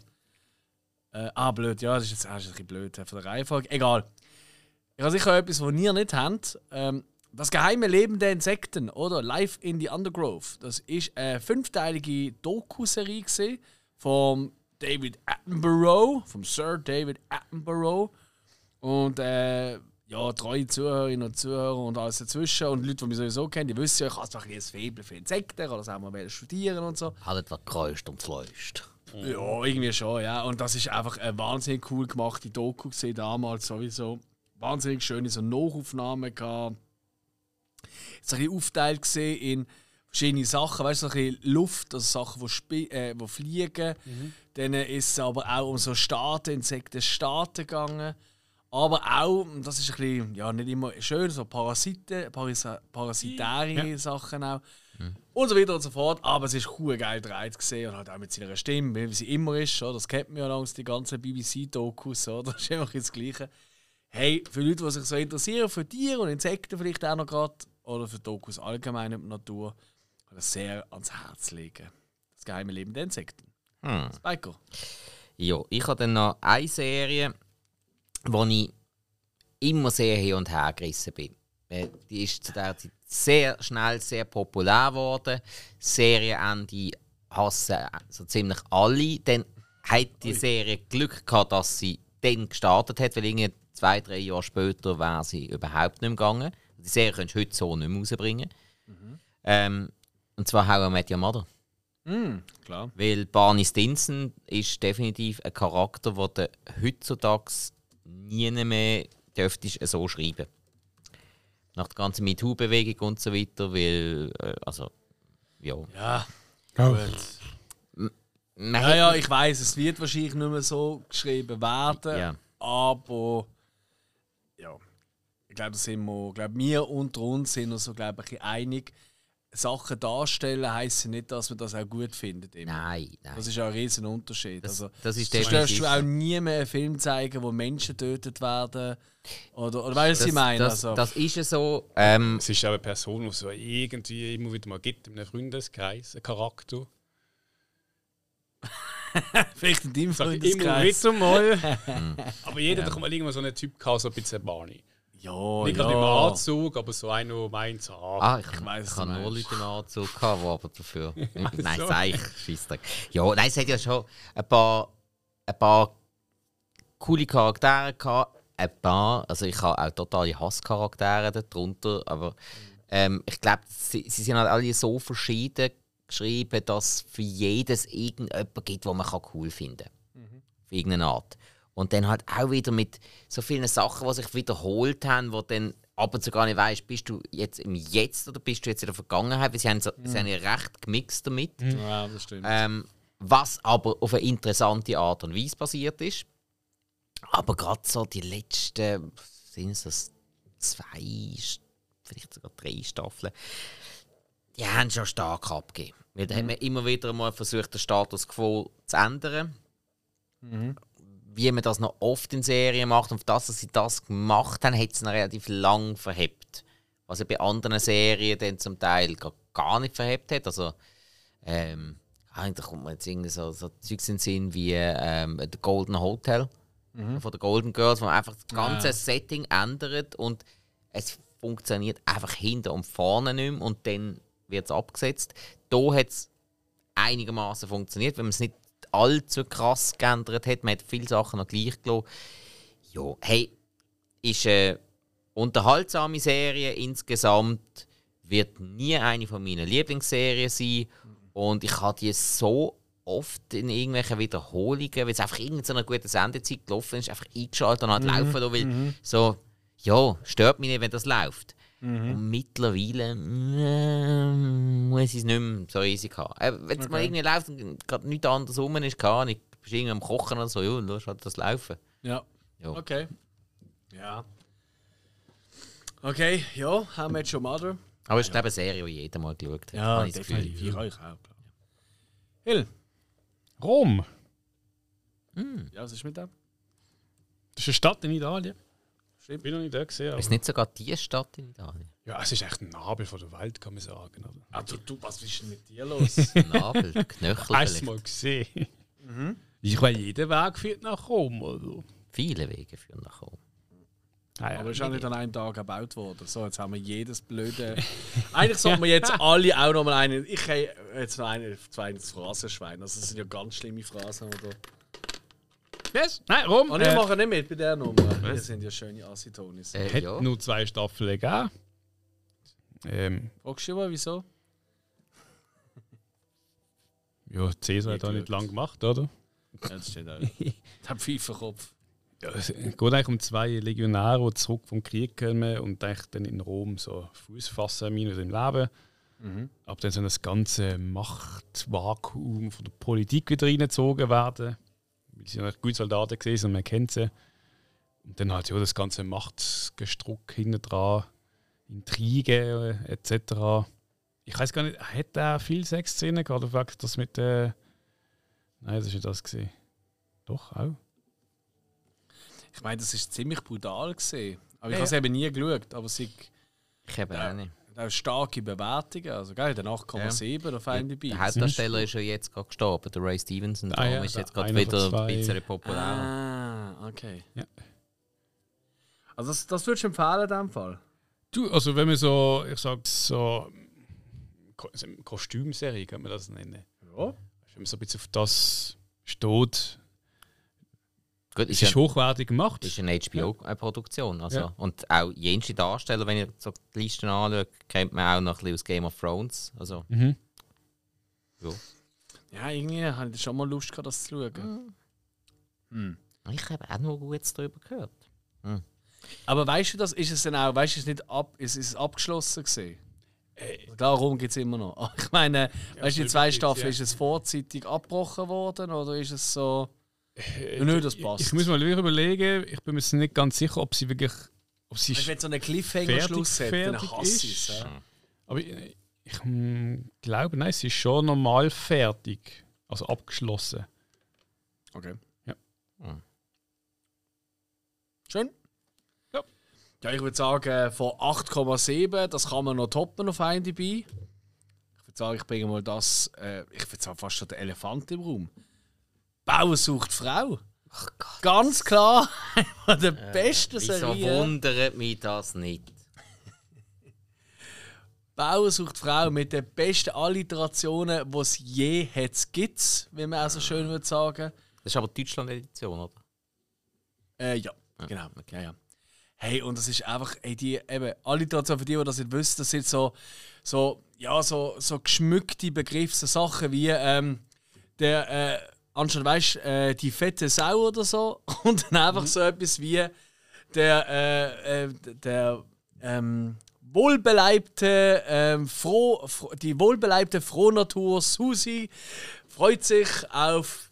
Blöd, ja, das ist jetzt erst ein bisschen blöd von der Reihenfolge. Egal. Ich habe sicher etwas, was ihr nicht habt. Das geheime Leben der Insekten, oder? Life in the Undergrowth. Das ist eine 5-teilige Doku-Serie gewesen vom David Attenborough, vom Sir David Attenborough. Und treue Zuhörerinnen und Zuhörer und alles dazwischen und Leute, die mich sowieso kennen, die wissen ja, ich habe zwar ein Faible für Insekten, oder das auch mal studieren und so. Alles, was kreuscht und fleuscht. Ja, irgendwie schon, ja. Und das ist einfach eine wahnsinnig cool gemachte Doku gesehen damals sowieso. Wahnsinnig schöne so Nachaufnahmen gehabt. So ein bisschen aufgeteilt gesehen in verschiedene Sachen, weißt du, so ein bisschen Luft, also Sachen, die fliegen. Dann ist es aber auch um so Insekten gegangen. Aber auch, und das ist ein bisschen, ja, nicht immer schön, so parasitäre Sachen auch. Und so weiter und so fort. Aber es ist cool geil gedreht gesehen und halt auch mit seiner Stimme, wie sie immer ist. Oder? Das kennt man ja langs die ganzen BBC-Dokus. Das ist immer das Gleiche. Hey, für Leute, die sich so interessieren für Tiere und Insekten vielleicht auch noch gerade, oder für Dokus allgemein in der Natur, kann das sehr ans Herz legen. Das geheime Leben der Insekten. Spiker. Ja, ich habe dann noch eine Serie, wo ich immer sehr hin und her gerissen bin. Die ist zu der Zeit sehr schnell sehr populär geworden. Serienende hassen so ziemlich alle. Dann hat die Serie Glück gehabt, dass sie dann gestartet hat, weil irgendwie 2-3 Jahre später wäre sie überhaupt nicht mehr gegangen. Die Serie könntest du heute so nicht mehr rausbringen. Und zwar «How I Met Your Mother». Klar. Weil Barney Stinson ist definitiv ein Charakter, den du heutzutage nie mehr dürftest so schreiben. Nach der ganzen MeToo-Bewegung und so weiter, weil, ja. Ja, Oh. gut. Ja, ich weiss, es wird wahrscheinlich nicht mehr so geschrieben werden, aber ja, ich glaube, wir unter uns sind uns so, glaube ich, einig. Sachen darstellen heisst nicht, dass man das auch gut findet. Immer. Nein. Das ist ja ein riesen Unterschied. Das ist du definitiv. Du auch nie mehr einen Film zeigen, wo Menschen getötet werden. Oder weißt du, was ich meine? Das ist ja so. Es ist auch eine Person, die so irgendwie immer wieder mal gibt, in einem Freundeskreis, einen Charakter. Vielleicht in deinem Immer Freundeskreis. wieder mal. Aber jeder hat doch mal irgendwann so einen Typ gehabt, so ein bisschen Barney. Ja, Nicht gerade im Anzug, aber so einer, der meint, ich weiss, habe nur du Leute im Anzug gehabt, die aber dafür. Nein, so. sag ich, Scheissdreck. Ja, nein, es hat ja schon ein paar coole Charaktere gehabt. Also ich habe auch totale Hasscharaktere darunter, aber ich glaube, sie sind halt alle so verschieden geschrieben, dass für jedes irgendjemand gibt, was man cool finden kann. Auf irgendeine Art. Und dann halt auch wieder mit so vielen Sachen, die sich wiederholt haben, wo dann ab und zu gar nicht weißt, bist du jetzt im Jetzt oder bist du jetzt in der Vergangenheit? Weil sie haben ja recht gemixt damit. Ja, das stimmt. Was aber auf eine interessante Art und Weise passiert ist. Aber gerade so die letzten, sind es 2, vielleicht sogar 3 Staffeln, die haben schon stark abgegeben. Weil da hat man immer wieder mal versucht, den Status quo zu ändern. Wie man das noch oft in Serien macht. Und auf das, dass sie das gemacht haben, hat es noch relativ lang verhebt. Was ja bei anderen Serien dann zum Teil gar nicht verhebt hat. Also, da kommt man jetzt irgendwie so Zeugs in den Sinn wie The Golden Hotel von den Golden Girls, wo man einfach das ganze Setting ändert und es funktioniert einfach hinten und vorne nicht mehr und dann wird es abgesetzt. Da hat es einigermaßen funktioniert, wenn man es nicht allzu krass geändert hat. Man hat viele Sachen noch gleich gelassen. Ja, hey, ist eine unterhaltsame Serie insgesamt. Wird nie eine von meinen Lieblingsserien sein. Und ich habe die so oft in irgendwelchen Wiederholungen, weil es einfach irgendeine gute Sendezeit gelaufen ist, einfach eingeschaltet und halt laufen da, weil so, ja, stört mich nicht, wenn das läuft. Und mittlerweile muss ich es nicht mehr so easy haben. Wenn es mal irgendwie läuft und gerade nichts anderes rum ist, kann ich irgendwie am Kochen oder so, ja, lass halt das laufen. Ja. Okay. Ja. Okay, ja, haben wir jetzt schon Mother. Aber es ist eine Serie, die jeder mal geschaut hat. Ja, definitiv. Ich euch auch. Hill. Rom. Ja, was ist mit dem? Das ist eine Stadt in Italien. Stimmt. Ich bin noch nicht da gesehen. Ist nicht sogar die Stadt in Italien? Ja, es ist echt ein Nabel von der Welt, kann man sagen. Oder? Also, was ist denn mit dir los? Nabel, Knöchel Hast du vielleicht. mal gesehen? Ich weiß, jeder Weg führt nach Rom. Oder? Viele Wege führen nach Rom. Aber es ist auch nicht an einem Tag gebaut worden. So, jetzt haben wir jedes blöde. Eigentlich sollten wir jetzt alle auch noch mal einen. Ich habe jetzt noch zwei Phrasenschwein. Also, das sind ja ganz schlimme Phrasen. Yes? Nein, Rom. Und wir machen nicht mit bei der Nummer. Das sind ja schöne Acetonis. Hat Ja. nur 2 Staffeln gegeben. Fragst du mal, wieso? Ja, Cäsar hat auch nicht lang gemacht, oder? Ja, das steht auch. Der Pfeifferkopf. Ja, es geht eigentlich um 2 Legionäre, die zurück vom Krieg kommen und eigentlich dann in Rom so Fuß fassen im Leben. Aber dann so das ganze Machtvakuum von der Politik wieder reingezogen werden. Weil sie noch gute Soldaten gesehen sind und man kennt sie. Und dann halt ja das ganze Machtgestruck hinten dran, Intrigen etc. Ich weiß gar nicht, hat er viel Sexszenen gehabt? Oder das mit Nein, das ist nicht das gesehen. Doch, auch. Ich meine, das war ziemlich brutal gesehen. Aber ich habe es eben nie geschaut. Aber sie Ich habe auch nicht. hat starke Bewertungen. Also, gell, der 8,7 auf IMDb. Der Hauptdarsteller ist ja jetzt gerade gestorben, der Ray Stevenson. Ah, Darum ja, ist jetzt gerade einer wieder von ein 2. bisschen populär. Ah, okay. Ja. Also, das würdest du empfehlen in dem Fall? Du, also wenn man so, ich sag so Kostümserie kann man das nennen. Ja. Wenn man so ein bisschen auf das steht, Gut, es ist hochwertig gemacht. ist eine HBO-Produktion. Also. Ja. Und auch jenste Darsteller, wenn ich so die Listen anschaue, kennt man auch noch ein bisschen aus Game of Thrones. Also, Mhm. ja. Ja, irgendwie hatte ich schon mal Lust gehabt, das zu schauen. Ich habe auch nur Gutes darüber gehört. Aber weißt du, das ist es dann auch, weißt du, es nicht es ist abgeschlossen gesehen. Darum gibt es immer noch. Aber ich meine, weißt du, die 2 Staffeln, ja. ist es vorzeitig abgebrochen worden oder ist es so. Nö, das passt. Ich muss mal überlegen, ich bin mir nicht ganz sicher, ob sie wirklich. Ob sie Wenn so einen Cliffhanger-Schluss hat, dann hasse ich es. Ja. Aber ich glaube, nein, sie ist schon normal fertig. Also abgeschlossen. Okay. Ja. Schön. Ja. Ja, ich würde sagen, von 8,7, das kann man noch toppen auf IMDb. Ich würde sagen, ich bringe mal das, ich würde sagen, fast schon der Elefant im Raum. Bauer sucht Frau. Ach Gott. Ganz klar, eine der besten Wieso Serien. wundert mich das nicht? Bauer sucht Frau mit den besten Alliterationen, die es je gibt, wie man auch so schön würde sagen. Das ist aber die Deutschland-Edition, oder? Ja, genau. Ja, ja. Hey, und das ist einfach, die Alliteration für die das nicht wissen, das sind so geschmückte Begriffe, so Sachen wie anstatt weißt die fette Sau oder so, und dann einfach so etwas wie der wohlbeleibte, die wohlbeleibte Frohnatur Susi freut sich auf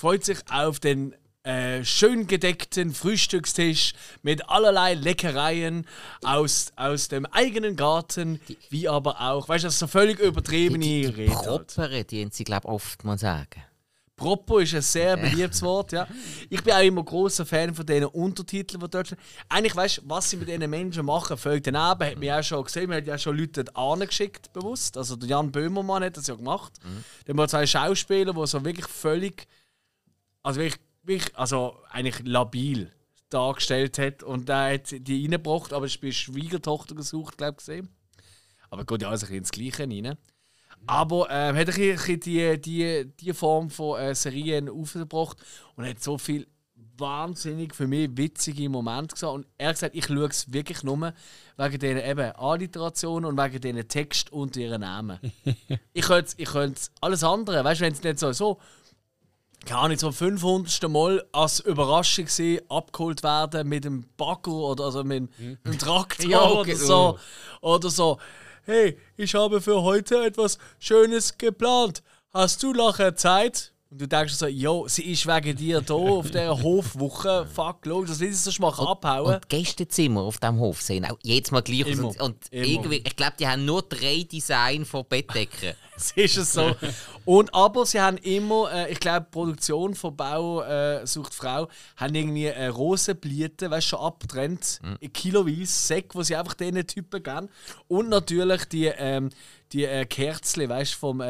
den schön gedeckten Frühstückstisch mit allerlei Leckereien aus dem eigenen Garten, wie aber auch, weißt du, das ist so völlig übertriebene Rede. Propere, die sie, glaube ich, oft mal sagen. Propo ist ein sehr beliebtes Wort, ja. Ich bin auch immer großer Fan von diesen Untertiteln, die dort stehen. Eigentlich, weißt du, was sie mit diesen Menschen machen, völlig daneben, hat mich auch schon gesehen. Wir haben ja schon Leute dort angeschickt, bewusst. Also der Jan Böhmermann hat das ja gemacht. Dann haben wir 2 Schauspieler, die so wirklich völlig, also wirklich eigentlich labil dargestellt hat. Und der hat die reingebracht, aber es ist bei Schwiegertochter gesucht, glaube ich, gesehen. Aber geht ja alles ein bisschen ins Gleiche rein. Aber hat ein bisschen die Form von Serien aufgebracht und hat so viel wahnsinnig für mich witzige Momente gesehen. Und er hat gesagt, ich schaue es wirklich nur wegen diesen eben Alliterationen und wegen diesen Text und ihren Namen. ich könnte alles andere, weißt du, wenn es nicht so keine Ahnung, zum 500. Mal als Überraschung gesehen, abgeholt werden mit dem Bagger oder also mit dem Traktor Ja, okay. oder so. Hey, ich habe für heute etwas Schönes geplant. Hast du nachher Zeit? Und du denkst so, jo, sie ist wegen dir da auf dieser Hofwoche. Fuck, logisch, das will sie sonst mal abhauen. Und die Gästezimmer auf diesem Hof sehen auch jedes Mal gleich aus. Und irgendwie, ich glaube, die haben nur 3 Design von Bettdecken. Es ist es so. Aber sie haben immer, ich glaube, die Produktion von Bau sucht Frau, haben irgendwie Rosenblüten, weißt du, schon abgetrennt, kiloweise Säcke, die sie einfach diesen Typen geben. Und natürlich die Kerzchen, weißt du, vom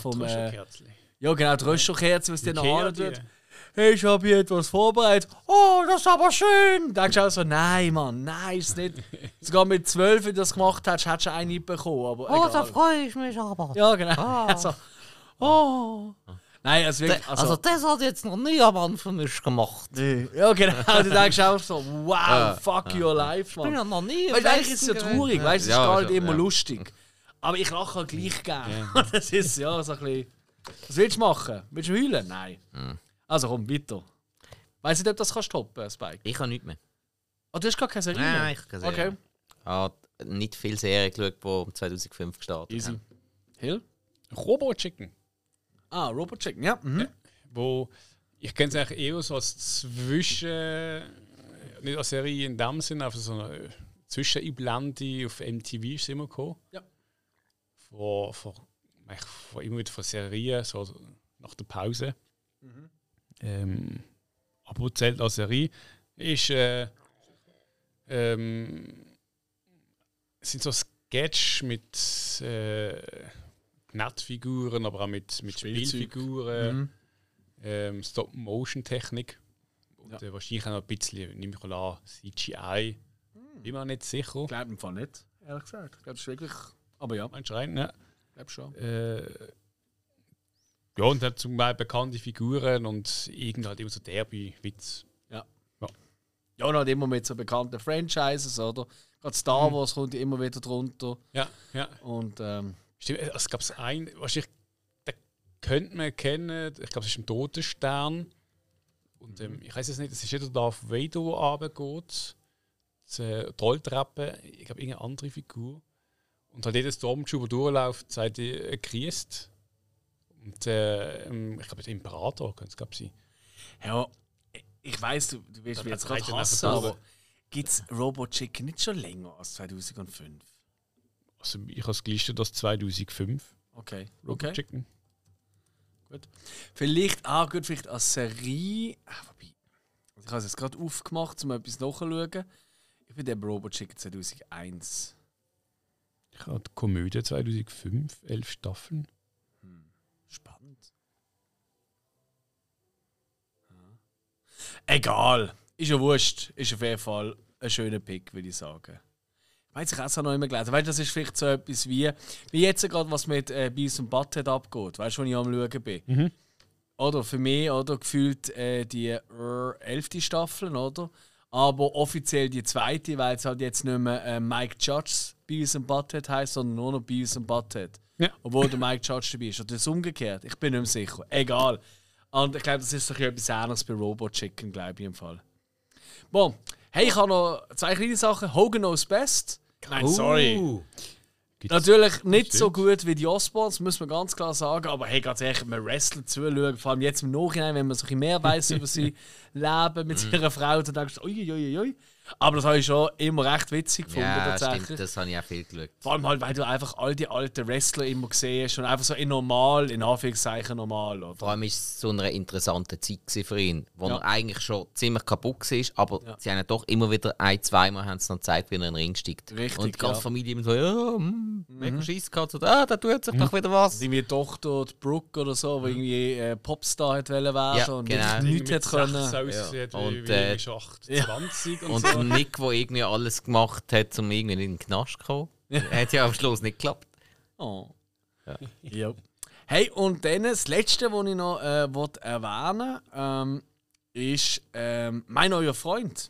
ja, genau, die Röscherkerze, was dann an tut. Hey, ich habe hier etwas vorbereitet. Oh, das ist aber schön. Da denkst du auch so, nein, Mann, nein, ist nicht. Sogar mit 12, wenn du das gemacht hast, hättest du eine bekommen. Aber Oh, da freue ich mich aber. ja, genau. Also, oh. Nein, also wirklich. Also das hat jetzt noch nie ein Mann für mich gemacht. Ja, genau. Du denkst auch so, wow, fuck your life, Ich bin ja Mann. noch nie. Weißt du, eigentlich ist es ja traurig, weißt du, es ist Ja, gar nicht schon, immer ja. lustig. Aber ich lache halt gleich gerne. Das ist ja so ein bisschen. Was willst du machen? Willst du heulen? Nein. Also komm, weiter. Weiss nicht, ob das kannst toppen, Spike. Ich habe nichts mehr. Oh, du hast gar keine Serie mehr? Nein, ich habe keine Serie. Okay. Ich habe nicht viele Serien geschaut, die 2005 gestartet Easy. haben. Hill? Robo Chicken. Ah, Robot Chicken, ja. Mhm. Wo ich kenne es eigentlich eher so als Zwischen. Nicht als Serie in dem Sinne, einfach so eine Zwischeneinblende auf MTV ist es immer gekommen. Ja. Vor immer wieder von Serien, so nach der Pause. Aber zählt als Serie. Ist sind so Sketch mit Nettfiguren, aber auch mit Spielfiguren, Stop-Motion-Technik. Und wahrscheinlich auch noch ein bisschen, nehme ich an, CGI. Bin mir nicht sicher. Ich glaube im Fall nicht, ehrlich gesagt. Ich glaube, das ist wirklich. Aber ja, Meinst du rein? Ja. ich glaube schon. Ja, und hat zum Beispiel bekannte Figuren und irgendwie halt immer so derbe Witz. Ja, und halt immer mit so bekannten Franchises, oder? Gerade Star Wars kommt ja immer wieder drunter. Ja, ja. Und Stimmt, es gab einen, wahrscheinlich, den könnte man kennen, ich glaube, es ist im Totenstern. Und ich weiß es nicht, es ist wieder Darth Vader, der runtergeht. Die Rolltreppe, ich glaube, irgendeine andere Figur. Und halt jeder Stormtrooper durchläuft, sagt Christ. Und ich glaube, der Imperator könnte es glaube sein. Ja, ich weiss, du wirst mich jetzt gerade hassen, aber gibt es Robot Chicken nicht schon länger als 2005? Also ich habe es gelistet als 2005. Okay. Robot Chicken. Gut. Vielleicht als Serie. Wobei, ich habe es jetzt gerade aufgemacht, um etwas nachzuschauen. Ich bin der Robot Chicken 2001. Ich habe die Komödie 2005, 11 Staffeln. Spannend. Ja. Egal. Ist ja wurscht. Ist auf jeden Fall ein schöner Pick, würde ich sagen. Ich weiß, ich habe es auch noch immer gelesen. Weißt du, das ist vielleicht so etwas wie jetzt gerade, was mit Beavis und Butthead abgeht. Weißt du, wo ich am Schauen bin? Mhm. Oder für mich, oder gefühlt die 11. Staffel, oder? Aber offiziell die 2., weil es halt jetzt nicht mehr Mike Judge's Beavis und Butthead heisst, sondern nur noch Beavis und Butthead. Ja. Obwohl der Mike Judge dabei ist. Oder das umgekehrt. Ich bin nicht mehr sicher. Egal. Und ich glaube, das ist doch etwas anderes bei Robot Chicken, glaube ich im Fall. Bon. Hey, ich habe noch 2 kleine Sachen. Hogan Knows Best. Nein, sorry. Natürlich nicht so gut wie die Osborns, muss man ganz klar sagen. Aber hey, ganz ehrlich, man Wrestler zuschauen, vor allem jetzt im Nachhinein, wenn man so ein bisschen mehr weiss über sie Leben mit ihrer Frau, dann denkst du, uiuiui. Aber das habe ich schon immer recht witzig gefunden. Ja, tatsächlich. stimmt, das habe ich auch viel geschaut. Vor allem halt, weil du einfach all die alten Wrestler immer gesehen hast und einfach so in Anführungszeichen normal. Oder? Vor allem war es so eine interessante Zeit für ihn, wo er eigentlich schon ziemlich kaputt war, aber sie haben ihn doch immer wieder zweimal haben sie noch gezeigt, wie er in den Ring steigt. Richtig, und die ganze Familie immer so, mega Scheiss gehabt, so, da tut sich doch wieder was. Irgendwie die Tochter, die Brooke oder so, die irgendwie Popstar hat werden und genau. nichts hätte können. Und 28 und so. Nick, der irgendwie alles gemacht hat, um irgendwie in den Knast zu kommen. Hat ja am Schluss nicht geklappt. Oh. Ja. Hey, und dann das Letzte, was ich noch erwähnen ist mein neuer Freund.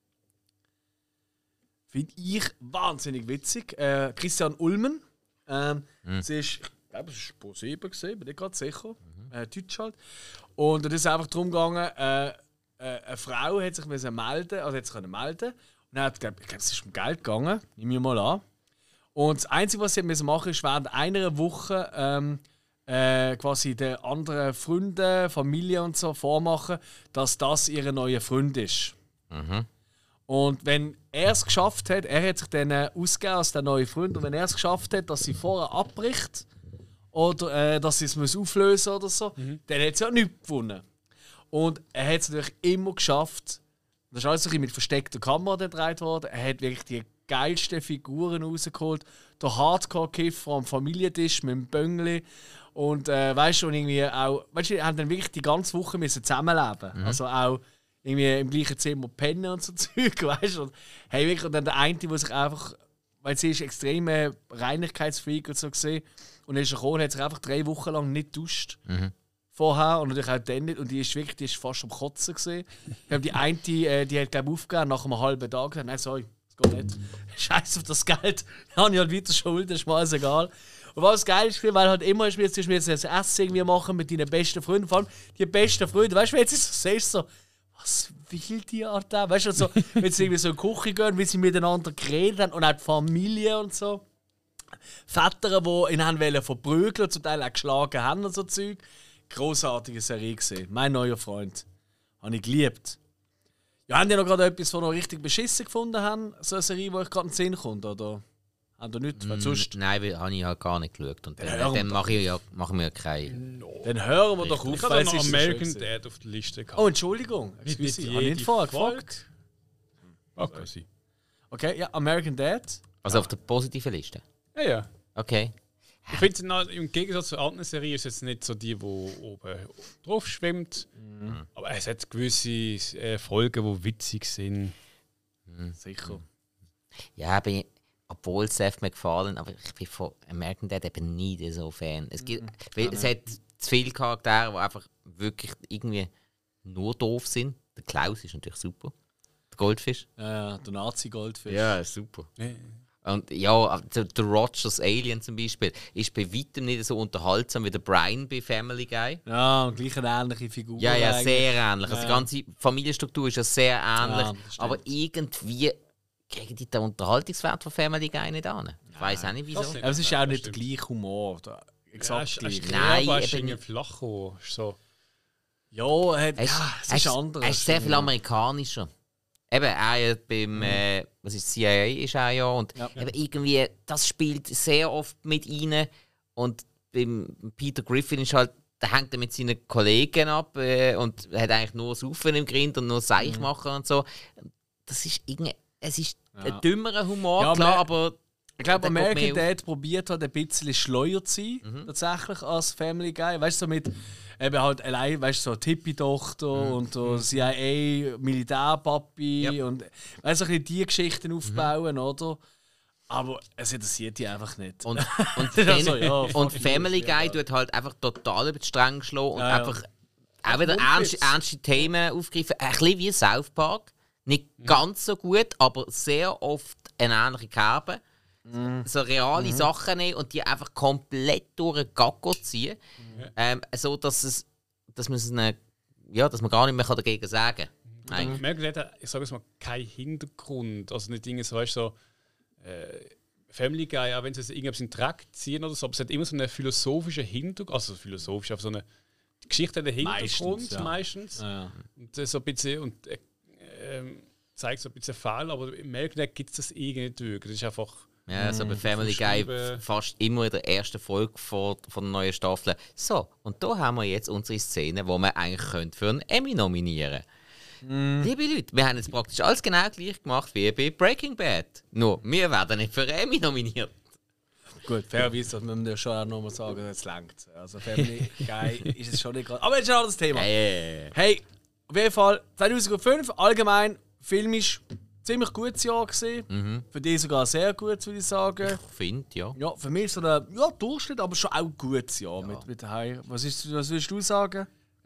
Finde ich wahnsinnig witzig. Christian Ulmen. Sie ist, ich glaube, es ist Pro 7 gesehen, bin nicht gerade sicher. Deutsch halt. Und es ist einfach darum gegangen, eine Frau hat sich melden, also hat sich melden. Und hat, ich glaube, es ist um Geld gegangen, nehme ich mal an. Und das Einzige, was sie machen musste, ist während einer Woche quasi den anderen Freunden, Familie und so vormachen, dass das ihr neuer Freund ist. Mhm. Und wenn er es geschafft hat, er hat sich dann ausgegeben als der neue Freund, und wenn er es geschafft hat, dass sie vorher abbricht oder dass sie es auflösen oder so, dann hat sie ja nichts gewonnen. Und er hat es natürlich immer geschafft. Das ist alles ein bisschen mit versteckter Kamera gedreht worden. Er hat wirklich die geilsten Figuren rausgeholt. Der Hardcore-Kiffer am Familientisch mit dem Böngli. Und weißt du, und irgendwie auch, weißt du, haben dann wirklich die ganze Woche müssen zusammenleben. Also auch irgendwie im gleichen Zimmer pennen und so Zeug, weißt du. Und, hey, wirklich, und dann der eine, der sich einfach, weil sie ist extreme Reinigkeitsfreak und so gesehen, und er ist gekommen, hat sich einfach 3 Wochen lang nicht geduscht. Vorher und natürlich auch dann nicht. Und die ist fast am Kotzen gesehen. Die eine, die hat glaube ich aufgegeben nach einem halben Tag gesagt, nein, sorry, das geht nicht. Scheiß auf das Geld. Dann habe ich halt weiter Schulden, ist mir alles egal. Und was geil ist, weil halt immer ist, du jetzt das Essen irgendwie machen mit deinen besten Freunden. Vor allem die besten Freunde. Weißt du, wenn du jetzt so siehst, so, was will die Art da? Weißt du, so, wenn sie irgendwie so in die Küche gehen, wie sie miteinander geredet haben und auch die Familie und so. Väter, die ihn haben wollen verprügeln, zum Teil auch geschlagen haben und so Zeug. Großartige Serie gesehen. Mein neuer Freund. Habe ich geliebt. Ja, haben die noch gerade etwas, was noch richtig beschissen gefunden haben? So eine Serie, die euch gerade in den Sinn kommt? Oder haben die nichts? Sonst? Nein, habe ich halt gar nicht geschaut. Und dann machen wir ja keine. Dann hören wir doch auf, ich habe noch American Dad auf der Liste gehabt. Oh, Entschuldigung. Ich habe nicht vorher gefragt. Okay, ja, American Dad. Also auf der positiven Liste? Ja. Okay. Ich finde, im Gegensatz zu anderen Serien ist es jetzt nicht so die oben drauf schwimmt. Aber es hat gewisse Folgen, die witzig sind. Sicher. Ja, obwohl Seth MacFarlane, aber ich bin von American Dad eben nie so Fan. Es hat zu viele Charaktere, die einfach wirklich irgendwie nur doof sind. Der Klaus ist natürlich super. Der Goldfisch. Ja, der Nazi-Goldfisch. Ja, super. Und ja, der Rogers Alien zum Beispiel ist bei weitem nicht so unterhaltsam wie der Brian bei Family Guy. Ja, und gleich eine ähnliche Figur. Ja, eigentlich. Sehr ähnlich. Also die ganze Familienstruktur ist ja sehr ähnlich. Ja, aber irgendwie kriegen die den Unterhaltungswert von Family Guy nicht an. Ich weiß auch nicht wieso. das nicht. Aber es ist auch nicht der gleiche Humor. Exakt gleich. Nein, aber es ist eben irgendwie flach gekommen. So. Ja, es ist anders. Er ist sehr viel amerikanischer. Eben, er ja beim was ist CIA ist er ja. Und eben irgendwie, das spielt sehr oft mit rein. Und beim Peter Griffin ist halt, der hängt mit seinen Kollegen ab und hat eigentlich nur Saufen im Grind und nur Seich machen und so. Das ist irgendwie, es ist ein dümmerer Humor, klar, aber ich glaube, American Dad probiert halt ein bisschen schleuer zu sein, tatsächlich als Family Guy. Weißt du, so mit eben halt allein, weißt du, so Tippy-Tochter und so CIA, Militärpapi und weißt du, so ein bisschen die Geschichten aufbauen, oder? Aber es interessiert die einfach nicht. Und Also, und Family Guy tut halt einfach total über die Stränge schlagen und einfach auch wieder ernste Themen aufgreifen. Ein bisschen wie South Park. Nicht ganz so gut, aber sehr oft eine ähnliche Kerbe. So reale Sachen nehmen und die einfach komplett durch den Gacko ziehen. So dass man gar nicht mehr dagegen sagen kann. Merkt ihr, ich sage es mal, kein Hintergrund. Also nicht Dinge so, weißt du, so Family Guy, auch wenn sie irgendwas in den Dreck ziehen oder so, aber es hat immer so einen philosophischen Hintergrund, also philosophisch, aber so eine Geschichte hat einen Hintergrund meistens. Ja. Und so ein bisschen und zeigt so ein bisschen Fall, aber im Merknet gibt es das irgendwie nicht wirklich. Das ist einfach. Ja, also bei Family Guy fast immer in der ersten Folge von der neuen Staffel. So, und da haben wir jetzt unsere Szene, die wir eigentlich für einen Emmy nominieren können. Liebe Leute, wir haben jetzt praktisch alles genau gleich gemacht wie bei Breaking Bad. Nur, wir werden nicht für einen Emmy nominiert. Gut, fairerweise sollte man schon auch noch mal sagen, dass es reicht. Also Family Guy ist es schon nicht gerade. Aber jetzt ist ein anderes Thema. Hey, auf jeden Fall 2005 allgemein filmisch ziemlich gutes Jahr gesehen. Für dich sogar sehr gut, würde ich sagen. Ich finde, ja. Ja, für mich so ein Durchschnitt, aber schon auch ein gutes Jahr mit Hai. Was würdest du sagen?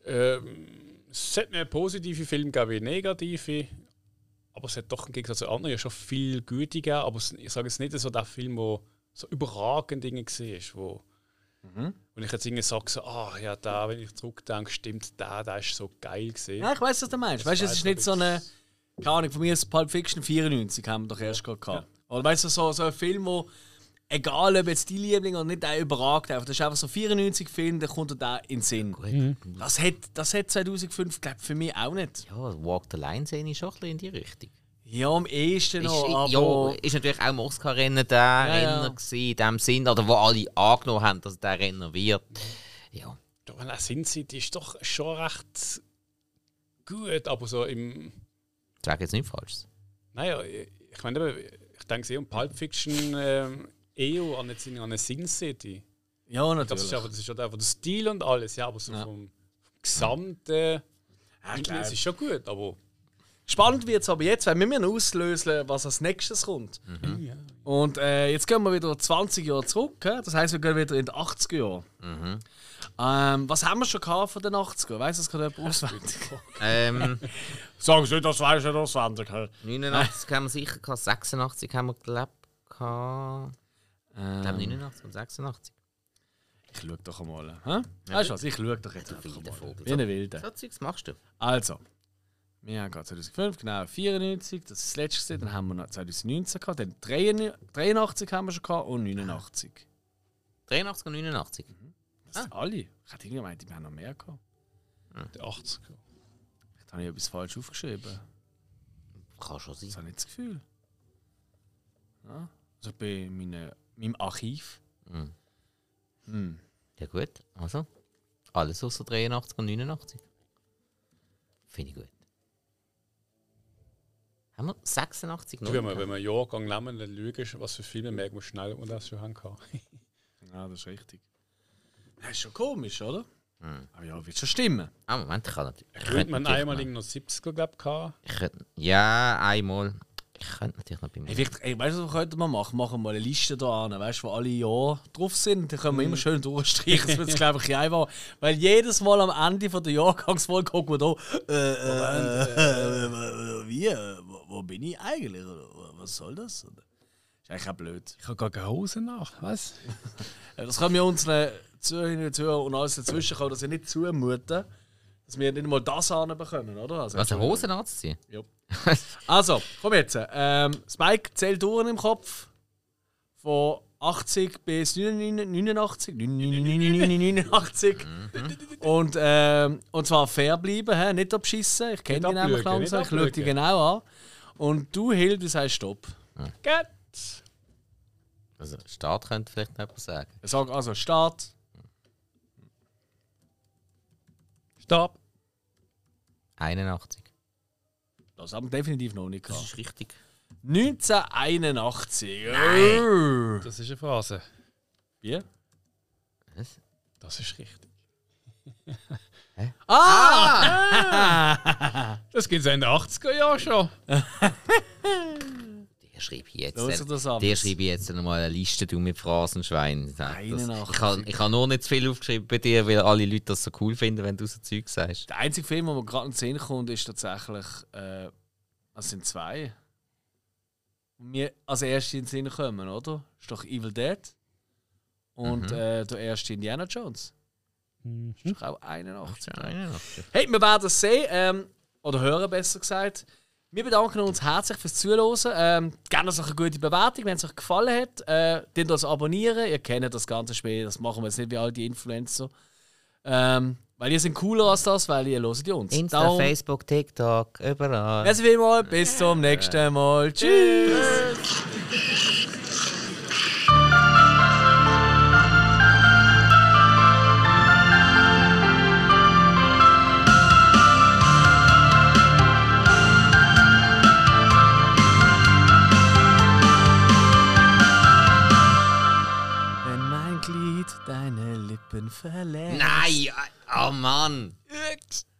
Es hat eine positive Filme gegeben wie negative. Aber es hat doch im Gegensatz zu anderen ja schon viel gute gegeben. Aber ich sage jetzt nicht so der Film, der so überragend Dinge war, wo ich jetzt irgendwie sage, so, da, wenn ich zurückdenke, stimmt, der ist so geil gewesen. Ja, ich weiss, was du meinst. Weißt du, es ist nicht so eine. Keine Ahnung, von mir ist Pulp Fiction 94, haben wir doch erst gerade gehabt. Ja. Oder weißt du, so ein Film, wo, egal ob jetzt die Liebling oder nicht, der überragt einfach. Das ist einfach so 94 Film, der kommt da in den Sinn. Das hat 2005, glaube ich, für mich auch nicht. Ja, Walk the Line sehen ist schon ein bisschen in die Richtung. Ja, am ehesten noch, aber. Ja, ist natürlich auch im Oscar-Rennen der Renner gewesen, in dem Sinn, oder wo alle angenommen haben, dass der Renner wird. Ja. Ja, Sin City ist doch schon recht gut, aber so im. Ich sage jetzt nichts Falsches. Naja, ich meine, ich denke sehr um Pulp Fiction eher an eine Sin City. Ja, natürlich. Das ist einfach der Stil und alles, ja, aber so vom Gesamten. Es ist schon gut, aber. Spannend wird es aber jetzt, weil wir müssen auslösen, was als nächstes kommt. Und jetzt gehen wir wieder 20 Jahre zurück. Das heisst, wir gehen wieder in die 80er Jahre. Was haben wir schon gehabt von den 80er? Weiss das gerade jemand auswendig? Sagen Sie nicht, das weiß ich nicht auswendig. 89 haben wir sicher gehabt, 86 haben wir gelebt. Ich glaube 89 und 86. Ich schau doch einmal. Weißt du was? Ich schau doch jetzt einfach mal. Wie eine Wilde. So Zeugs machst du. Also. Wir haben gerade 2005, genau 94, das ist das letzte. Dann haben wir noch 2019 gehabt, dann 83 haben wir schon gehabt und 89. 83 und 89? Das sind alle. Ich hätte irgendwie gemeint, wir haben noch mehr gehabt. Die 80er. Vielleicht habe ich etwas falsch aufgeschrieben. Kann schon sein. Das habe ich nicht das Gefühl. Ja, also bei meinem Archiv. Ja gut, also alles außer 83 und 89. Finde ich gut. Haben wir 86 noch? Wenn wir einen Jahrgang nehmen, dann schauen, was für Filme merken wir schnell, und das schon haben kann. Ja, das ist richtig. Das ist schon komisch, oder? Aber ja, wird schon stimmen. Moment, ich kann natürlich. Ich könnte man einmal noch 70er, glaube ich. Ja, einmal. Ich könnte natürlich noch bei mir. Weißt du, was könnten wir machen? Machen wir mal eine Liste da an, weißt du, wo alle Jahre drauf sind. Dann können wir immer schön durchstreichen. Das wird es, glaube ich, einfach. Weil jedes Mal am Ende von der Jahrgangsfolge gucken wir da. Wie? Wo bin ich eigentlich? Was soll das? Das ist eigentlich auch blöd. Ich habe gar keine Hose nach, was? Das können wir unseren Zuhörern und alles dazwischen dass sie nicht zumuten, dass wir nicht mal das anbekommen, oder? Also, Was, eine Hose anzuziehen? Ja. Also, komm jetzt. Spike zählt Touren im Kopf. Von 80 bis 89. 89. Und zwar fair bleiben, nicht abschissen. Ich kenne die nämlich langsam, ich schaue die genau an. Und du, Hill, du sagst Stopp. Gut. Also, Start könnte vielleicht noch etwas sagen. Sag also Start. Stopp. 81. Das haben wir definitiv noch nicht Das gehabt. ist richtig. 1981. Nein. Das ist eine Phrase. Wie? Was? Das ist richtig. Das gibt es in den 80er Jahren schon. Der schreibe ich jetzt. Los, das an. Der schreibe ich jetzt nochmal eine Liste mit Phrasenschwein. Ich 81. habe nur nicht zu viel aufgeschrieben bei dir, weil alle Leute das so cool finden, wenn du so Zeug sagst. Der einzige Film, der mir gerade in den Sinn kommt, ist tatsächlich. Es sind zwei. Und mir als erstes in den Sinn kommen, oder? Ist doch Evil Dead. Und der erste Indiana Jones. Ist doch auch 81. 81. Hey, wir werden es sehen. Oder hören, besser gesagt. Wir bedanken uns herzlich fürs Zuhören. Gerne noch eine gute Bewertung, wenn es euch gefallen hat. Könnt uns abonnieren. Ihr kennt das ganze Spiel. Das machen wir jetzt nicht wie all die Influencer. Weil ihr sind cooler als das, weil ihr hört uns. Insta, Darum, Facebook, TikTok, überall. merci vielmals. Bis zum nächsten Mal. Tschüss. Wenn mein Glied deine Lippen verlässt. Nein! Oh Mann! Gut.